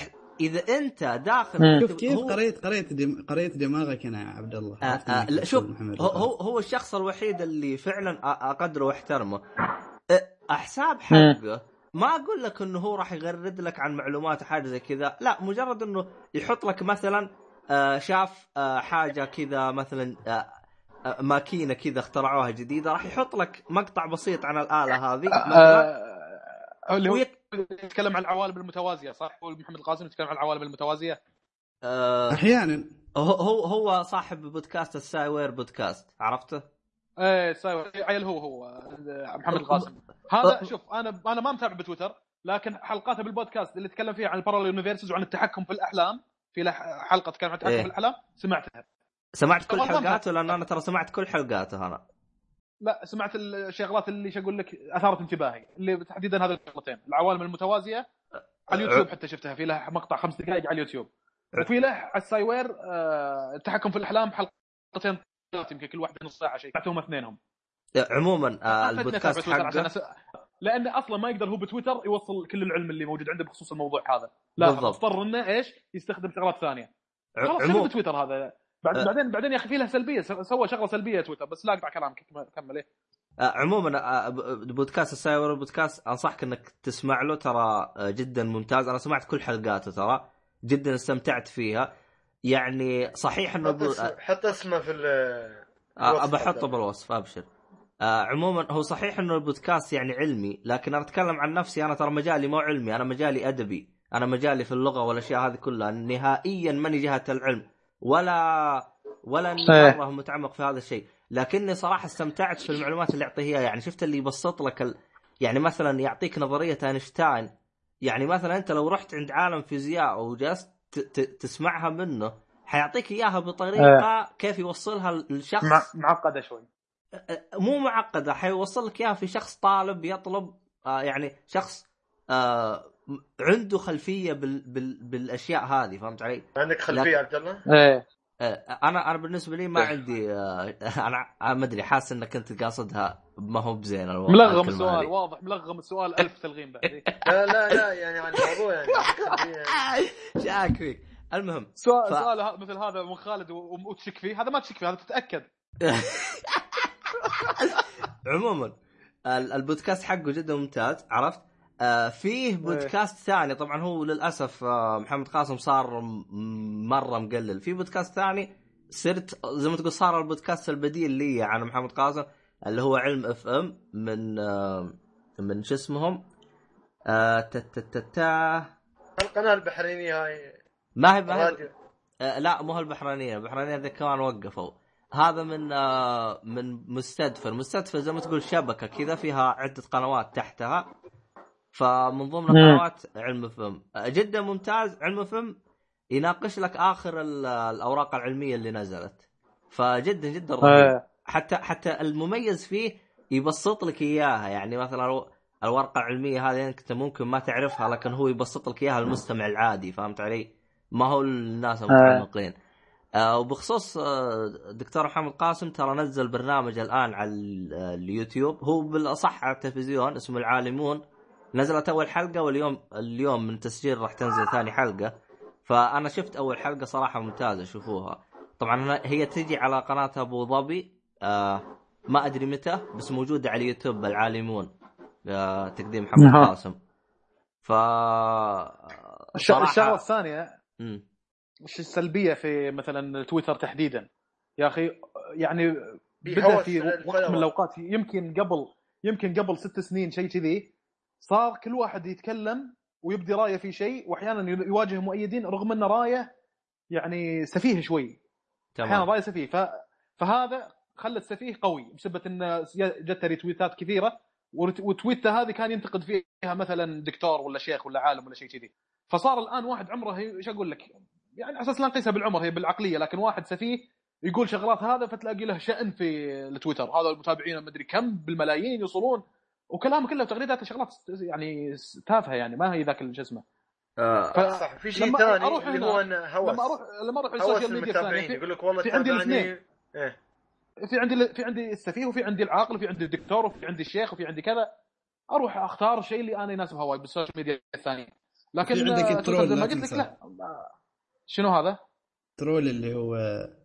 اذا انت داخل شوف كيف قريت قريت دم... قريت دماغك هنا يا عبد الله. آه آه لا شوف هو هو الشخص الوحيد اللي فعلا اقدره واحترمه. حساب حقه ما اقول لك انه هو راح يغرد لك عن معلومات حاجه زي كذا، لا مجرد انه يحط لك مثلا آه شاف آه حاجه كذا مثلا آه آه ماكينه كذا اخترعوها جديده راح يحط لك مقطع بسيط عن الاله هذه مثلا. آه اللي هو يتكلم عن العوالم المتوازيه صح؟ هو محمد القاسم يتكلم عن العوالم المتوازيه آه احيانا. هو هو هو صاحب بودكاست السايوير بودكاست عرفته؟ ايه سايوير عيل هو هو محمد القاسم هذا. شوف انا انا ما متابع بتويتر لكن حلقاته بالبودكاست اللي يتكلم فيها عن البارالل يونيفرسز وعن التحكم في الاحلام، في حلقه تتكلم عن التحكم إيه؟ في الاحلام سمعتها. سمعت كل حلقاته لان انا ترى سمعت كل حلقاته انا. لا سمعت الشغلات اللي ايش اقول لك اثارت انتباهي اللي تحديدا هذه الشغلتين العوالم المتوازيه على اليوتيوب حتى شفتها في له مقطع خمس دقائق على اليوتيوب وفي له على السايوير آه التحكم في الاحلام حلقتين يمكن كل واحده نص ساعه شيء سمعتهم اثنينهم. عموما آه البودكاست حقه أس... لان اصلا ما يقدر هو بتويتر يوصل كل العلم اللي موجود عنده بخصوص الموضوع هذا، لا اضطر انه ايش يستخدم شغلات ثانيه. خلاص عموما تويتر هذا بعد... أه. بعدين بعدين يا اخي في له سلبيه سوى شغله سلبيه تويتر بس لا اقطع كلامك كمل ايه. عموما بودكاست السايبر بودكاست انصحك انك تسمع له ترى جدا ممتاز. انا سمعت كل حلقاته ترى جدا استمتعت فيها. يعني صحيح انه حط, اسم... حط اسمه في ال بحطه بالوصف ابشر. عموما هو صحيح انه البودكاست يعني علمي لكن انا اتكلم عن نفسي انا ترى مجالي مو علمي، انا مجالي ادبي، انا مجالي في اللغه والاشياء هذه كلها نهائيا ماني جهه العلم ولا ولا مره متعمق في هذا الشيء. لكني صراحه استمتعت في المعلومات اللي يعطيها. يعني شفت اللي يبسط لك ال... يعني مثلا يعطيك نظريه اينشتاين. يعني مثلا انت لو رحت عند عالم فيزياء وجلست ت... ت... تسمعها منه حيعطيك اياها بطريقه أه. كيف يوصلها للشخص مع... معقده شوي مو معقده، حيوصل لك اياها في شخص طالب يطلب آه يعني شخص آه عنده خلفيه بال... بال... بالاشياء هذه فهمت علي؟ عندك خلفيه يا عبد الله؟ ايه انا انا بالنسبه لي ما عندي انا ما ادري حاسس انك انت قاصدها ما هو بزين الوضع. ملغم السؤال واضح ملغم السؤال ألف تلغيم بعد. لا لا لا يعني عن الموضوع يعني شاك فيك. المهم سؤال ف... سؤال مثل هذا من خالد وتشك فيه هذا ما تشك فيه هذا تتاكد. عموما البودكاست حقه جدا ممتاز عرفت. آه فيه بودكاست ثاني طبعا هو للأسف آه محمد قاسم صار مرة مقلل. في بودكاست ثاني صرت زي ما تقول صار البودكاست البديل لي عن محمد قاسم اللي هو علم اف ام من آه من شو اسمهم آه تتتتا القناة البحرينية هاي ما هي ما هي آه لا مو البحرينية البحرينية ذا كمان وقفوا. هذا من آه من مستدفر مستدفر زي ما تقول شبكة كذا فيها عدة قنوات تحتها فمن ضمن قنوات علم فم جدا ممتاز. علم فم يناقش لك آخر الأوراق العلمية اللي نزلت فجدا جدا رهيب. آه. حتى حتى المميز فيه يبسط لك اياها، يعني مثلا الورقه العلميه هذه انت ممكن ما تعرفها، لكن هو يبسط لك اياها المستمع العادي، فهمت علي؟ ما هو الناس المتعمقين. آه وبخصوص آه دكتور محمد قاسم، ترى نزل برنامج الان على اليوتيوب، هو بالاصح على التلفزيون، اسمه العالمون. نزلت اول حلقه، واليوم اليوم من تسجيل راح تنزل ثاني حلقه. فانا شفت اول حلقه صراحه ممتازه، شوفوها. طبعا هي تجي على قناه ابو ظبي، آه ما ادري متى، بس موجوده على اليوتيوب العالمون، آه تقديم محمد نعم. قاسم. ف الشغله الثانيه امم وش السلبيه في مثلا تويتر تحديدا يا اخي؟ يعني في بدا هوس في وقت الفلوة. من الاوقات، يمكن قبل يمكن قبل ست سنين شيء كذي، صار كل واحد يتكلم ويبدي رايه في شيء، واحيانا يواجه مؤيدين رغم ان رايه يعني سفيه شوي، احيانا رايه سفيه. ف... فهذا خلت سفيه قوي بسبب ان جت ريتويتات كثيره، وتويته هذه كان ينتقد فيها مثلا دكتور ولا شيخ ولا عالم ولا شيء كذي. فصار الان واحد عمره ايش اقول لك، يعني على اساس لا نقيسها بالعمر، هي بالعقليه، لكن واحد سفيه يقول شغلات هذا فتلاقي له شأن في التويتر، هذا المتابعين ما ادري كم بالملايين يوصلون، وكلامه كله تغريدات شغلات يعني تافهه، يعني ما هي ذاك اللي اسمه. آه. صح. في شيء ثاني اللي هو انه هوس. لما اروح لما اروح هوس السوشيال ميديا الثانيه يقول لك والله في عندي تابعني. الاثنين. ايه في عندي في عندي السفيه، وفي عندي العاقل، وفي عندي الدكتور، وفي عندي الشيخ، وفي عندي كذا. اروح اختار الشيء اللي انا يناسب هواي بالسوشيال ميديا الثانيه. لكن في عندك الترول، زي ما لا قلت لك تنسى. لا، شنو هذا ترول اللي هو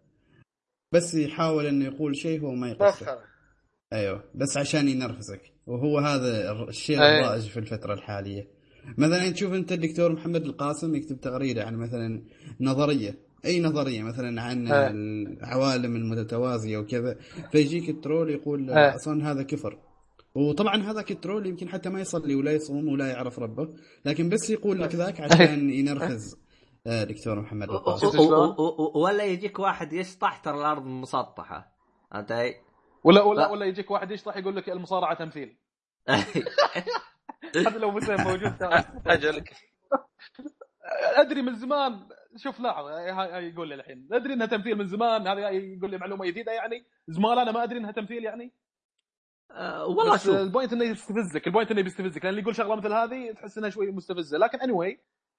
بس يحاول انه يقول شيء هو ما يقصده. ايوه بس عشان ينرفزك، وهو هذا الشيء أيه. الرائج في الفتره الحاليه. مثلا تشوف انت الدكتور محمد القاسم يكتب تغريده عن مثلا نظريه، اي نظريه مثلا عن أيه. العوالم المتوازيه وكذا، فيجيك الترول يقول أيه. اصلا هذا كفر. وطبعا هذاك الترول يمكن حتى ما يصلي ولا يصوم ولا يعرف ربه، لكن بس يقول لك ذاك عشان ينرفز دكتور محمد القاسم. ولا يجيك واحد يشطح ترى الارض مسطحه، انت اي ولا ولا ولا يجيك واحد يشطح يقول لك المصارعه تمثيل. هذا لو مثلا موجود اجلك ادري من زمان. شوف لاحظ، هاي يقول لي الحين ادري انها تمثيل من زمان، هذا يقول لي معلومه جديده يعني زمان انا ما ادري انها تمثيل يعني. أه والله شوف، البوينت انه يستفزك، البوينت انه بيستفزك، لان اللي يقول شغله مثل هذه تحس انها شوي مستفزه. لكن anyway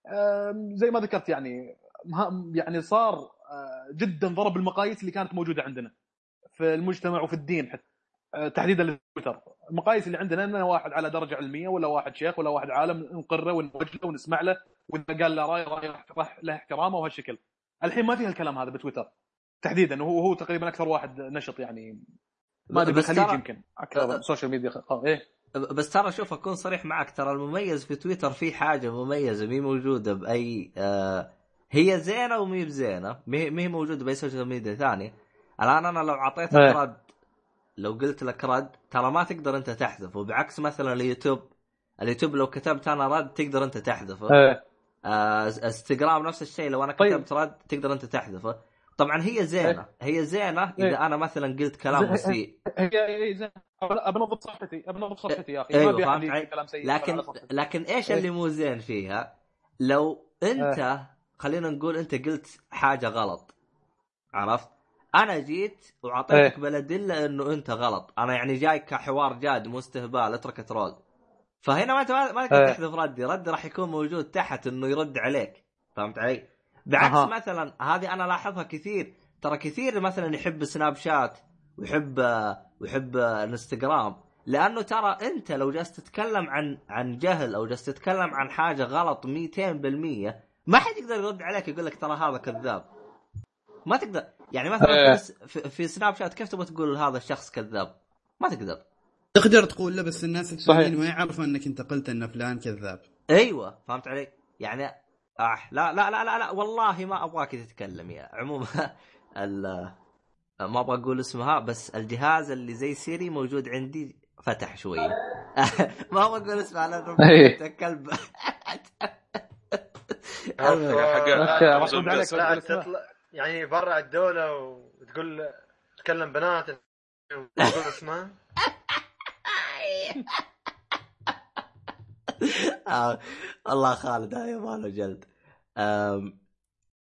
زي ما ذكرت يعني يعني صار جدا ضرب المقاييس اللي كانت موجوده عندنا في المجتمع وفي الدين حتى تحديدا للتويتر. المقاييس اللي عندنا انه واحد على درجه علميه، ولا واحد شيخ، ولا واحد عالم نقره ونوجه ونسمع له، واذا قال له راي راي راح له احترامه وهالشكل. الحين ما فيها الكلام هذا بتويتر تحديدا، وهو هو تقريبا اكثر واحد نشط يعني، ما ادري بالخليج يمكن اكثر سوشيال ميديا. اه ايه بس ترى شوف اكون صريح معك، ترى المميز في تويتر في حاجه مميزه مي موجوده باي آه هي زينه ومي بزينه، مي موجوده باي سوشيال ميديا ثاني. الان انا لو اعطيتك ايه. رد، لو قلت لك رد ترى ما تقدر انت تحذفه، بعكس مثلا اليوتيوب. اليوتيوب لو كتبت انا رد تقدر انت تحذفه. ايه. آه انستغرام نفس الشيء، لو انا كتبت طيب. رد تقدر انت تحذفه. طبعا هي زينه، هي زينه اذا إيه. انا مثلا قلت كلام مسيء. هي هي زينه، ابنظف صفحتي ابنظف صفحتي يا اخي. أيوة ما بيحد يقول كلام سيء. لكن لكن ايش إيه. اللي مو زين فيها؟ لو انت إيه. خلينا نقول انت قلت حاجه غلط، عرفت؟ انا جيت وعطيتك إيه. بلدله انه انت غلط، انا يعني جاي كحوار جاد مو استهبال، اترك ترول. فهنا ما انت ما تقدر تحذف ردي، ردي راح يكون موجود تحت انه يرد عليك، فهمت علي؟ بعكس أه. مثلا هذه انا لاحظها كثير، ترى كثير مثلا يحب سناب شات ويحب ويحب انستغرام، لانه ترى انت لو جالس تتكلم عن عن جهل او جالس تتكلم عن حاجه غلط مئتين بالمية ما حد يقدر يرد عليك يقول لك ترى هذا كذاب. ما تقدر يعني مثلا في سناب شات كيف تبغى تقول هذا الشخص كذاب؟ ما تقدر. تقدر تقول له بس الناس الثانيين ما يعرفوا انك انت قلت ان فلان كذاب. ايوه فهمت علي يعني. اه لا لا لا لا, لا والله ما ابغاك تتكلم يا عموما. ما ابغى اقول اسمها، بس الجهاز اللي زي سيري موجود عندي فتح شويه. ما ابغى اقول اسمها لانه كلب. يعني برا الدوله وتقول تكلم بنات وتقول اسمها. آه الله خالد هاي ماله جلد.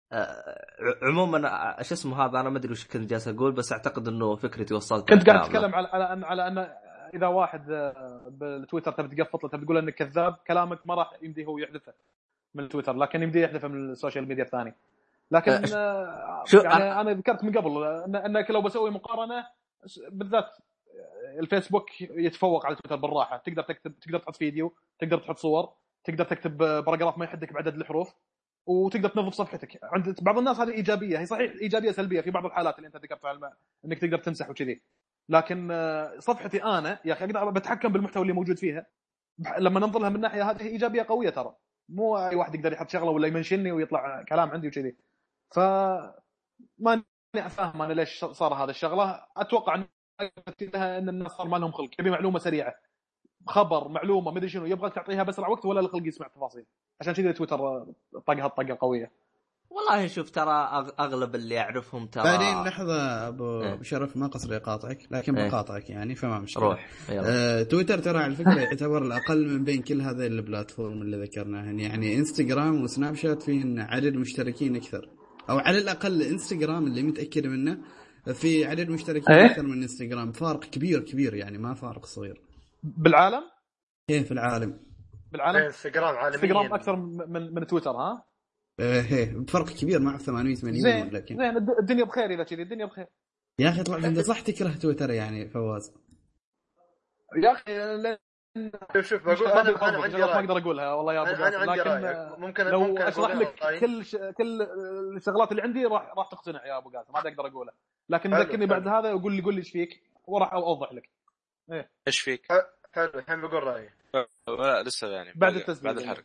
عموما ايش اسمه هذا انا ما ادري وش كنت جالس اقول بس اعتقد انه فكرتي وصلت. كنت قاعد اتكلم على على ان على ان اذا واحد بالتويتر تبي تقفط له تبي تقول انك كذاب كلامك ما راح يمدي هو يحذفه من تويتر لكن يمدي يحذفه من السوشيال ميديا الثاني. لكن أه يعني أنا, انا ذكرت من قبل ان انك لو بسوي مقارنه بالذات الفيسبوك يتفوق على تويتر بالراحه. تقدر تكتب تقدر تحط فيديو تقدر تحط صور تقدر تكتب باراجراف ما يحدك بعدد الحروف وتقدر تنظف صفحتك. عند بعض الناس هذه ايجابيه هي صحيح ايجابيه سلبيه في بعض الحالات اللي انت ذكرتها الم... انك تقدر تمسح وكذي. لكن صفحتي انا يا اخي اقدر بتحكم بالمحتوى اللي موجود فيها لما ننظر لها من ناحيه هذه ايجابيه قويه ترى مو اي واحد يقدر يحط شغله ولا يمنشني ويطلع كلام عندي وكذي. ف ما افهم انا ليش صار هذا الشغله. اتوقع ان ان الناس صار ما لهم خلق يبي معلومه سريعه خبر معلومه ما ادري شنو يبغى تعطيها بسرعه وقت ولا الخلق يسمع تفاصيل عشان كذا تويتر طقها الطقه القويه. والله شوف ترى اغلب اللي اعرفهم ترى بعدين لحظه ابو إيه؟ شرف ما قصري اقاطعك لكن إيه؟ بقاطعك يعني فما مشكله. روح آه، تويتر ترى على فكره يعتبر الاقل من بين كل هذه البلاتفورم اللي ذكرناهن. يعني انستغرام وسناب شات فيهن عدد مشتركين اكثر او على الاقل انستغرام اللي متاكد منه في عدد مشتركين إيه؟ اكثر من انستغرام. فارق كبير كبير يعني ما فارق صغير بالعالم. ايه في العالم بالعالم انستغرام عالميا انستغرام اكثر من من تويتر ها. ايه بفرق كبير مع ثمانمية وثمانين زين لكن زين الدنيا بخير اذا كذي الدنيا بخير يا اخي. طبعا انت صح تكره تويتر يعني فواز يا اخي. شوف شوف بقول انا انا عندي ما اقدر اقولها والله يا ابو انا لكن ممكن لو ممكن اشرح لك كل ش... كل الشغلات اللي عندي راح راح تقتنع يا ابو قاسم ما اقدر اقولها. لكن ذكرني بعد هذا وقول لي قول لي ايش فيك وراح اوضح لك ايه ايش فيك. حلو الحين بقول رايي. لا لسه يعني بعد التسجيل بعد الحرق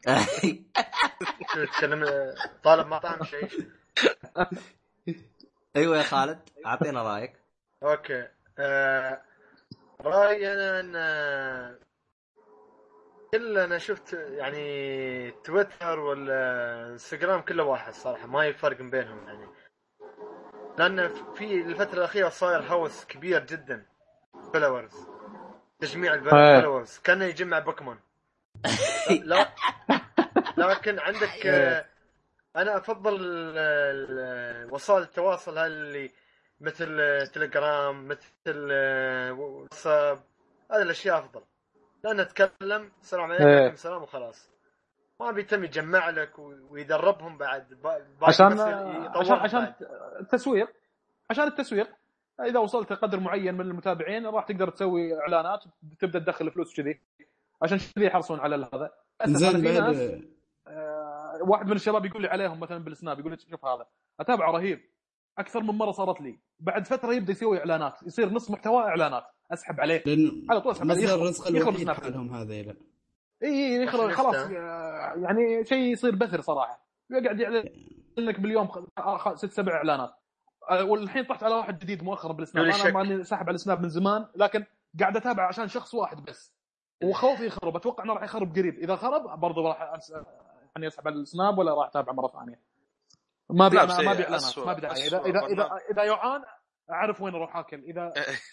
تكلم طالب ما طعم شيء. ايوه يا خالد اعطينا رايك. اوكي آه... رايي انا ان كل انا شفت يعني تويتر ولا انستغرام كله واحد صراحه ما يفرق بينهم يعني لان في الفتره الاخيره صاير هوس كبير جدا فولورز تجميع الفولورز كان يجمع بوكيمون. لا لكن عندك انا افضل وسائل التواصل اللي مثل تليجرام مثل واتساب هذه الاشياء افضل لان نتكلم السلام عليكم السلام وخلاص ما بيتم يجمع لك ويدربهم بعد عشان عشان عشان التسويق عشان التسويق اذا وصلت قدر معين من المتابعين راح تقدر تسوي اعلانات تبدا تدخل فلوس كذي عشان كذي يحرصون على هذا. زين بعد آه واحد من الشباب يقول لي عليهم مثلا بالسناب يقول لي شوف هذا اتابعه رهيب اكثر من مره صارت لي بعد فتره يبدا يسوي اعلانات يصير نص محتوى اعلانات اسحب عليه على طول اسحب عليه الرزق الوحيد حالهم هذا لا اي اي خلاص يعني شيء يصير بثر صراحه يقعد يعلن لك باليوم ست سبع اعلانات. والحين طحت على واحد جديد مؤخرا بالسناب انا ماني ساحب على السناب من زمان لكن قاعد اتابع عشان شخص واحد بس وخوفي يخرب اتوقع انه راح يخرب قريب اذا خرب برضه راح يعني اسحب على السناب ولا راح اتابع مره ثانيه. ما بي ما بي اعلانات ما بي اذا اذا اذا اذا يعان اعرف وين اروح اكل اذا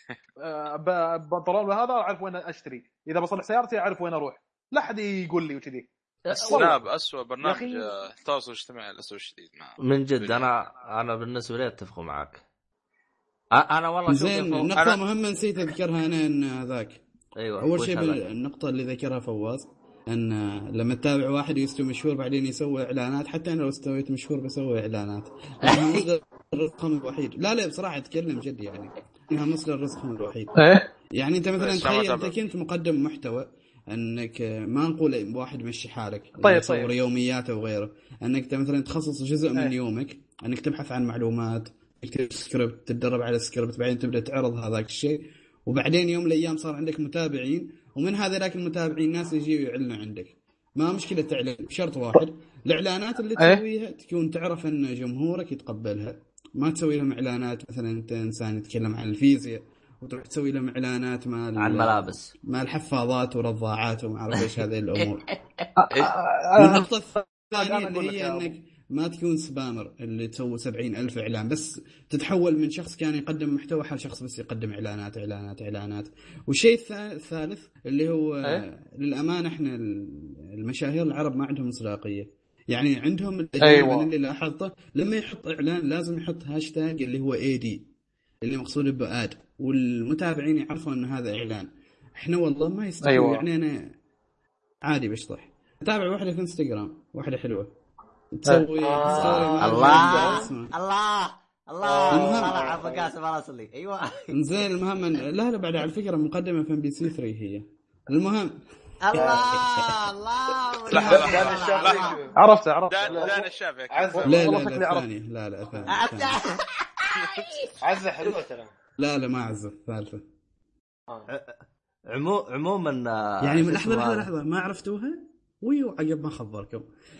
بنطلون هذا اعرف وين اشتري اذا بصلح سيارتي اعرف وين اروح لا حد يقول لي وكذي. السناب اسوء برنامج التواصل الاجتماعي الاسوء الشديد معه من جد. انا انا بالنسبه لي اتفق معك. انا والله زين نقطه أنا... مهمه نسيت اذكرها انا ان ذاك ايوه اول شيء النقطه اللي ذكرها فواز ان لما تتابع واحد يستوي مشهور بعدين يسوي اعلانات حتى انا لو استويت مشهور بسوي اعلانات مصدر الرزقهم الوحيد. لا لا بصراحه اتكلم جد يعني انها مصدر رزقهم الوحيد. يعني انت مثلا تخيل انت كنت مقدم محتوى انك ما نقول واحد مشي حالك طيب يصور طيب. يومياته وغيره انك مثلا تخصص جزء من يومك انك تبحث عن معلومات تكتب سكريبت تتدرب على السكريبت بعدين تبدا تعرض هذاك الشيء وبعدين يوم من الايام صار عندك متابعين ومن هذاك المتابعين ناس يجيوا يعلنوا عندك. ما مشكله تعلن بشرط واحد الاعلانات اللي تسويها تكون تعرف ان جمهورك يتقبلها ما تسوي لهم اعلانات مثلا انت انسان يتكلم عن الفيزياء وتروح تسوي لهم اعلانات مال عن ملابس مال الحفاضات ورضاعات وما اعرف ايش هذه الامور. والنقطه الثانيه اللي هي انك ما تكون سبامر اللي تسوي سبعين ألف إعلان بس تتحول من شخص كان يقدم محتوى حال شخص بس يقدم إعلانات إعلانات إعلانات. والشيء الثالث اللي هو أه؟ للأمانة إحنا المشاهير العرب ما عندهم مصداقية. يعني عندهم أيوة. اللي لاحظته لما يحط اعلان لازم يحط هاشتاج اللي هو اي دي اللي مقصود بآد، والمتابعين يعرفوا ان هذا اعلان. احنا والله ما يستحق. أيوة. يعني انا عادي بشطح اتابع واحده في انستغرام، واحده حلوه تسوي آه. الله الله الله طلع ابو قاسم راسلي. ايوه زين. المهم لا لا بعد على فكره مقدمه في ام بي سي ثلاثة هي. المهم الله الله دان الشافعي. عرفت عرفت دان الشافعي. عزة لا لا الثاني لا لا الثاني عزة حلوة ترى. لا لا ما عزة الثالثة. عمو عموما يعني من لحظة لحظة لحظة ما عرفتوها ويو عقب ما خبركم.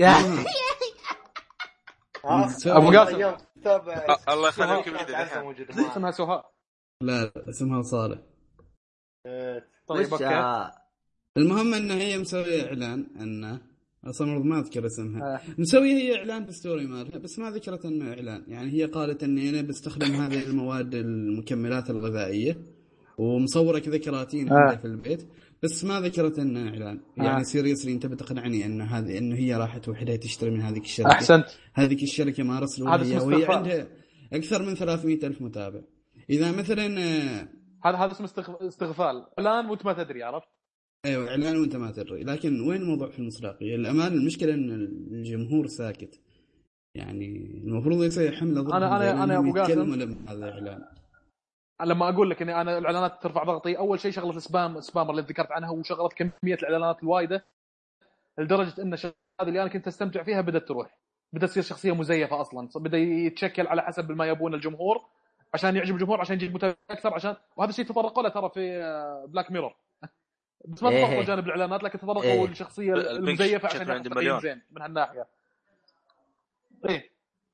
أبو قاسم الله يخليك كبيرة اسمها سهاء. لا اسمها صالح. طيب اوكي. المهم ان هي مسويه اعلان انه اصلا ما اذكر اسمها. مسويه هي اعلان بالستوري مالها بس ما ذكرت انه اعلان. يعني هي قالت اني انا بستخدم هذه المواد المكملات الغذائيه ومصوره كذا كراتين عندها في البيت بس ما ذكرت انه اعلان. يعني سيريسلي انت بتقنعني ان هذه انه هي راحت وحدها تشتري من هذيك الشركه. احسنت. هذه الشركه ما رسلوا هي وهي عندها اكثر من ثلاثمئة ألف متابع. اذا مثلا هذا هذا اسمه استغفال اعلان وانت ما تدري. عرفت؟ ايوه اعلان وانت ما تدري. لكن وين الموضوع في المصداقيه؟ الامان المشكله ان الجمهور ساكت. يعني المفروض يسوي حمله ضد انا انا انا ابو قاسم هذا الاعلان. لما اقول لك اني انا الاعلانات ترفع ضغطي اول شيء شغله السبام السبامر اللي ذكرت عنها وشغلت كميه الاعلانات الوايده لدرجه ان هذه اللي انا كنت استمتع فيها بدات تروح. بدات تصير شخصيه مزيفه اصلا. بدا يتشكل على حسب ما يبون الجمهور عشان يعجب الجمهور عشان يجيب متابعين اكثر. عشان وهذا الشيء تطرقوا له ترى في بلاك ميرور بس ما تطرقوا إيه. جانب الاعلانات لكن تطرقوا إيه. للشخصيه المزيفه عشان يحصل زين من هالناحيه. ايه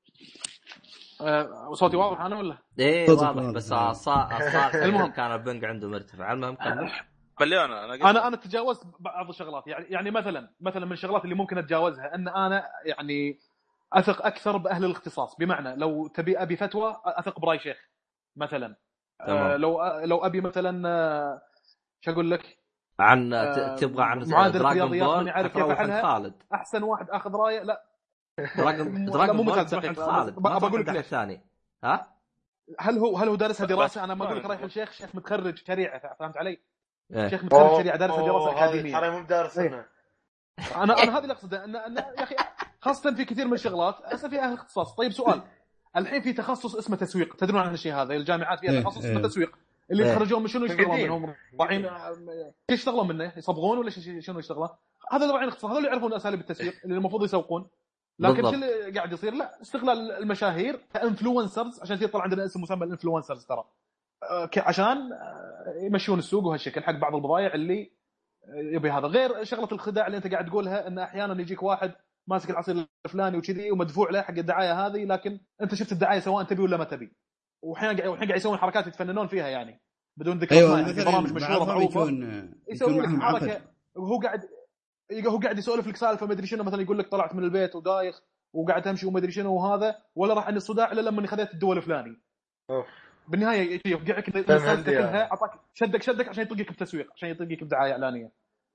أه صوتي واضح انا ولا ايه واضح بس صار المهم كان البنج عنده مرتفع. المهم كمل. بليونه انا انا انا تجاوزت بعض الشغلات. يعني يعني مثلا مثلا من الشغلات اللي ممكن اتجاوزها ان انا يعني اثق اكثر باهل الاختصاص. بمعنى لو تبي ابي فتوى اثق براي شيخ مثلا. أه لو لو ابي مثلا أه شو اقول لك عن تبغى عن معادله الرياضيات من يعرف كيف احلها خالد. احسن واحد اخذ رايه. لا دراجون دراجون مو بول مثال خالد. بقول لك ليش ثاني. ها هل هو هل هو دارسها دراسه؟ انا ما اقول لك رايح الشيخ شيخ متخرج شريعه. فهمت علي؟ إيه. شيخ متخرج شريعه دارسها دراسه اكاديميه. ترى مو دارس انا انا هذا اللي اقصده ان ان يا اخي خاصه في كثير من الشغلات اصلا في اهل اختصاص. طيب سؤال الحين في تخصص اسمه تسويق. تدرون عن الشيء هذا؟ الجامعات فيها تخصص اسمه تسويق. اللي يتخرجون من شنو يشتغلون منهم؟ رايحين ايش يشتغلون منه؟ يصبغون ولا شنو يشتغلون؟ هذا اللي رايحين اختصاص. هذول اللي يعرفون اساليب التسويق اللي المفروض يسوقون. لكن شو اللي قاعد يصير؟ لا استغلال المشاهير كانفلونسرز عشان يطلع عندنا اسم مسمى الانفلونسرز ترى عشان يمشون السوق وهالشكل حق بعض البضائع اللي يبي. هذا غير شغله الخداع اللي انت قاعد تقولها ان احيانا يجيك واحد ماسك العصير الفلاني وكذي ومدفوع له حق الدعايه هذه لكن انت شفت الدعايه سواء تبي ولا ما تبي. واحيانا قاعد قاعد يسوون حركات يتفننون فيها يعني بدون ذكر أيوة يعني برامج مشهوره معروفه يسوي لك حركه وهو قاعد هو قاعد يسولف لك سالفه ما ادري شنو مثلا يقول لك طلعت من البيت ودايخ وقاعد امشي وما ادري شنو وهذا ولا راح عن الصداع الا لما خذيت الدواء الفلاني. بالنهايه يوقعك كلها اعطاك شدك شدك عشان يطقك بتسويق عشان يطقك بدعايه اعلانيه.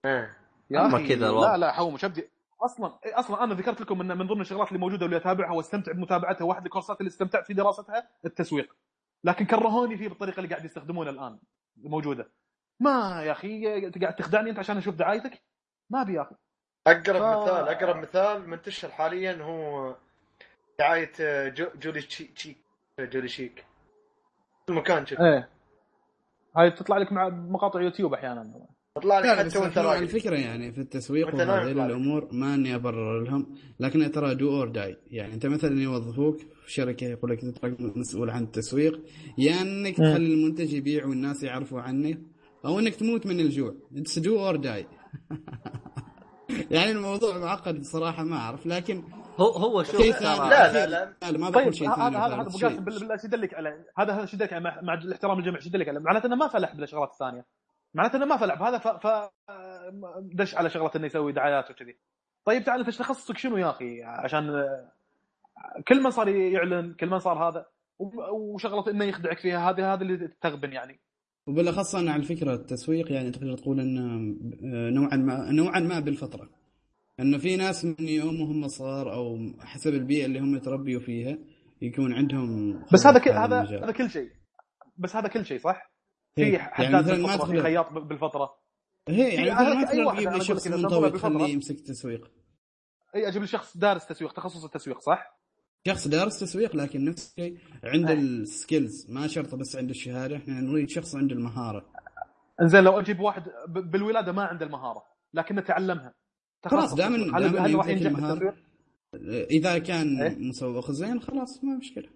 يا اخي كذا لا لا حوم شبدي اصلا اصلا انا ذكرت لكم ان من ضمن الشغلات اللي موجوده واللي اتابعها واستمتع بمتابعتها واحد الكورسات اللي استمتعت في دراستها التسويق. لكن كرهوني فيه بالطريقه اللي قاعد يستخدمونها الان موجوده. ما يا اخي انت قاعد تخدعني انت عشان اشوف دعايتك؟ ما ابي يا اخي. اقرب ف... مثال اقرب مثال منتشر حاليا هو دعايه جو... جولي تشيك جولي شيك المكان شوف ايه هاي تطلع لك مع مقاطع يوتيوب احيانا تطلع لك حتى وانت رايح. الفكره يعني في التسويق وهذه الامور ما اني ابرر لهم لكن ترى دو اور داي. يعني انت مثلا يوظفوك في شركه يقول لك انت مسؤول عن التسويق يا يعني انك تخلي المنتج يبيع والناس يعرفوا عنه او انك تموت من الجوع. انت دو اور داي. يعني الموضوع معقد بصراحه ما اعرف لكن هو هو شوف لا لا لا, لا ما طيب شيء هذا هذا ابو قاسم بالله شدلك على هذا هذا شدلك مع الاحترام الجميع شدلك على معناته انه ما فلح بالشغلات الثانيه. معناته انه ما فلح بهذا ف, ف... دش على شغله انه يسوي دعايات وكذي. طيب تعال انت تخصصك شنو يا اخي عشان كل ما صار يعلن كل ما صار هذا وشغله انه يخدعك فيها هذه هذا اللي تغبن يعني. وبالاخص انا على فكره التسويق يعني تقدر تقول انه نوعا ما نوعا ما بالفطره. انه في ناس من يوم وهم صغار او حسب البيئه اللي هم يتربيوا فيها يكون عندهم بس هذا خبرة ك... في هذا المجال. هذا كل شيء، بس هذا كل شيء صح. هي. في يعني حداد مثلاً ما بالفتره، في تخلق- خياط بالفتره. هي يعني في- مثلا ما أي تقدر واحد تجيب أنا لي أقول لك شخص إذا سوى منطوي بفترة- تخليه يمسك تسويق. اي اجيب لي شخص دارس تسويق، تخصص التسويق صح. شخص دارس تسويق لكن نفس الشيء عنده السكيلز، ما شرط بس عنده الشهاده، احنا نريد شخص عنده المهاره. انزين لو اجيب واحد ب- بالولاده ما عنده المهاره لكنه تعلمها، خلاص دائما هل دائما هل راح يمتلك ينجح المهاره. بالتسويق؟ اذا كان إيه؟ مسوق زين خلاص ما مشكله.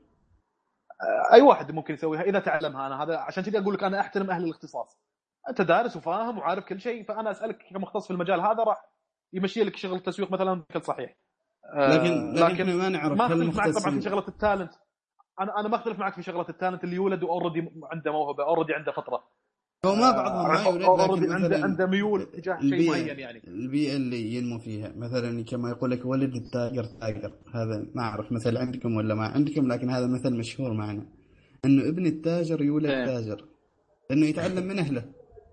اي واحد ممكن يسويها اذا تعلمها. انا هذا عشان كذا اقول لك انا احترم اهل الاختصاص. انت دارس وفاهم وعارف كل شيء، فانا اسالك كمختص في المجال هذا راح يمشي لك شغل التسويق مثلا بشكل صحيح. لكن لكن لكن ما نعرف ما هل اختلف معك مختص طبعا في شغله التالنت. انا انا ما اختلف معك في شغله التالنت اللي يولد اوريدي عنده موهبه، اوريدي عنده فطره، هو ما بعضهم ما يولد، لكن عنده مثلا عنده ميول تجاه شيء معين. يعني البيئة اللي ينمو فيها مثلا كما يقول لك ولد التاجر تاجر، هذا ما أعرف مثل عندكم ولا ما عندكم، لكن هذا مثل مشهور معنا إنه ابن التاجر يولد إيه. تاجر، إنه يتعلم من أهله.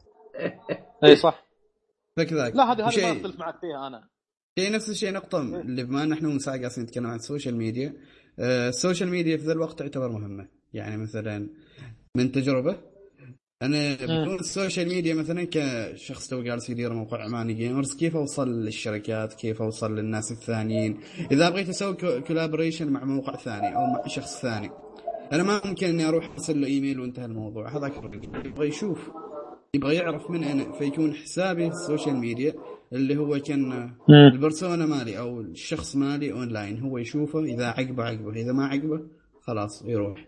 اي صح. فكذا لا هذه هذه ما اختلف معك فيها انا. شيء نفس الشيء نقطة اللي بما نحن مساء قاعدين نتكلم عن السوشيال ميديا. آه السوشيال ميديا في ذا الوقت تعتبر مهمة. يعني مثلا من تجربة أنا بدون السوشيال ميديا مثلا كشخص تو جالس يدير موقع ماني جيمرز، كيف أوصل للشركات، كيف أوصل للناس الثانيين، إذا بغيت أسوي كولابوريشن مع موقع ثاني أو مع شخص ثاني، أنا ما ممكن إني أروح أرسل له إيميل وانتهى الموضوع. هذاك يبغى يشوف، يبغى يعرف من أنا، فيكون حسابي السوشيال ميديا اللي هو كان البرسونا مالي أو الشخص مالي أونلاين، هو يشوفه، إذا عجبه عجبه، إذا ما عجبه خلاص يروح.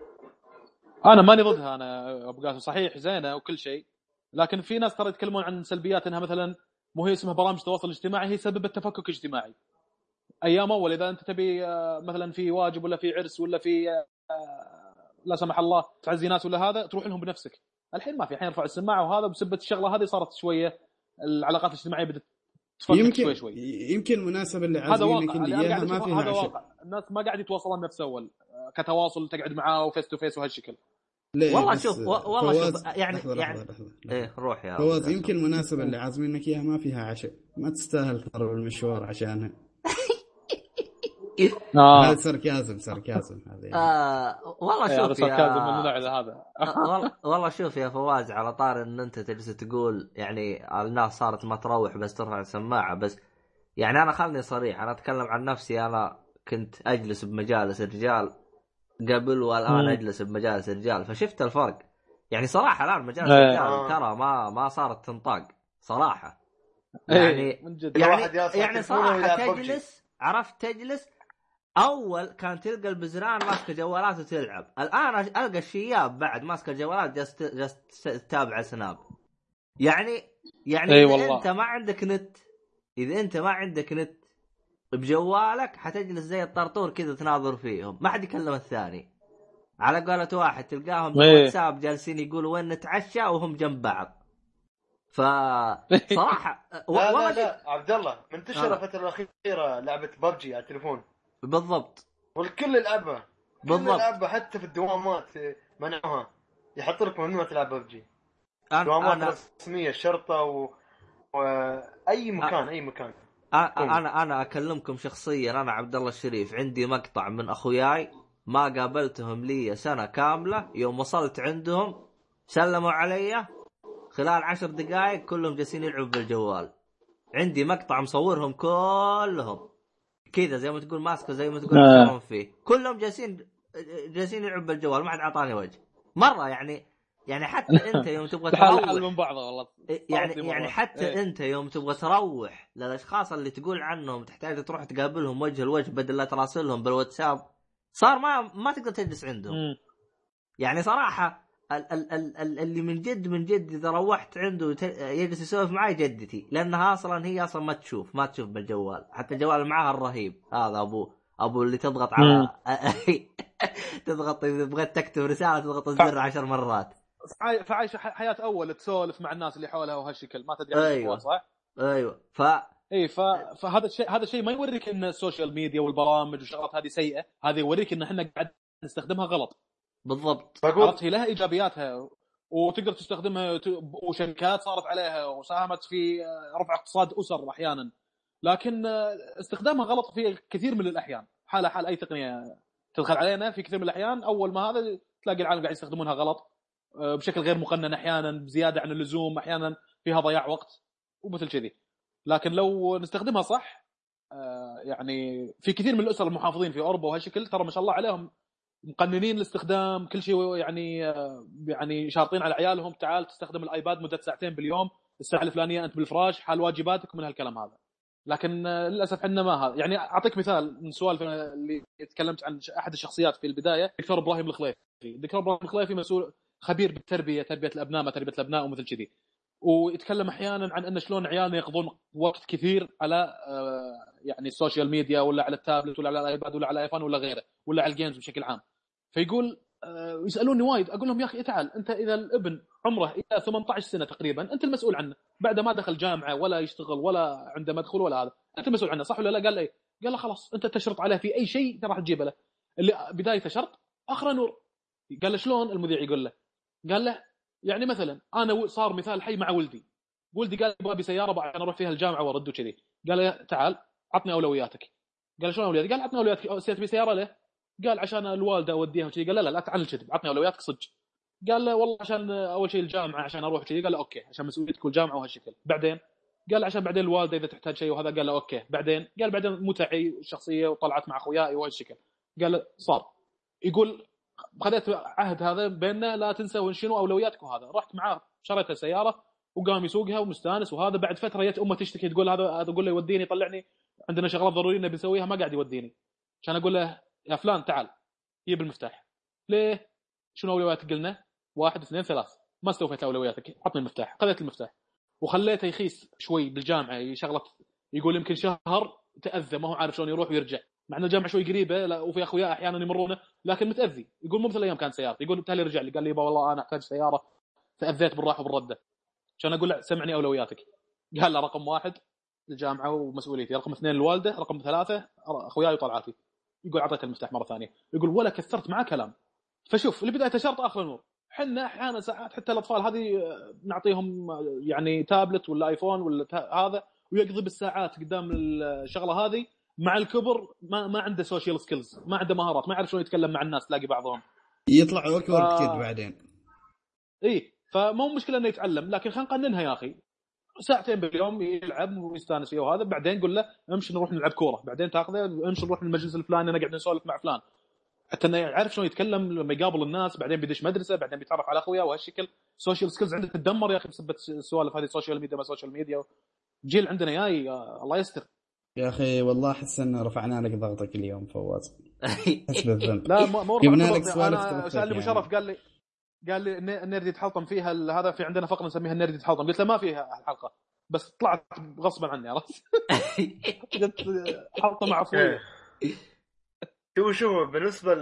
انا ماني ضدها، انا ابو قاسم صحيح زينه وكل شيء، لكن في ناس ترى يتكلمون عن سلبيات انها مثلا مو هي اسمها برامج التواصل الاجتماعي، هي سبب التفكك الاجتماعي. ايام اول اذا انت تبي مثلا في واجب ولا في عرس ولا في لا سمح الله تعزي ناس ولا هذا، تروح لهم بنفسك. الحين ما في، الحين يرفع السماعه وهذا بسبه الشغله هذه صارت شويه العلاقات الاجتماعيه بدت تفكك يمكن شوي شوي. يمكن المناسبه اللي هذا عازمينك واقع اللي اللي اياها ما فيها هذا عشاء. واقع. الناس ما قاعد يتواصلون نفس اول كتواصل تقعد معاه وفيس تو فيس وهالشكل. والله شوف والله شوف يعني لحظة يعني لحظة لحظة. ايه روح يا فواز، يمكن المناسبة اللي عازمينك اياها ما فيها عشاء، ما تستاهل تضرب المشوار عشانها. هذا سركازم سركازم هذا يعني. آه والله شوف يا سركازم من النوع هذا. والله والله شوف يا فواز، على طار ان انت تجلس تقول يعني الناس صارت ما تروح بس ترفع السماعة بس، يعني انا خلني صريح، انا اتكلم عن نفسي. انا كنت اجلس بمجالس الرجال قبل والان اجلس بمجالس الرجال، فشفت الفرق. يعني صراحة الان مجالس الرجال ترى ما ما صارت تنطاق صراحة. يعني يعني, يعني صراحة تجلس، عرفت تجلس. اول كان تلقى البزران ماسكه جوالات وتلعب، الان القى الشياب بعد ماسكه جوالات جالس جالس تتابع سناب. يعني يعني أي اذا والله. انت ما عندك نت، اذا انت ما عندك نت بجوالك حتجلس زي الطرطور كذا تناظر فيهم، ما حد يكلم الثاني. على قولة واحد تلقاهم بالواتساب جالسين يقولوا وين نتعشى وهم جنب بعض. فصراحة لا لا لا عبد الله منتشرة الفترة الأخيرة لعبة ببجي على التليفون. بالضبط. والكل يلعبها. بالضبط. كل يلعبها حتى في الدوامات منعوها، يحط لك ممنوع تلعب ببجي. أنا دوامات أنا رسمية، الشرطة و... وأي مكان أنا... أي مكان. أنا أنا أكلمكم شخصيا، أنا عبد الله الشريف عندي مقطع من أخوياي ما قابلتهم لي سنة كاملة، يوم وصلت عندهم سلموا علي خلال عشر دقائق كلهم جالسين يلعبوا بالجوال. عندي مقطع مصورهم كلهم كذا زي ما تقول ماسكه زي ما تقول آه. فيه كلهم جالسين جالسين يلعبوا بالجوال، ما حد عطاني وجه مرة. يعني يعني حتى انت يوم تبغى تروح من بعض والله يعني يعني حتى إيه. انت يوم تبغى تروح للاشخاص اللي تقول عنهم تحتاج تروح تقابلهم وجه لوجه بدل لا تراسلهم بالواتساب، صار ما ما تقدر تجلس عندهم. م. يعني صراحة ال ال ال اللي من جد من جد إذا روحت عنده يجلس يسولف معي جدتي، لأنها أصلا هي أصلا ما تشوف ما تشوف بالجوال، حتى الجوال معها الرهيب هذا أبو أبو اللي تضغط على تضغط إذا بغيت تكتب رسالة تضغط الزر عشر مرات. فعايش حياة أول تسولف مع الناس اللي حولها وهالشكل ما تدري. أيوة صح. أيوة ف اي ف... فهذا الشيء هذا الشيء ما يوريك ان السوشيال ميديا والبرامج والشغلات هذه سيئة، هذه يوريك ان احنا قاعد نستخدمها غلط. بالضبط. عرفت هي لها ايجابياتها وتقدر تستخدمها ت... وشركات صارت عليها وساهمت في رفع اقتصاد اسر احيانا لكن استخدامها غلط في كثير من الاحيان. حاله حال اي تقنيه تدخل علينا في كثير من الاحيان، اول ما هذا تلاقي العالم قاعد يستخدمونها غلط بشكل غير مقنن، احيانا بزياده عن اللزوم، احيانا فيها ضياع وقت ومثل كذي. لكن لو نستخدمها صح يعني في كثير من الاسر المحافظين في اوروبا وهالشكل ترى ما شاء الله عليهم مقننين الاستخدام كل شيء، يعني يعني شارطين على عيالهم تعال تستخدم الايباد مده ساعتين باليوم، الساعه الفلانيه انت بالفراش حال واجباتك من هالكلام هذا. لكن للاسف عندنا ما هذا. يعني اعطيك مثال من سوالف اللي تكلمت عن احد الشخصيات في البدايه، دكتور ابراهيم الخليفي. دكتور ابراهيم الخليفي مسؤول خبير بالتربيه، تربيه الابناء ما تربيه الابناء ومثل كذي، ويتكلم احيانا عن ان شلون عيالنا يقضون وقت كثير على يعني السوشيال ميديا ولا على التابلت ولا على الايباد ولا على الايفون ولا غيره ولا على الجيمز بشكل عام. فيقول يسالوني وايد، اقول لهم يا اخي تعال انت اذا الابن عمره الى ثمانية عشر سنه تقريبا انت المسؤول عنه، بعد ما دخل جامعه ولا يشتغل ولا عنده مدخول ولا هذا انت المسؤول عنه، صح ولا لا؟ قال لي قال له خلاص انت تشرط عليه في اي شيء راح تجيبه له، اللي بدايه شرط اخره نور. قال له شلون؟ المذيع يقول له قال له يعني مثلا انا صار مثال حي مع ولدي، ولدي قال لي ابي سياره عشان اروح فيها الجامعه وارد وكذي، قال له تعال عطني اولوياتك. قال شلون اولوياتك؟ قال عطني اولوياتك، سيت بسياره له؟ قال عشان الوالده اوديها وكذي. قال لا لا لا تعال الكذب، عطني اولوياتك صدق. قال له والله عشان اول شيء الجامعه عشان اروح كذي. قال له اوكي عشان مسؤوليتك والجامعه وهالشكل. بعدين قال عشان بعدين الوالده اذا تحتاج شيء وهذا. قال له اوكي. بعدين قال بعدين متعي الشخصيه وطلعت مع اخوياي وهالشكل. قال له صار. يقول خذيت عهد هذا بيننا لا تنسى شنو اولوياتك وهذا. رحت معاه شريت سياره وقام يسوقها ومستانس وهذا. بعد فتره جت امه تشتكي تقول هذا هذا اقول له يوديني يطلعني عندنا شغلات ضروريه نبي نسويها ما قاعد يوديني. عشان اقول له يا فلان تعال جيب المفتاح. ليه؟ شنو اولوياتك؟ قلنا واحد اثنين ثلاث، ما استوفيت اولوياتك، عطني المفتاح. خذيت المفتاح وخليته يخيس شوي بالجامعه شغله، يقول يمكن شهر تاذى ما هو عارف شلون يروح ويرجع، مع ان الجامعه شوي قريبه وفي اخويا احيانا يمرونه لكن متاذي. يقول مو مثل الايام كان سيارة. يقول بالتالي رجع لي قال لي والله انا احتاج سياره تاذيت بالراحه وبالرده. عشان اقول له سمعني اولوياتك. قال له رقم واحد الجامعه ومسؤوليتي، رقم اثنين الوالده، رقم ثلاثه اخوياي وطلعاتي. يقول عطيت المفتاح مره ثانيه. يقول ولا كثرت معاه كلام. فشوف اللي بدايه شرط اخر نور. حنا احيانا ساعات حتى الاطفال هذه نعطيهم يعني تابلت ولا ايفون ولا هذا ويقضي بالساعات قدام الشغله هذه، مع الكبر ما ما عنده سوشيال سكيلز، ما عنده مهارات، ما يعرف شلون يتكلم مع الناس. تلاقي بعضهم يطلع وكور ف... كثير بعدين. اي فمو مشكله انه يتعلم، لكن خلينا نقننها يا اخي ساعتين باليوم يلعب ويستانس فيه وهذا. بعدين قول له امشي نروح نلعب كوره، بعدين تاخذه امشي نروح المجلس الفلاني نقعد نسولف مع فلان، حتى انه يعرف شلون يتكلم لما يقابل الناس. بعدين بيدش مدرسه، بعدين بيتعرف على اخويا وهالشكل. سوشيال سكيلز عنده تدمر يا اخي بسبب السوالف هذه، السوشيال ميديا ما سوشيال ميديا. جيل عندنا جاي الله يستر يا اخي والله احس ان رفعنا لك ضغطك اليوم فواز. احس بالذنب. لا مو جبنا لك سوالف. انا سالني ابو شرف قال لي قال لي النيرد يتحلطم فيها هذا، في عندنا فقره نسميها النيرد يتحلطم. قلت له ما فيها الحلقه بس طلعت غصبا عني عرفت. قلت حلطه عفويه. شو شو بالنسبه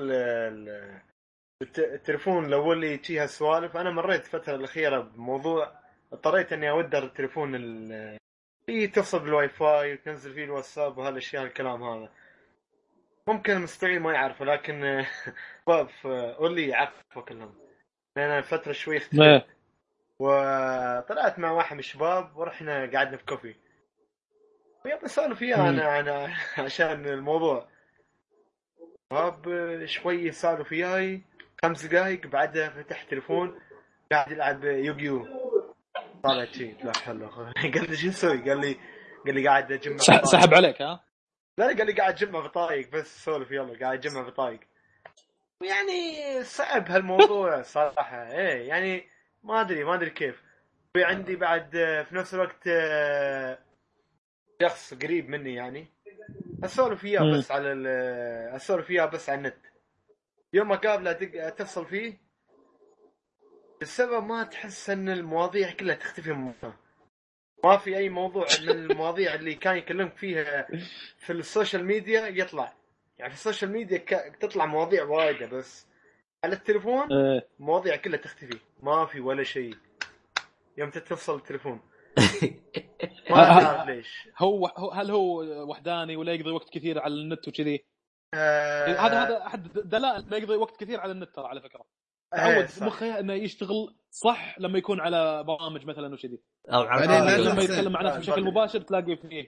للتليفون الاول اللي تجيها السوالف، انا مريت الفتره الاخيره بموضوع اضطريت اني اودر التليفون اللي يتصل بالواي فاي وتنزل فيه الواتساب وهالاشياء الكلام هذا. ممكن المستمعين ما يعرفوا لكن باب قول لي يعرفوا كلهم. انا فتره شوي اختفيت وطلعت مع واحد من الشباب ورحنا قعدنا في كوفي ويا بسولف فيها انا انا عشان الموضوع. باب شوي سالوا فياي خمس دقائق بعدها فتح تليفون قاعد يلعب يوغيو. طالع شيء لا حل. قال لي شو نسوي؟ قال لي قال لي قاعد اجمع سحب عليك ها؟ لا قال لي قاعد اجمع بطايق بس سولف يلا قاعد اجمع بطايق. يعني صعب هالموضوع صراحه. ايه يعني ما ادري ما ادري كيف. في عندي بعد في نفس الوقت شخص قريب مني يعني اسولف فيها بس على اسولف فيها بس على النت. يوم ما قابله اتصل فيه السبب ما تحس ان المواضيع كلها تختفي منها. ما في اي موضوع من المواضيع اللي كان يكلمك فيها في السوشيال ميديا يطلع. يعني في السوشيال ميديا تطلع مواضيع وايده بس على التليفون مواضيع كلها تختفي ما في ولا شيء يوم تتصل التليفون. ما أعرف ليش. هو هل هو وحداني ولا يقضي وقت كثير على النت وكذي؟ آه هذا هذا احد دلائل ما يقضي وقت كثير على النت ترى على فكره. تعود مخه انه يشتغل صح لما يكون على برامج مثلا وكذي، او على لما يتكلم مع ناس بشكل مباشر تلاقي فيه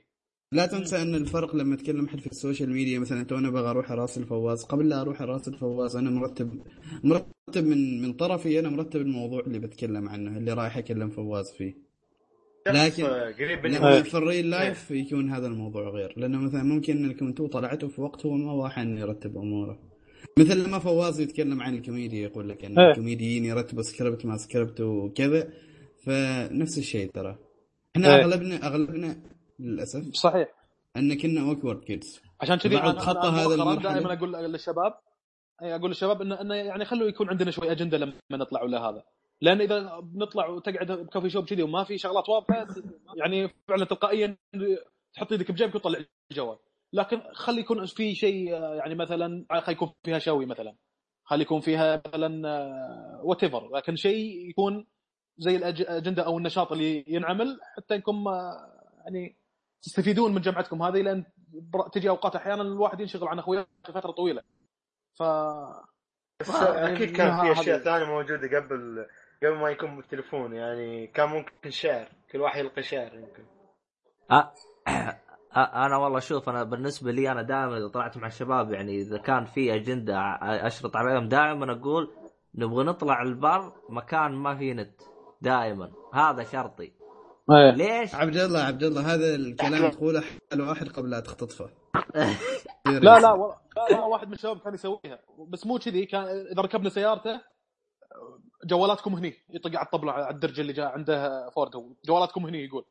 لا تنسى ان الفرق لما اتكلم حد في السوشيال ميديا مثلا تو انا بغى اروح راس الفواز قبل لا اروح راس الفواز انا مرتب مرتب من من طرفي انا مرتب الموضوع اللي بتكلم عنه اللي رايح اكلم فواز فيه. لكن لما في الريل لايف يكون هذا الموضوع غير لانه مثلا ممكن انكم انتم طلعتوا في وقت هو ما راح ان يرتب اموره مثل لما فواز يتكلم عن الكوميديا يقول لك ان الكوميديين يرتبوا سكريبت ما سكريبت وكذا فنفس الشيء ترى احنا اغلبنا اغلبنا للاسف صحيح ان كنا اوكورد كيدز عشان كذي بعد خطى هذا المرحله دائما اقول للشباب اقول للشباب ان انه يعني خلوا يكون عندنا شوي اجنده لما نطلع ولا هذا لان اذا بنطلع وتقعد بكافي شوب كذي وما في شغلات واضحه يعني فعلا تلقائيا تحط يدك بجيبك وتطلع الجوال لكن خلي يكون في شيء يعني مثلا خلي يكون فيها شوي مثلا خلي يكون فيها مثلا وات ايفر لكن شيء يكون زي الاجنده او النشاط اللي ينعمل حتى انكم يعني تستفيدون من جمعتكم هذه لان تجي اوقات احيانا الواحد ينشغل عن اخوياه فتره طويله ف بس اكيد كان في اشياء ثانيه موجوده قبل قبل ما يكون بالتليفون يعني كان ممكن شعر كل واحد يلقي شعر يمكن أه انا والله شوف انا بالنسبه لي انا دائما اذا طلعت مع الشباب يعني اذا كان في اجنده اشرط عليهم دائما اقول نبغى نطلع البر مكان ما فيه نت دائما هذا شرطي. ليش عبد الله عبد الله هذا الكلام تقوله حل واحد قبل لا تختطفه لا لا والله واحد من الشباب كان يسويها بس مو كذي كان اذا ركبنا سيارته جوالاتكم هني يطق على الطبله على الدرج اللي جاء عنده فورد جوالاتكم هني يقول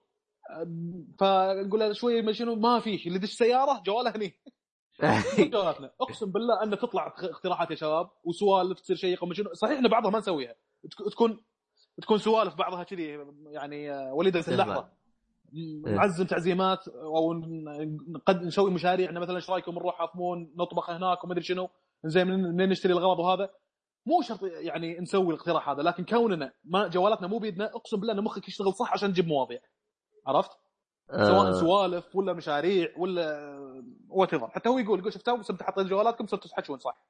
فنقول له شوي شنو ما فيه اللي دش سياره جواله هني جوالاتنا اقسم بالله ان تطلع اقتراحات يا شباب وسوالف تصير شيقه من شنو صحيح ان بعضها ما نسويها تكون تكون سوالف بعضها كذي يعني وليده اللحظه نعزم تعزيمات او نقد نسوي مشاريع مثلا ايش رايكم نروح عفمون نطبخ هناك وما ادري شنو زي منين نشتري الغراض وهذا مو شرط يعني نسوي الاقتراح هذا لكن كوننا ما جوالاتنا مو بيدنا اقسم بالله ان مخك يشتغل صح عشان نجيب مواضيع عرفت سواء سوالف ولا مشاريع ولا وات ايفر حتى هو يقول يقول شفتوا بس انت حطيت جوالاتكم صرتوا تحكون صح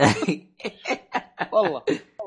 والله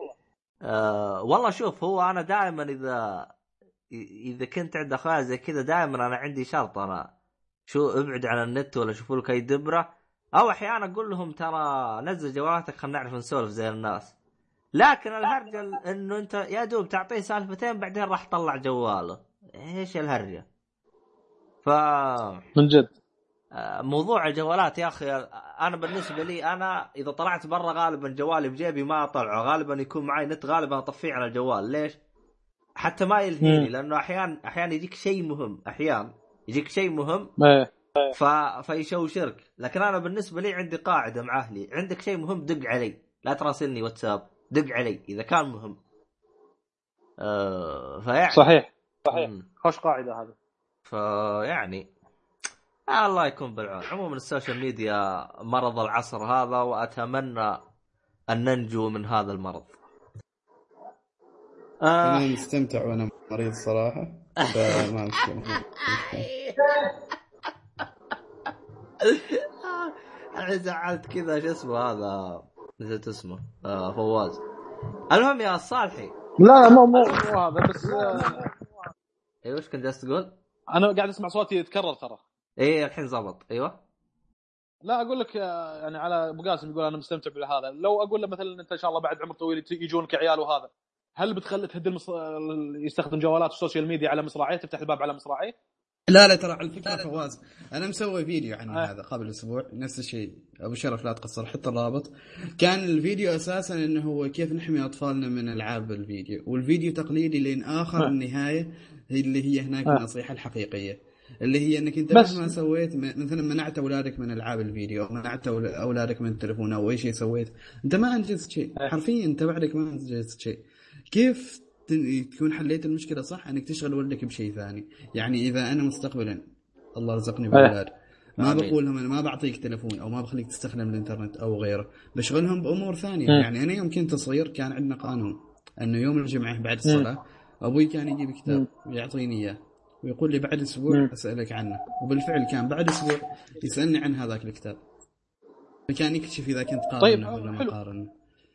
أه والله شوف هو انا دائما اذا اذا كنت عند اخويا زي كذا دائما انا عندي شرط انا شو ابعد عن النت ولا شوفوا لك اي دبره او احيانا اقول لهم ترى نزل جوالاتك خلينا نعرف نسولف زي الناس لكن الهرجه انه انت يا دوب تعطيه سالفتين بعدين راح تطلع جواله ايش الهرجه ف من جد موضوع الجوالات يا اخي انا بالنسبه لي انا اذا طلعت برا غالبا جوالي بجيبي ما اطلعه غالبا يكون معي نت غالبا اطفيه على الجوال ليش حتى ما يلهيني لانه احيانا احيانا يجيك شيء مهم احيانا يجيك شيء مهم ف فيشوشرك لكن انا بالنسبه لي عندي قاعده مع اهلي عندك شيء مهم دق علي لا تراسلني واتساب دق علي اذا كان مهم أه فيعني صحيح صحيح خوش قاعده هذا فيعني الله يكون بالعون. عموما السوشيال ميديا مرض العصر هذا وأتمنى أن ننجو من هذا المرض. آه. أنا مستمتع وأنا مريض صراحة فما مشكلة. أنا زعلت كذا شو اسمه هذا نسيت اسمه آه فواز. المهم يا الصالحي لا مو مو هذا بس آه... ايش وش كنت جالس تقول؟ انا قاعد اسمع صوتي يتكرر ترى. ايه الحين زبط. ايوه لا اقول لك يعني على ابو قاسم يقول انا مستمتع بهذا لو اقول له مثلا انت ان شاء الله بعد عمر طويل يجونك عيال وهذا هل بتخلي تهد المص... يستخدم جوالات السوشيال ميديا على مصراعيه تفتح الباب على مصراعيه؟ لا لا ترى على فكره فواز انا مسوي فيديو عن آه. هذا قبل اسبوع نفس الشيء ابو شرف لا تقصر حتى الرابط كان الفيديو اساسا انه هو كيف نحمي اطفالنا من العاب الفيديو والفيديو تقليدي لين اخر آه. النهايه اللي هي هناك آه. النصيحه الحقيقيه اللي هي انك انت مهما سويت مثلا منعت اولادك من العاب الفيديو او منعت اولادك من التليفون او اي شيء سويت انت ما انجزت شيء حرفيا انت بعدك ما انجزت شيء. كيف تكون حليت المشكله صح انك تشغل ولدك بشيء ثاني يعني اذا انا مستقبلا الله رزقني باولاد ما بقول لهم انا ما بعطيك تليفون او ما بخليك تستخدم الانترنت او غيره بشغلهم بامور ثانيه يعني انا يوم كنت صغير كان عندنا قانون انه يوم الجمعه بعد الصلاه ابوي كان يجيب كتاب ويعطيني اياه ويقول لي بعد اسبوع اسالك عنه وبالفعل كان بعد اسبوع يسالني عن هذاك الكتاب فكان يكشف اذا كنت قارن طيب ولا ما قارن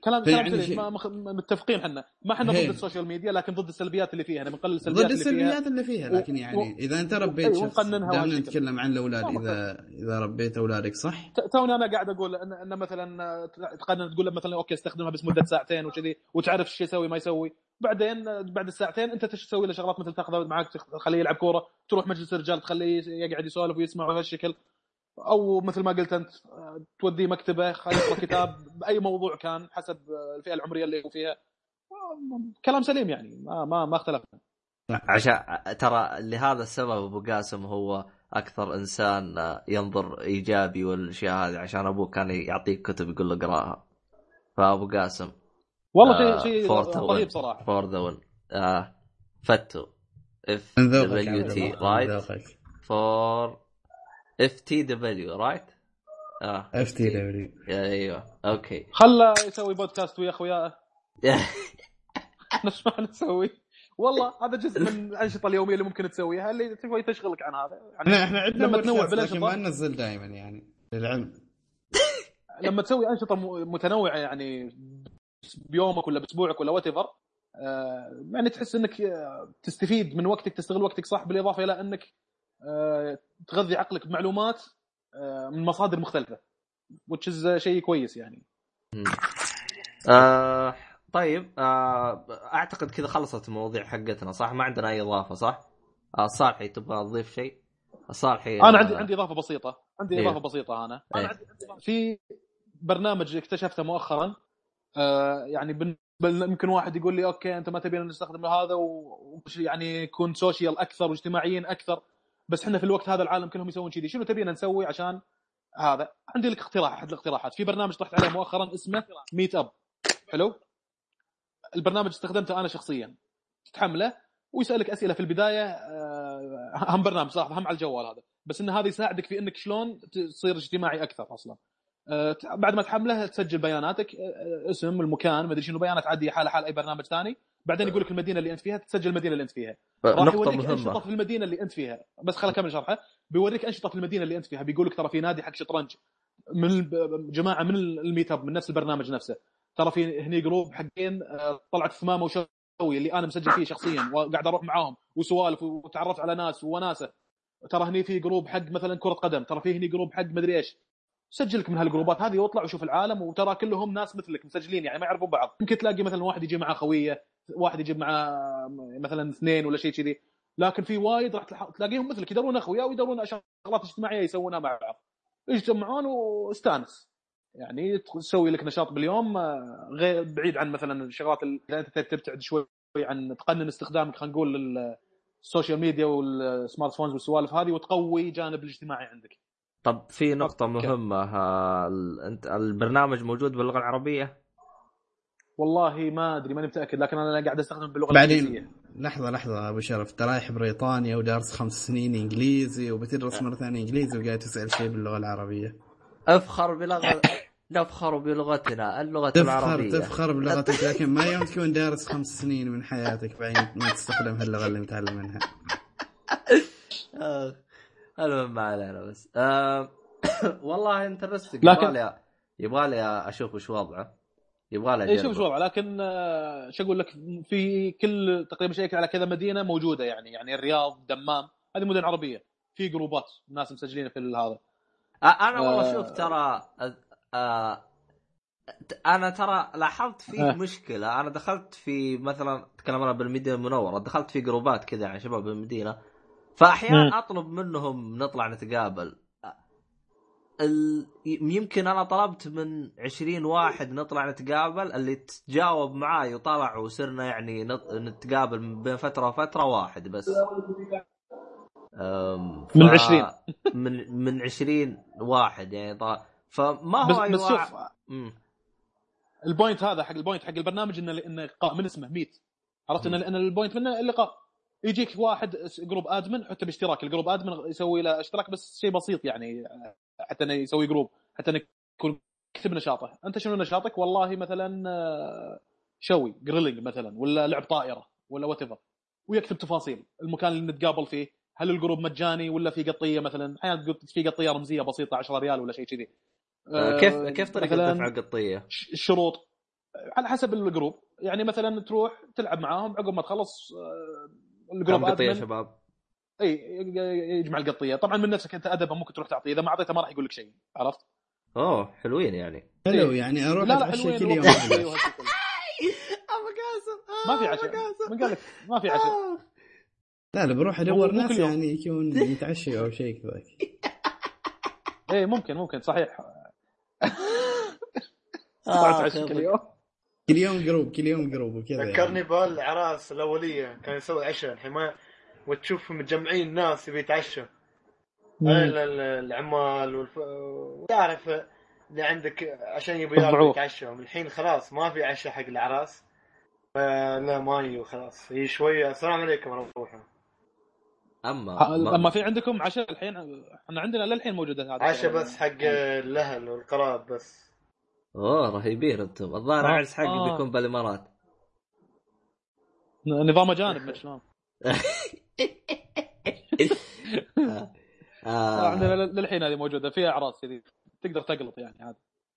كلام في كلام عندي سليم شيء. ما مخ... متفقين احنا ما احنا هي. ضد السوشيال ميديا لكن ضد السلبيات اللي فيها انا بنقلل السلبيات ضد اللي فيها السلبيات اللي فيها لكن و- يعني و- اذا انت ربيت أي، شخص ونقننها دائما وهالشكل. نتكلم عن الاولاد ما اذا اذا ربيت اولادك صح. ت- توني انا قاعد اقول ان, إن مثلا تقنن تقول له مثلا اوكي استخدمها بس مده ساعتين وكذي وتعرف ايش يسوي ما يسوي بعدين بعد الساعتين انت تسوي له شغلات مثل تاخذه معك تخليه يلعب كوره تروح مجلس الرجال تخليه يقعد يسولف ويسمع بهالشكل او مثل ما قلت انت توديه مكتبه خليه يقرا كتاب باي موضوع كان حسب الفئه العمريه اللي هو فيها. كلام سليم يعني ما ما ما اختلفنا. عشان ترى لهذا السبب ابو قاسم هو اكثر انسان ينظر ايجابي والاشياء هذه عشان ابوه كان يعطيك كتب يقول له اقراها. فابو قاسم والله شيء شيء رهيب صراحه. فور ذا ون فتو اف من ذوقك دبليو تي من رايت ذوقك. فور اف تي دبليو رايت اه اف تي دبليو ايوه اوكي. خله يسوي بودكاست ويا اخوياه نفس ما نسوي. والله هذا جزء من الانشطه اليوميه اللي ممكن تسويها اللي تبغى تشغلك عن هذا يعني. احنا احنا عندنا لما تنوع لكن بالانشطه ما ننزل دائما يعني للعلم. لما تسوي انشطه م- متنوعه يعني بيومك ولا باسبوعك ولا وات ايفر آه يعني تحس انك آه، تستفيد من وقتك تستغل وقتك صح بالاضافه الى انك آه تغذي عقلك بمعلومات آه من مصادر مختلفه which is شيء كويس يعني. آه طيب آه اعتقد كذا خلصت المواضيع حقتنا صح ما عندنا اي اضافه صح. آه صالحي تبغى تضيف شيء؟ صالحي انا آه عندي عندي اضافه بسيطه عندي إيه. اضافه بسيطه انا إيه. انا عندي في برنامج اكتشفته مؤخرا آه يعني بالنسبه يمكن واحد يقول لي اوكي انت ما تبينا نستخدم هذا ويعني يكون سوشيال اكثر واجتماعيين اكثر بس احنا في الوقت هذا العالم كلهم يسوون كذي شنو تبينا نسوي عشان هذا. عندي لك اقتراح احد الاقتراحات في برنامج طحت عليه مؤخرا اسمه ميت اب. حلو البرنامج استخدمته انا شخصيا تحمله ويسالك اسئله في البدايه آه، هم برنامج صراحه هم على الجوال هذا بس ان هذا يساعدك في انك شلون تصير اجتماعي اكثر اصلا. آه، بعد ما تحمله تسجل بياناتك آه، اسم المكان ما ادري شنو بيانات عاديه حاله حال اي برنامج ثاني بعدين يقول لك المدينه اللي انت فيها تسجل المدينه اللي انت فيها راح نقطه يوريك مهمه انشطه في المدينه اللي انت فيها بس خليني اكمل شرحه. بيوريك انشطه في المدينه اللي انت فيها بيقول لك ترى في نادي حق شطرنج من الب- جماعه من الميت اب من نفس البرنامج نفسه ترى في هني جروب حقين آه، طلعت ثمامه وشوي اللي انا مسجل فيه شخصيا وقاعد اروح معاهم وسوالف وتعرفت على ناس وناسه. ترى هني في جروب حق مثلا كره قدم ترى في هني جروب حق مدري ايش سجلك من هالجروبات هذه واطلع وشوف العالم وترى كلهم ناس مثلك مسجلين يعني ما يعرفون بعض. يمكن تلاقي مثلا واحد يجي معه خويه واحد يجيب معه مثلا اثنين ولا شيء كذي لكن في وايد راح تلاقيهم مثلك يدورون اخويا ويدورون شغلات اجتماعيه يسوونها مع بعض يجتمعون واستانس يعني تسوي لك نشاط باليوم غير بعيد عن مثلا الشغلات اللي انت تبتعد شوي عن تقنن استخدامك خلينا نقول للسوشيال ميديا والسمارت فونز والسوالف هذه وتقوي جانب الاجتماعي عندك. طب في نقطه مهمه ها انت البرنامج موجود باللغه العربيه؟ والله ما ادري ماني متاكد لكن انا قاعد استخدم باللغه بعدين الانجليزيه. لحظه لحظه ابو شرف انت رايح بريطانيا ودارس خمس سنين انجليزي وبتدرس مره ثانيه انجليزي وقاعد تسال شيء باللغه العربيه. افخر بلغه نفخر بلغتنا اللغه تفخر العربيه. تفخر بلغتك لكن ما يوم تكون دارس خمس سنين من حياتك بعدين ما تستخدم هاللغه اللي متعلم منها. المهم ما علينا بس أه والله انترستنج لكن... يبغالي يبغالي اشوف وش وضعه يبغالي اي شوف شو وضعه لكن آه، شو اقول لك في كل تقريبا شيء على كذا مدينه موجوده يعني يعني الرياض دمام هذه مدن عربيه في جروبات ناس مسجلين في هذا. انا والله آه... شوف ترى آه... انا ترى لاحظت فيه آه. مشكله. انا دخلت في مثلا تكلمنا بالمدينه المنوره دخلت في جروبات كذا عن شباب المدينه فاحيانا م. اطلب منهم نطلع نتقابل ال... يمكن انا طلبت من عشرين واحد نطلع نتقابل اللي تجاوب معاي وطلع وصرنا يعني نط... نتقابل بين فتره وفتره واحد بس أم... ف... من عشرين من من عشرين واحد يعني ط... فما هو بس, أي بس واحد... شوف م. البوينت هذا حق البوينت حق البرنامج انه انه لقاء من اسمه ميت عرفت ان ان البوينت منه اللقاء يجيك واحد جروب ادمن حتى باشتراك الجروب ادمن يسوي له اشتراك بس شيء بسيط يعني حتى انه يسوي جروب حتى انه يكون كتب نشاطه انت شنو نشاطك والله مثلا شوي جريلينج مثلا ولا لعب طائره ولا واتيفر ويكتب تفاصيل المكان اللي نتقابل فيه هل الجروب مجاني ولا في قطيه مثلا احيانا قلت في قطيه رمزيه بسيطه عشرة ريال ولا شيء كذي. كيف كيف طريقه دفع القطيه الشروط على حسب الجروب، يعني مثلا تروح تلعب معاهم عقب ما تخلص الجروب قطيه يا ادمن شباب. اي يجمع القطيه. طبعا من نفسك انت ادبا ممكن تروح تعطيه، اذا ما اعطيته ما راح يقول لك شيء، عرفت؟ اوه حلوين يعني. حلو إيه. يعني اروح لا لا اتعشى حلوين كل يوم. الوقت شيء ببلاش. وهالشيء كله. ابو قاسم ما في عشاء، من قال لك ما في عشاء؟ لا لا بروح ادور مو ناس كل يوم. يعني يكون يتعشى او شيء كذا. ايه ممكن ممكن صحيح. آه، تعشى كل يوم. كل يوم جروب كل يوم جروب وكذا. ذكرني يعني. بالعراس الاوليه كان يسوي عشاء الحين ما وتشوف مجمعين الناس يبي يتعشوا ال- ال- العمال والف... وتعرف اللي عندك عشان يبي ياكل يتعشوا. الحين خلاص ما في عشاء حق العراس، فلا ما يجوا خلاص هي شويه السلام عليكم روحوا. اما اما في عندكم عشاء الحين؟ احنا عندنا للحين موجوده هذا عشاء بس حق الاهل والقراب بس. اوه رهيبين انتم. الظاهر عرس حقي آه. بيكون بالامارات. نظام اجانب مش شلون؟ آه. عندنا للحين هذه موجوده فيها اعراس كذي تقدر تقلط يعني هذا.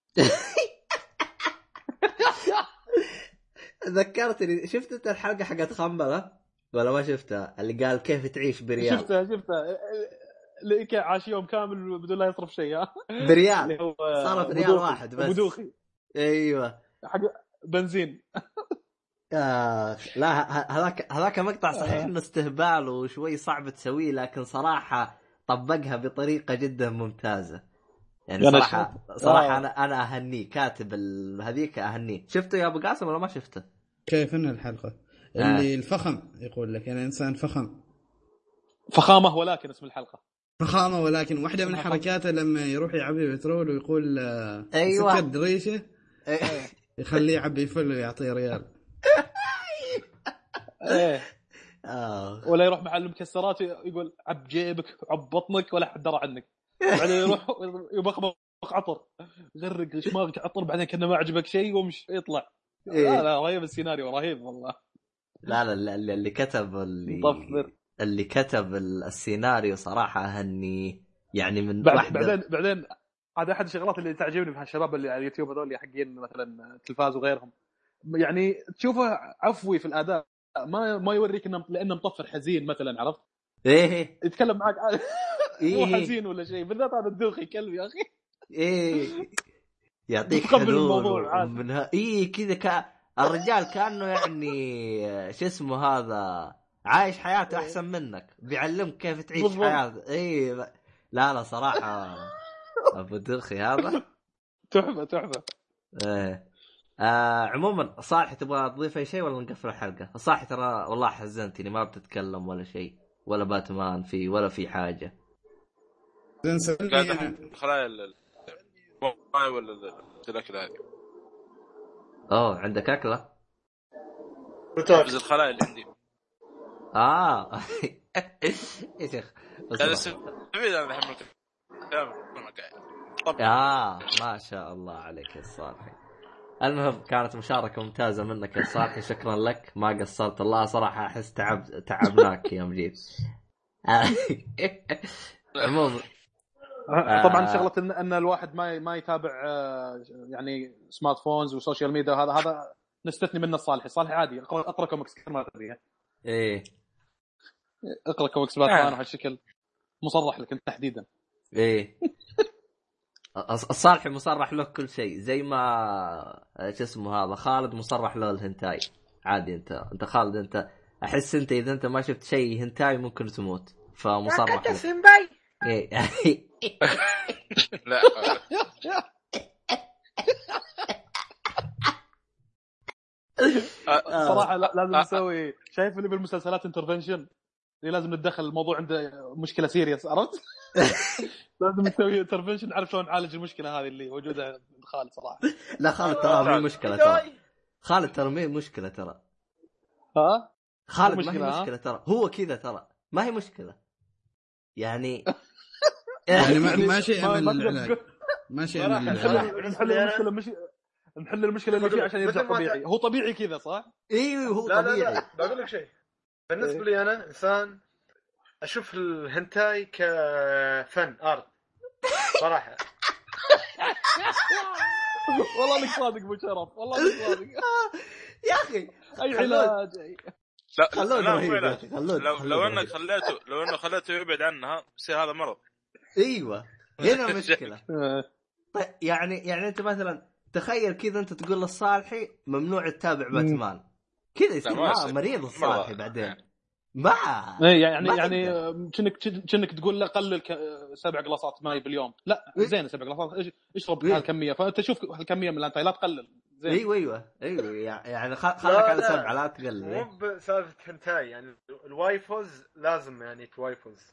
ذكرتني، شفت انت الحلقه حقت خنبله ولا ما شفتها؟ اللي قال كيف تعيش بريال. شفتها شفتها اللي عاش يوم كامل بدون لا يصرف شيء. ها بريال صرف ريال واحد بس. بدوخي ايوه حق بنزين. آه. لا هذاك هذاك مقطع صحيح انه استهبال وشوي صعب تسويه، لكن صراحه طبقها بطريقه جدا ممتازه يعني. صراحه صراحه آه. انا انا اهنيه كاتب هذيك اهنيه. شفته يا ابو قاسم ولا ما شفته؟ كيف ان الحلقه اللي آه. الفخم يقول لك انا انسان فخم. فخامه ولكن اسم الحلقه فخامه ولكن. واحده من حركاته لما يروح يعبي بترول ويقول ايوه سكر دريشه يخليه يعبي فل ويعطيه ريال. ايه آه. ولا يروح محل المكسرات يقول عب جيبك عب بطنك ولا حد درى عنك، بعدين يروح يبخبخ عطر يغرق شماغك عطر، بعدين كأنه ما عجبك شيء ومش يطلع. إيه. لا لا رهيب السيناريو رهيب والله. لا لا اللي, اللي كتب اللي مطفر. اللي كتب السيناريو صراحه اهني يعني. من بعد واحدة بعدين بعدين هذا احد الشغلات اللي تعجبني في هالشباب اللي على اليوتيوب هذول اللي حقين مثلا التلفاز وغيرهم، يعني تشوفه عفوي في الاداء، ما ما يوريك انه لانه مطفر حزين مثلا، عرفت؟ ايه يتكلم معك إيه. مو حزين ولا شيء، بالذات هذا الدوخي كلب يا اخي. ايه يعطيك تقبل حلول الموضوع عادي. منها. ايه كذا ك... الرجال كانه يعني شو اسمه هذا عايش حياته احسن منك، بيعلمك كيف تعيش بالضبط. حياته. ايه لا لا صراحه ابو درخي هذا تحفه تحفه. ايه آه عموما صالح تبغى تضيف اي شيء ولا نقفل الحلقه؟ صالح ترى والله حزنتني ما بتتكلم ولا شيء ولا باتمان في ولا في حاجه. قاعد خلايا الماي ولا الاكل هذه. اوه عندك اكله؟ بس الخلايا اللي عندي اه يا شيخ انا سبيل انا بحمل كلام قاعد. اه ما شاء الله عليك يا صالح. المهم كانت مشاركه ممتازه منك يا صالح، شكرا لك ما قصرت. الله صراحه احس تعب تعبناك يا مجيد. عموما طبعا شغله ان ان الواحد ما ما يتابع يعني سمارت فونز وسوشيال ميديا، هذا هذا نستثني منه الصالح. الصالح عادي اقرا كوميكس كثير ما تدري. ايه اقرا كوميكس باتمان وهالشكل مصرح لك انت تحديدا. ايه الصالح مصرح له كل شيء، زي ما شو اسمه هذا خالد مصرح له الهنتاي عادي. انت انت خالد انت احس انت اذا انت ما شفت شيء هنتاي ممكن تموت، فمصرح له. ايه لا صراحه لازم نسوي، شايف اللي بالمسلسلات انترفنشن اللي لازم نتدخل الموضوع عنده مشكله سيريس، عرفت؟ لازم نسوي انترفنشن نعرف شلون نعالج المشكله هذه اللي موجوده عند خالد صراحه. لا خالد ترى مو مشكله ترى. خالد ترى مو مشكله ترى. ها خالد ما هي مشكله ترى، هو كذا ترى ما هي مشكله يعني. يعني ما ما شيء من العلاج، ما شيء من العلاج. نحل المشكله مش نحل المشكله اللي فيه عشان يرجع طبيعي. هو طبيعي كذا صح؟ ايوه هو لا طبيعي. لا لا بقول لك شيء بالنسبه لي انا انسان اشوف الهنتاي كفن ارت صراحه. والله انك صادق ابو شرف، والله انك صادق يا اخي اي علاج. لا خلود لا رهيب مو يا علاج. أخي، خلود لو خلود لو رهيب. انك خليته لو انه خليته يبعد عنها يصير هذا مرض. ايوه هنا مشكله. طيب يعني يعني انت مثلا تخيل كذا انت تقول للصالحي ممنوع تتابع باتمان كذا يصير لا، ما ما يصير. مريض الصالحي مرضى. بعدين ما ايه يعني ما يعني تقدر. كأنك كأنك تقول له قلل ك- سبع قلاصات ماي باليوم. لا إيه. زين سبع قلاصات إيش- اشرب إيه. هالكميه، فانت شوف هالكميه من الانتاي لا تقلل. زين ايوه ايوه ايوه يعني خل- خلك لا، على لا. سبعه لا تقلل. مو إيه. بسالفه هنتاي يعني الوايفوز لازم يعني توايفوز.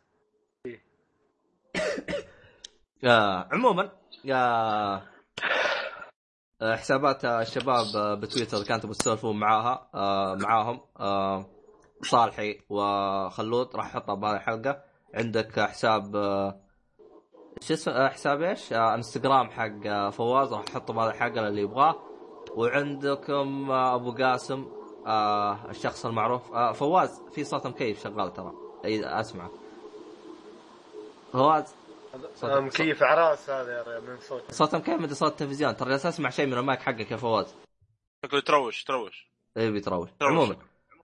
آه عموما آه آه، حسابات الشباب آه، بتويتر كانت بتسولفون معاها آه معاهم آه صالحي وخلود راح احطها بهذه الحلقه. عندك حساب آه شو اسمه آه، حساب ايش آه انستغرام حق آه فواز راح احطه بهذه الحلقه اللي يبغاه. وعندكم آه ابو قاسم آه الشخص المعروف آه فواز في صوت مكيف شغال ترى اي اسمعه فواز صوت- مكيف عراس هذا يا ريال من صوت. صوت مكيف من صوت التلفزيون ترى جالس اسمع شيء من المايك حقك يا فواز. شكله تروش تروش ايه بيتروش. تروش. عموما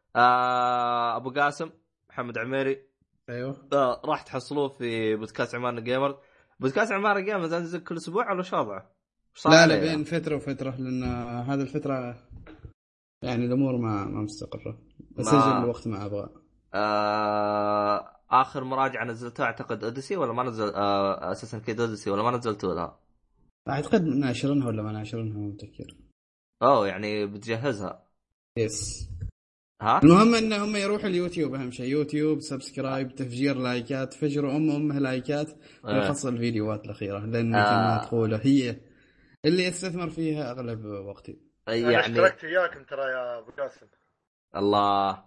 آه ابو قاسم محمد عميري ايوه آه راح تحصلوه في بودكاست عمارنا جيمر. بودكاست عمارنا جيمر انزل كل اسبوع ولا شو وضعه؟ لا لا بين فتره وفتره لان هذه الفتره يعني الامور ما ما مستقره اسجل ما- الوقت ما ابغى. آه اخر مراجعه نزلتها اعتقد اوديسي ولا ما نزل آه اساسا كيد اوديسي ولا ما نزلتوا لها؟ اعتقد ناشرينها ولا ما ناشرينها مو متذكر. اوه يعني بتجهزها. يس ها المهم ان هم يروحوا اليوتيوب اهم شيء يوتيوب سبسكرايب تفجير لايكات فجروا ام امه لايكات ويخص الفيديوهات الاخيره لان آه. كما تقوله هي اللي يستثمر فيها اغلب وقتي. انا يعني اشتركت وياكم ترى يا ابو قاسم. الله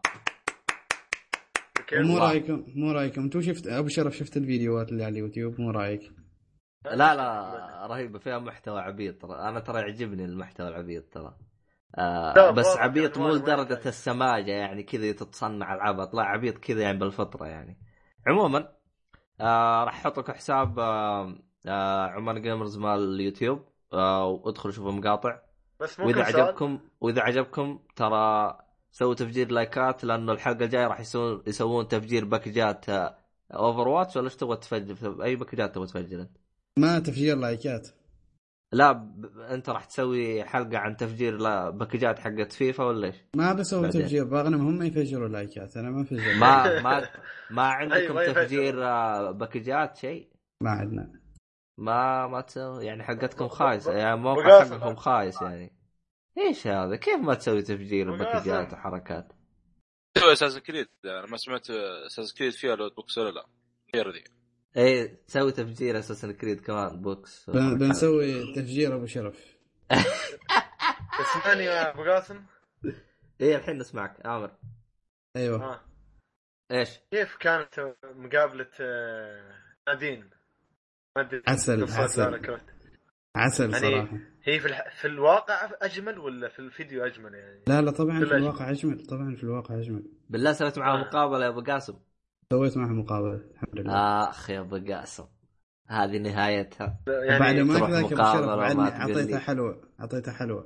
كيف؟ مو الله. رايكم مو رايكم انتم شفت ابو شرف شفت الفيديوهات اللي على اليوتيوب مو رايك؟ لا لا رهيبه فيها محتوى عبيط ترى. انا ترى يعجبني المحتوى العبيط ترى آه لا، بس واضح عبيط يعني مو ما- ما لدرجه يحتاج. السماجه يعني كذا تتصنع العبط لا عبيط كذا يعني بالفطره يعني. عموما آه راح احط لكم حساب آه آه عمان جيمرز مال اليوتيوب آه وادخلوا شوفوا مقاطع. بس واذا ممكن سؤال. عجبكم واذا عجبكم ترى سووا تفجير لايكات لانه الحلقه الجايه راح يسوون يسوون تفجير باكجات اوفر واتش ولا ايش تبغى تفجر اي باكجات تبغى تفجر انت؟ ما تفجير لايكات لا ب... انت راح تسوي حلقه عن تفجير لا باكجات حقت فيفا ولا ايش؟ ما بسوي بعدين. تفجير باغنم هم يفجروا لايكات انا ما فجر ما ما ما عندكم أيوة، يفجر. تفجير آه، باكجات شيء ما عندنا ما ما تسوي يعني حقتكم خايس يعني موقع بقاسم. حقكم خايس يعني ايش هذا كيف ما تسوي تفجير بقاسم. باكجات وحركات؟ سوى اساس كريد انا ما سمعت اساس كريد فيها لود بوكس ولا لا غير ذي. ايه تسوي تفجير اساسا كريد كمان بوكس بن- بنسوي تفجير ابو شرف. اسمعني يا ابو قاسم. ايه الحين نسمعك عامر. ايوه آه. ايش كيف كانت مقابله آه، نادين؟ ما أدري عسل، قصة عسل. لارا كروفت. عسل يعني صراحه. هي في الح... في الواقع اجمل ولا في الفيديو اجمل يعني؟ لا لا طبعا في في الواقع اجمل طبعا في الواقع اجمل. بالله سويت معاه آه. مقابله يا ابو قاسم؟ سويت معه مقابله الحمد لله. اخ يا ابو قاسم هذه نهايتها. يعني بعد ما تروح كذاك ابو مقابلة شرف وما بعدني تقول لي. اعطيته حلوه اعطيته حلوه.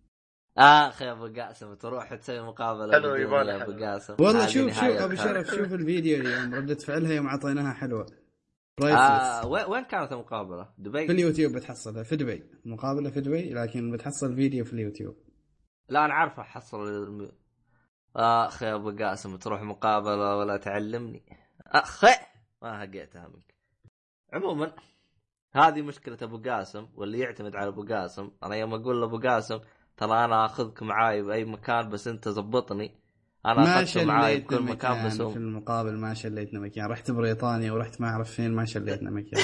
اخ يا ابو قاسم تروح تسوي مقابله حلو بدون يبالي يا ابو حلو. قاسم. والله هذه شوف شوف نهايتها. ابو شرف شوف الفيديو اليوم ردة فعلها يوم اعطيناها حلوه. آه برايسلس. وين وين كانت المقابله؟ في دبي؟ اليوتيوب بتحصلها في دبي مقابله في دبي لكن بتحصل فيديو في اليوتيوب. لا انا عارف احصل الم... اخ يا ابو قاسم تروح مقابله ولا تعلمني اخ ما هقيتها منك. عموما هذه مشكله ابو قاسم واللي يعتمد على ابو قاسم. انا يوم اقول لابو قاسم ترى انا اخذك معاي باي مكان بس انت زبطني انا ما اخذك معاي شليتنا بكل مكان مكان بس في هم. المقابل ما شليتنا مكان رحت بريطانيا ورحت ما اعرف فين ما شليتنا مكان.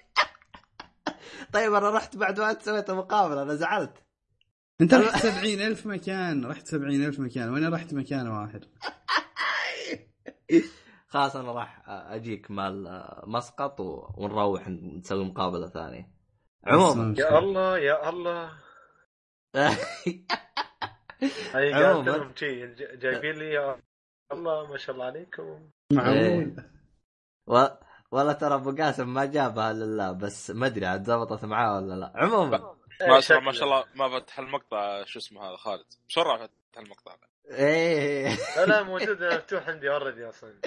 طيب انا رحت بعد ما انت سويت مقابله انا زعلت. انت رحت سبعين ألف مكان رحت سبعين ألف مكان وانا رحت مكان واحد. خلاص انا راح اجيك مال مسقط و- ونروح نسوي مقابله ثانيه. عموما يا الله يا الله. هاي عموماً. قالت لهم شي ج- جايبين لي يا الله ما شاء الله عليكم. معقول. و... ولا ترى ابو قاسم ما جابها لله بس ما ادري عاد زبطت معاه ولا لا. عموما ما اسرع ما شاء الله ما فتح المقطع. شو اسمه هذا خالد بسرعه فتح المقطع. ايه لا لا موجود مفتوح عندي اوريدي اصلا.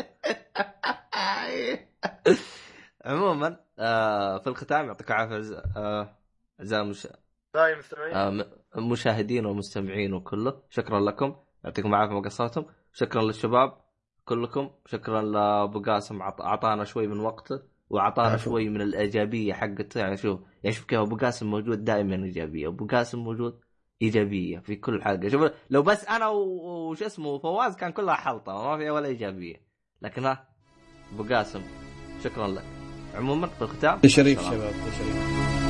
عموما آه في الختام يعطيك العافيه اعزائي مش... طيب مستمعين آه مشاهدين ومستمعين وكله، شكرا لكم يعطيكم العافيه ما قصرتم. شكرا للشباب كلكم، شكرا لابو قاسم اعطانا شوي من وقته واعطانا شوي من الايجابيه حقته. يعني شوف يعني شوف كيف ابو قاسم موجود دائما ايجابيه، ابو قاسم موجود ايجابيه في كل حلقه. شوف لو بس انا وش اسمه فواز كان كلها حلطه ما فيها ولا ايجابيه، لكن ها ابو قاسم شكرا لك. عموما في الختام تشريف شباب تشريف.